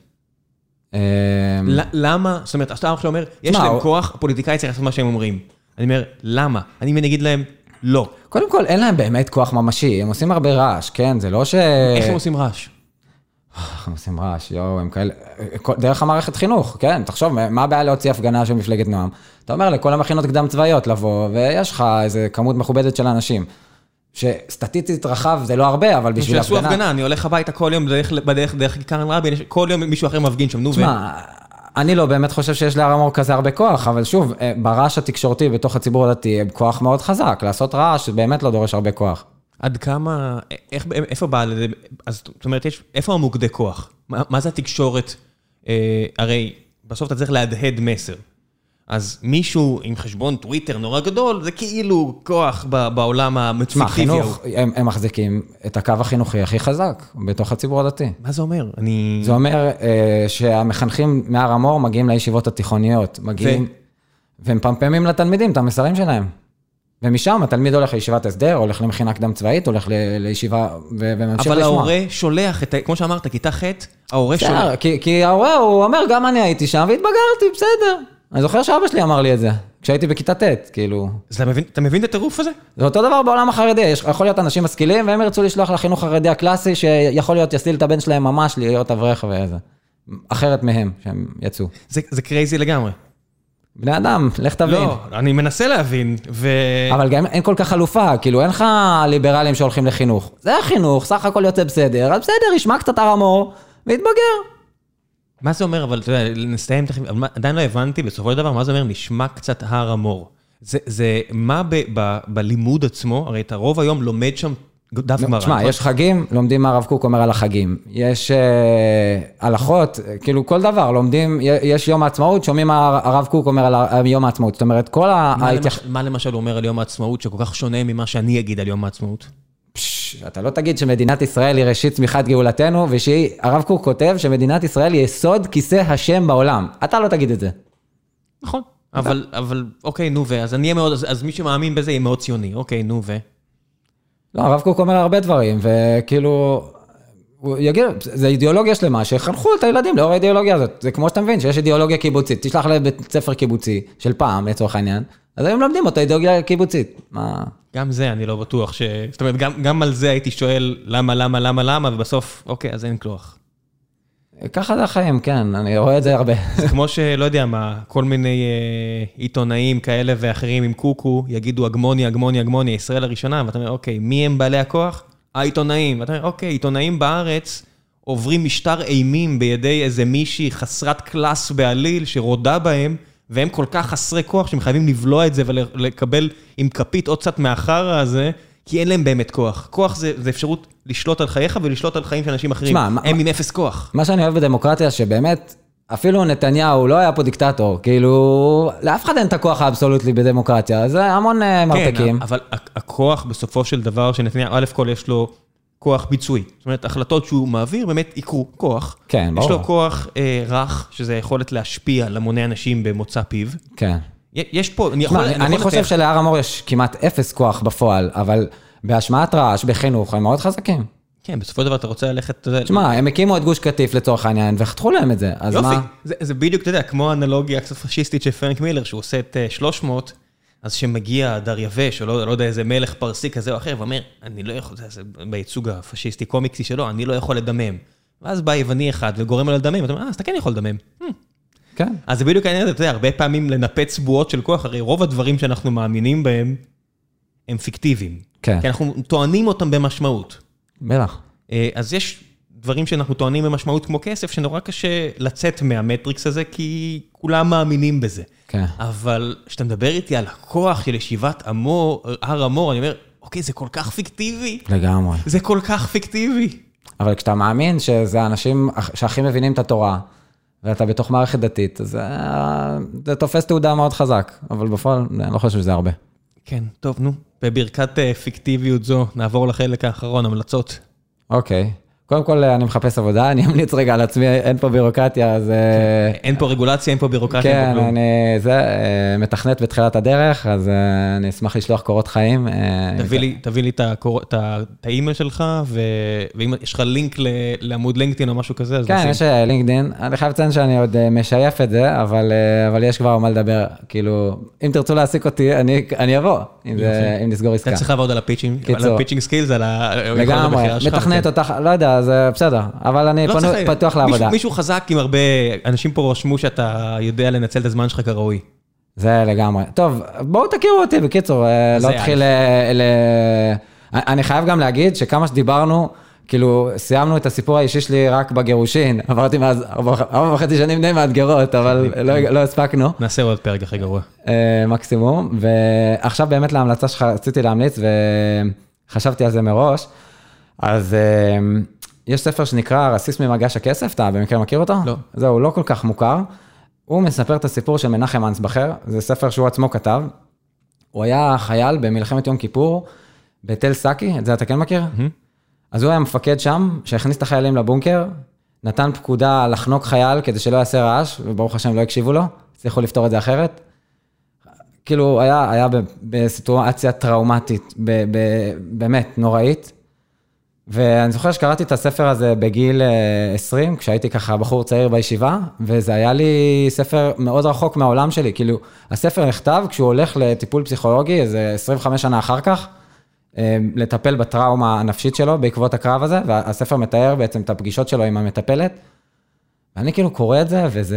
למה? זאת אומרת, אתה עכשיו אומר, יש להם כוח, הפוליטיקאי צריך לעשות מה שהם אומרים. אני אומר, למה? אני נגיד להם, לא. קודם כל, אין להם באמת כוח ממשי, הם עושים הרבה רעש, כן? זה לא ש... איך הם עושים רעש? הם עושים רעש, הם כאלה... דרך המערכת חינוך, כן? תחשוב, מה הבעיה להוציא הפגנה של מפלגת נועם? אתה אומר, לכל המכינות קדם צבאיות לבוא, ויש לך איזו כמות מכובדת של אנשים, שסטטיסטית רחב זה לא הרבה, אבל בשביל הפגנה... שעשו הפגנה, אני הולך הביתה כל יום, דרך כיכר רבין, כל יום מישהו אחר מפגין שם, נו ו... אני לא באמת חושב שיש להר המור כזה הרבה כוח, אבל שוב, ברעש התקשורתי בתוך הציבור הדתי, כוח מאוד חזק, לעשות רעש באמת לא דורש הרבה כוח. עד כמה, איפה בא לזה, אז זאת אומרת, איפה המוקדי כוח? מה זה התקשורת? הרי בסוף אתה צריך להדהד מסר. אז מישהו עם חשבון טוויטר נורא גדול, זה כאילו כוח בעולם המצפיקטיבי. הם מחזיקים את הקו החינוכי הכי חזק בתוך הציבור הדתי. מה זה אומר? זה אומר שהמחנכים מהר המור מגיעים לישיבות התיכוניות, מגיעים, והם פמפמים לתלמידים את המסרים שלהם. ומשם התלמיד הולך לישיבת הסדר, הולך למכינה קדם צבאית, הולך לישיבה וממשיך לשמוע. אבל ההורה שולח, כמו שאמרת, כיתה ח', ההורה שולח. כי ההורה, הוא אומר, גם אני הייתי שם והתבגרתי, בסדר. אני זוכר שאבא שלי אמר לי את זה, כשהייתי בכיתה ט', כאילו. אז אתה מבין את הטירוף הזה? זה אותו דבר בעולם החרדי, יכול להיות אנשים משכילים, והם ירצו לשלוח לחינוך החרדי הקלאסי, שיכול להיות יסליל את הבן שלהם ממש להיות אברך ואיזה. אחרת מהם, שהם יצאו. זה קרייזי לגמרי. בני אדם, לך תבין. לא, אני מנסה להבין, אבל גם אין כל כך חלופה, כאילו אין לך ליברלים שהולכים לחינוך. זה החינוך, סך הכל יוצא בסדר, אז בסדר, ישמע קצת הר המור, והתבגר. מה זה אומר, אבל אתה יודע, נסתיים, עדיין לא הבנתי, בסופו של דבר, מה זה אומר, נשמע קצת הר המור. זה מה בלימוד עצמו, הרי את הרוב היום לומד שם דף גמרא. תשמע, יש חגים, לומדים מה הרב קוק אומר על החגים. יש הלכות, כאילו כל דבר, לומדים, יש יום העצמאות, שומעים מה הרב קוק אומר על יום העצמאות. זאת אומרת, כל מה למשל הוא אומר על יום העצמאות, שכל כך שונה ממה שאני אגיד על יום העצמאות? אתה לא תגיד שמדינת ישראל היא ראשית צמיחת גאולתנו, הרב קוק כותב שמדינת ישראל היא יסוד כיסא השם בעולם. אתה לא תגיד את זה. נכון, אבל אוקיי, נו אז אני אהיה מאוד, אז מי שמאמין בזה יהיה מאוד ציוני, אוקיי, נו לא, הרב קוק אומר הרבה דברים, וכאילו, הוא יגיד, זה אידיאולוגיה שלמה, שחנכו את הילדים לאור האידיאולוגיה הזאת. זה כמו שאתה מבין, שיש אידיאולוגיה קיבוצית, תשלח לבית ספר קיבוצי של פעם, לצורך העניין, אז היום למדים אותה אידיאולוגיה קיבוצית. מה? גם זה אני לא בטוח זאת אומרת, גם על זה הייתי שואל למה, ובסוף, אוקיי, אז אין כלוח. ככה זה החיים, כן, אני רואה את זה הרבה. זה כמו שלא יודע מה, כל מיני עיתונאים כאלה ואחרים עם קוקו, יגידו הגמוניה, ישראל הראשונה, ואתה אומר, אוקיי, מי הם בעלי הכוח? העיתונאים. ואתה אומר, אוקיי, עיתונאים בארץ עוברים משטר אימים בידי איזה מישהי חסרת קלאס בעליל שרודה בהם, והם כל כך חסרי כוח שהם חייבים לבלוע את זה ולקבל עם כפית עוד קצת מהחרא הזה, כי אין להם באמת כוח. כוח זה אפשרות לשלוט על חייך ולשלוט על חיים של אנשים אחרים. הם עם אפס כוח. מה שאני אוהב בדמוקרטיה, שבאמת, אפילו נתניהו לא היה פה דיקטטור, כאילו, לאף אחד אין את הכוח האבסולוטי בדמוקרטיה, זה המון מרתקים. כן, אבל הכוח בסופו של דבר שנתניהו, א' כל יש לו כוח ביצועי. זאת אומרת, החלטות שהוא מעביר באמת יקרו כוח. כן, ברור. יש לו כוח רך, שזה יכולת להשפיע למוני אנשים במוצא פיו. כן. יש פה, אני חושב שלהר המור יש כמעט אפס כוח בפועל, אבל בהשמעת רעש, בחינוך, הם מאוד חזקים. כן, בסופו של דבר אתה רוצה ללכת... תשמע, הם הקימו את גוש קטיף לצורך העניין, וחתכו להם את זה, אז מה? יופי, זה בדיוק, אתה יודע, כמו האנלוגיה פשיסטית של פרנק מילר, שהוא עושה את 300, אז שמגיע דר יבש, או לא יודע, איזה מלך פרסי כזה או אחר, ואומר, אני לא יכול, זה בייצוג הפשיסטי קומיקסי שלו, אני לא יכול לדמם. ואז בא יווני אחד וגורם לו לדמם, ואתה אומר, אז אתה כן יכול לדמם. כן. אז זה בדיוק העניין, אתה יודע, הרבה פעמים לנפץ בועות של כוח, הרי רוב הדברים שאנחנו מאמינים בהם, הם פיקטיביים. כן. כי אנחנו טוענים אותם במשמעות. בטח. אז יש דברים שאנחנו טוענים במשמעות כמו כסף, שנורא קשה לצאת מהמטריקס הזה, כי כולם מאמינים בזה. כן. אבל כשאתה מדבר איתי על הכוח של ישיבת הר המור, אני אומר, אוקיי, זה כל כך פיקטיבי. לגמרי. זה כל כך פיקטיבי. אבל כשאתה מאמין שזה האנשים שהכי מבינים את התורה, ואתה בתוך מערכת דתית, אז זה תופס תעודה מאוד חזק, אבל בפועל אני לא חושב שזה הרבה. כן, טוב, נו. בברכת פיקטיביות זו, נעבור לחלק האחרון, המלצות. אוקיי. קודם כל, אני מחפש עבודה, אני אמליץ רגע על עצמי, אין פה בירוקרטיה, אז... אין פה רגולציה, אין פה בירוקרטיה. כן, אני מתכנת בתחילת הדרך, אז אני אשמח לשלוח קורות חיים. תביא לי את האימייל שלך, ואם יש לך לינק לעמוד לינקדאין או משהו כזה, אז כן, יש לינקדאין. אני חייב לציין שאני עוד משייף את זה, אבל יש כבר מה לדבר. כאילו, אם תרצו להעסיק אותי, אני אבוא, אם נסגור עסקה. אתה צריך לעבוד על הפיצ'ינג סקילס, על לגמרי, מתכנת אותך, לא יודע, זה בסדר, אבל אני פתוח לעבודה. מישהו חזק עם הרבה, אנשים פה רשמו שאתה יודע לנצל את הזמן שלך כראוי. זה לגמרי. טוב, בואו תכירו אותי, בקיצור, לא תחיל אני חייב גם להגיד שכמה שדיברנו, כאילו, סיימנו את הסיפור האישי שלי רק בגירושין, עברתי מאז 4.5 שנים די מאתגרות, אבל לא הספקנו. נעשה עוד פרק אחרי גרוע. מקסימום, ועכשיו באמת להמלצה שלך רציתי להמליץ, וחשבתי על זה מראש, אז יש ספר שנקרא רסיס ממגש הכסף, אתה במקרה מכיר אותו? לא. זהו, לא כל כך מוכר. הוא מספר את הסיפור של מנחם אנסבכר, זה ספר שהוא עצמו כתב. הוא היה חייל במלחמת יום כיפור, בתל סאקי, את זה אתה כן מכיר? אז הוא היה מפקד שם, שהכניס את החיילים לבונקר, נתן פקודה לחנוק חייל כדי שלא יעשה רעש, וברוך השם לא הקשיבו לו, הצליחו לפתור את זה אחרת. כאילו, היה בסיטואציה טראומטית, באמת נוראית, ואני זוכר שקראתי את הספר הזה בגיל 20, כשהייתי ככה בחור צעיר בישיבה, וזה היה לי ספר מאוד רחוק מהעולם שלי, כאילו, הספר נכתב כשהוא הולך לטיפול פסיכולוגי, איזה 25 שנה אחר כך, לטפל בטראומה הנפשית שלו בעקבות הקרב הזה, והספר מתאר בעצם את הפגישות שלו עם המטפלת, ואני כאילו קורא את זה, וזה...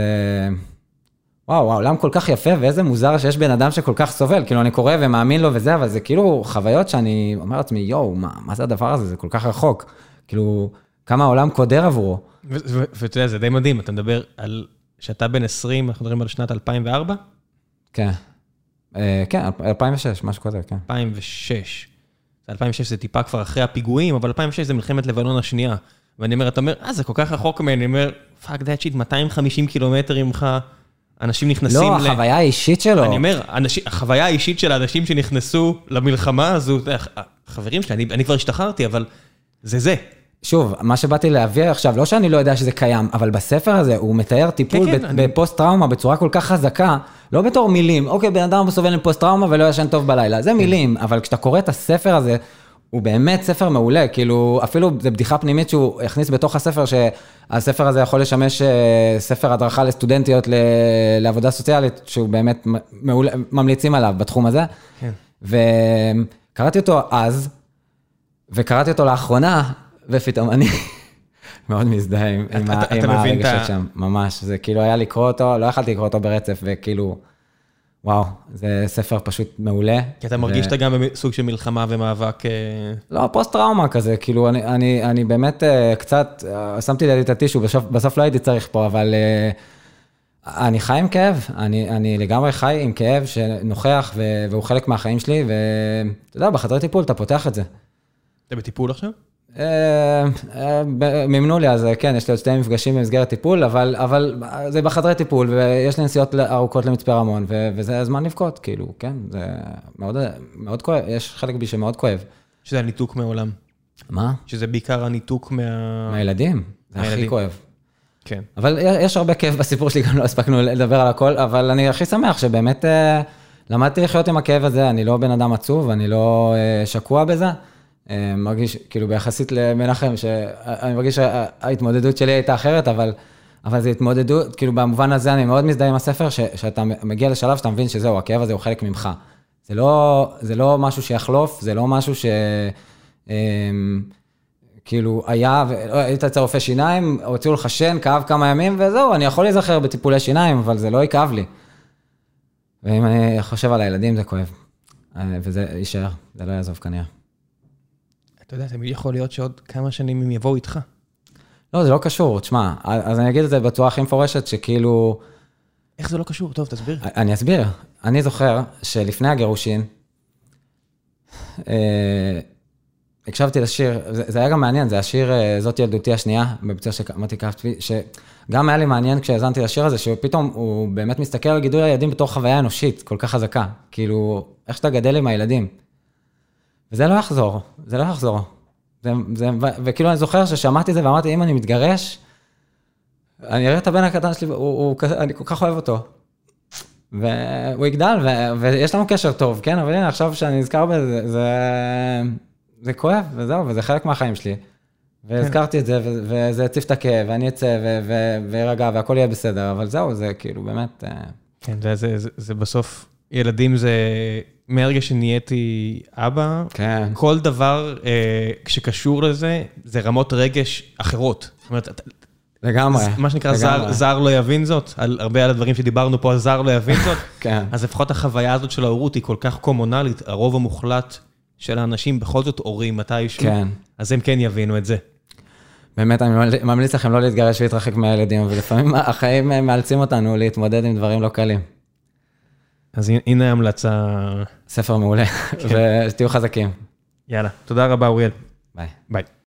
וואו, העולם כל כך יפה, ואיזה מוזר שיש בן אדם שכל כך סובל, כאילו אני קורא ומאמין לו וזה, אבל זה כאילו חוויות שאני אומר לעצמי, יואו, מה זה הדבר הזה? זה כל כך רחוק. כאילו, כמה העולם קודר עבורו. ואתה יודע, זה די מדהים, אתה מדבר על, שאתה בן 20, אנחנו מדברים על שנת 2004? כן. כן, 2006, משהו כזה, כן. 2006. 2006 זה טיפה כבר אחרי הפיגועים, אבל 2006 זה מלחמת לבנון השנייה. ואני אומר, אתה אומר, זה כל כך רחוק ממני, אני אומר, fuck that shit, 250 קילומטרים ממך, אנשים נכנסים לא, החוויה האישית שלו. אני אומר, החוויה האישית של האנשים שנכנסו למלחמה הזו, חברים שלי, אני כבר השתחררתי, אבל זה. שוב, מה שבאתי להביא עכשיו, לא שאני לא יודע שזה קיים, אבל בספר הזה הוא מתאר טיפול בפוסט-טראומה בצורה כל כך חזקה, לא בתור מילים, אוקיי, בן אדם סובל עם פוסט-טראומה ולא ישן טוב בלילה, זה מילים, אבל כשאתה קורא את הספר הזה, הוא באמת ספר מעולה, כאילו, אפילו זה בדיחה פנימית שהוא הכניס בתוך הספר, שהספר הזה יכול לשמש ספר הדרכה לסטודנטיות לעבודה סוציאלית, שהוא באמת מעולה, ממליצים עליו בתחום הזה. כן. וקראתי אותו אז, וקראתי אותו לאחרונה, ופתאום אני מאוד מזדהה עם הרגשות שם, ממש. זה כאילו היה לקרוא אותו, לא יכלתי לקרוא אותו ברצף, וכאילו... וואו, זה ספר פשוט מעולה. כי אתה מרגיש שאתה גם בסוג של מלחמה ומאבק... לא, פוסט-טראומה כזה, כאילו אני באמת קצת, שמתי לידי את הטישו, בסוף לא הייתי צריך פה, אבל אני חי עם כאב, אני לגמרי חי עם כאב שנוכח, והוא חלק מהחיים שלי, ואתה יודע, בחדרי טיפול אתה פותח את זה. אתה בטיפול עכשיו? מימנו לי, אז כן, יש לי עוד 2 מפגשים במסגרת טיפול, אבל זה בחדרי טיפול, ויש לי נסיעות ארוכות למצפה רמון, וזה הזמן לבכות, כאילו, כן, זה מאוד כואב, יש חלק בי שמאוד כואב. שזה הניתוק מהעולם. מה? שזה בעיקר הניתוק מהילדים, זה הכי כואב. כן. אבל יש הרבה כאב בסיפור שלי, גם לא הספקנו לדבר על הכל, אבל אני הכי שמח שבאמת למדתי לחיות עם הכאב הזה, אני לא בן אדם עצוב, אני לא שקוע בזה, מרגיש, כאילו ביחסית למנחם, שאני מרגיש שההתמודדות שלי הייתה אחרת, אבל זה התמודדות, כאילו במובן הזה אני מאוד מזדהה עם הספר, שאתה מגיע לשלב שאתה מבין שזהו, הכאב הזה הוא חלק ממך. זה לא משהו שיחלוף, זה לא משהו כאילו היה, היית אצל רופא שיניים, הוציאו לך שן, כאב כמה ימים, וזהו, אני יכול להיזכר בטיפולי שיניים, אבל זה לא יכאב לי. ואם אני חושב על הילדים, זה כואב. וזה יישאר, זה לא יעזוב כנראה. אתה יודע, תמיד יכול להיות שעוד כמה שנים הם יבואו איתך. לא, זה לא קשור, תשמע, אז אני אגיד את זה בצורה הכי מפורשת, שכאילו... איך זה לא קשור? טוב, תסביר. אני אסביר. אני זוכר שלפני הגירושין, הקשבתי לשיר, זה היה גם מעניין, זה השיר זאת ילדותי השנייה, בביצוע שקראתי כתבי, שגם היה לי מעניין כשהזנתי לשיר הזה, שפתאום הוא באמת מסתכל על גידול הילדים בתור חוויה אנושית, כל כך חזקה, כאילו, איך שאתה גדל עם הילדים. וזה לא יחזור, זה לא יחזור. וכאילו אני זוכר ששמעתי זה ואמרתי, אם אני מתגרש, אני אראה את הבן הקטן שלי, אני כל כך אוהב אותו. והוא יגדל, ויש לנו קשר טוב, כן? אבל הנה, עכשיו שאני נזכר בזה, זה כואב, וזהו, וזה חלק מהחיים שלי. והזכרתי את זה, וזה הציף את הכאב, ואני אצא, וירגע, והכל יהיה בסדר, אבל זהו, זה כאילו באמת... כן, זה בסוף, ילדים זה, מהרגע שנהייתי אבא, כן. כל דבר שקשור לזה, זה רמות רגש אחרות. זאת אומרת, לגמרי. מה שנקרא, זר לא יבין זאת, הרבה על הדברים שדיברנו פה, זר לא יבין זאת. כן. אז לפחות החוויה הזאת של ההורות היא כל כך קומונלית, הרוב המוחלט של האנשים בכל זאת הורים מתישהו, כן. אז הם כן יבינו את זה. באמת, אני ממליץ לכם לא להתגרש ולהתרחק מהילדים, ולפעמים החיים מאלצים אותנו להתמודד עם דברים לא קלים. אז הנה ההמלצה. ספר מעולה, ושתהיו חזקים. יאללה, תודה רבה אוריאל. ביי. ביי.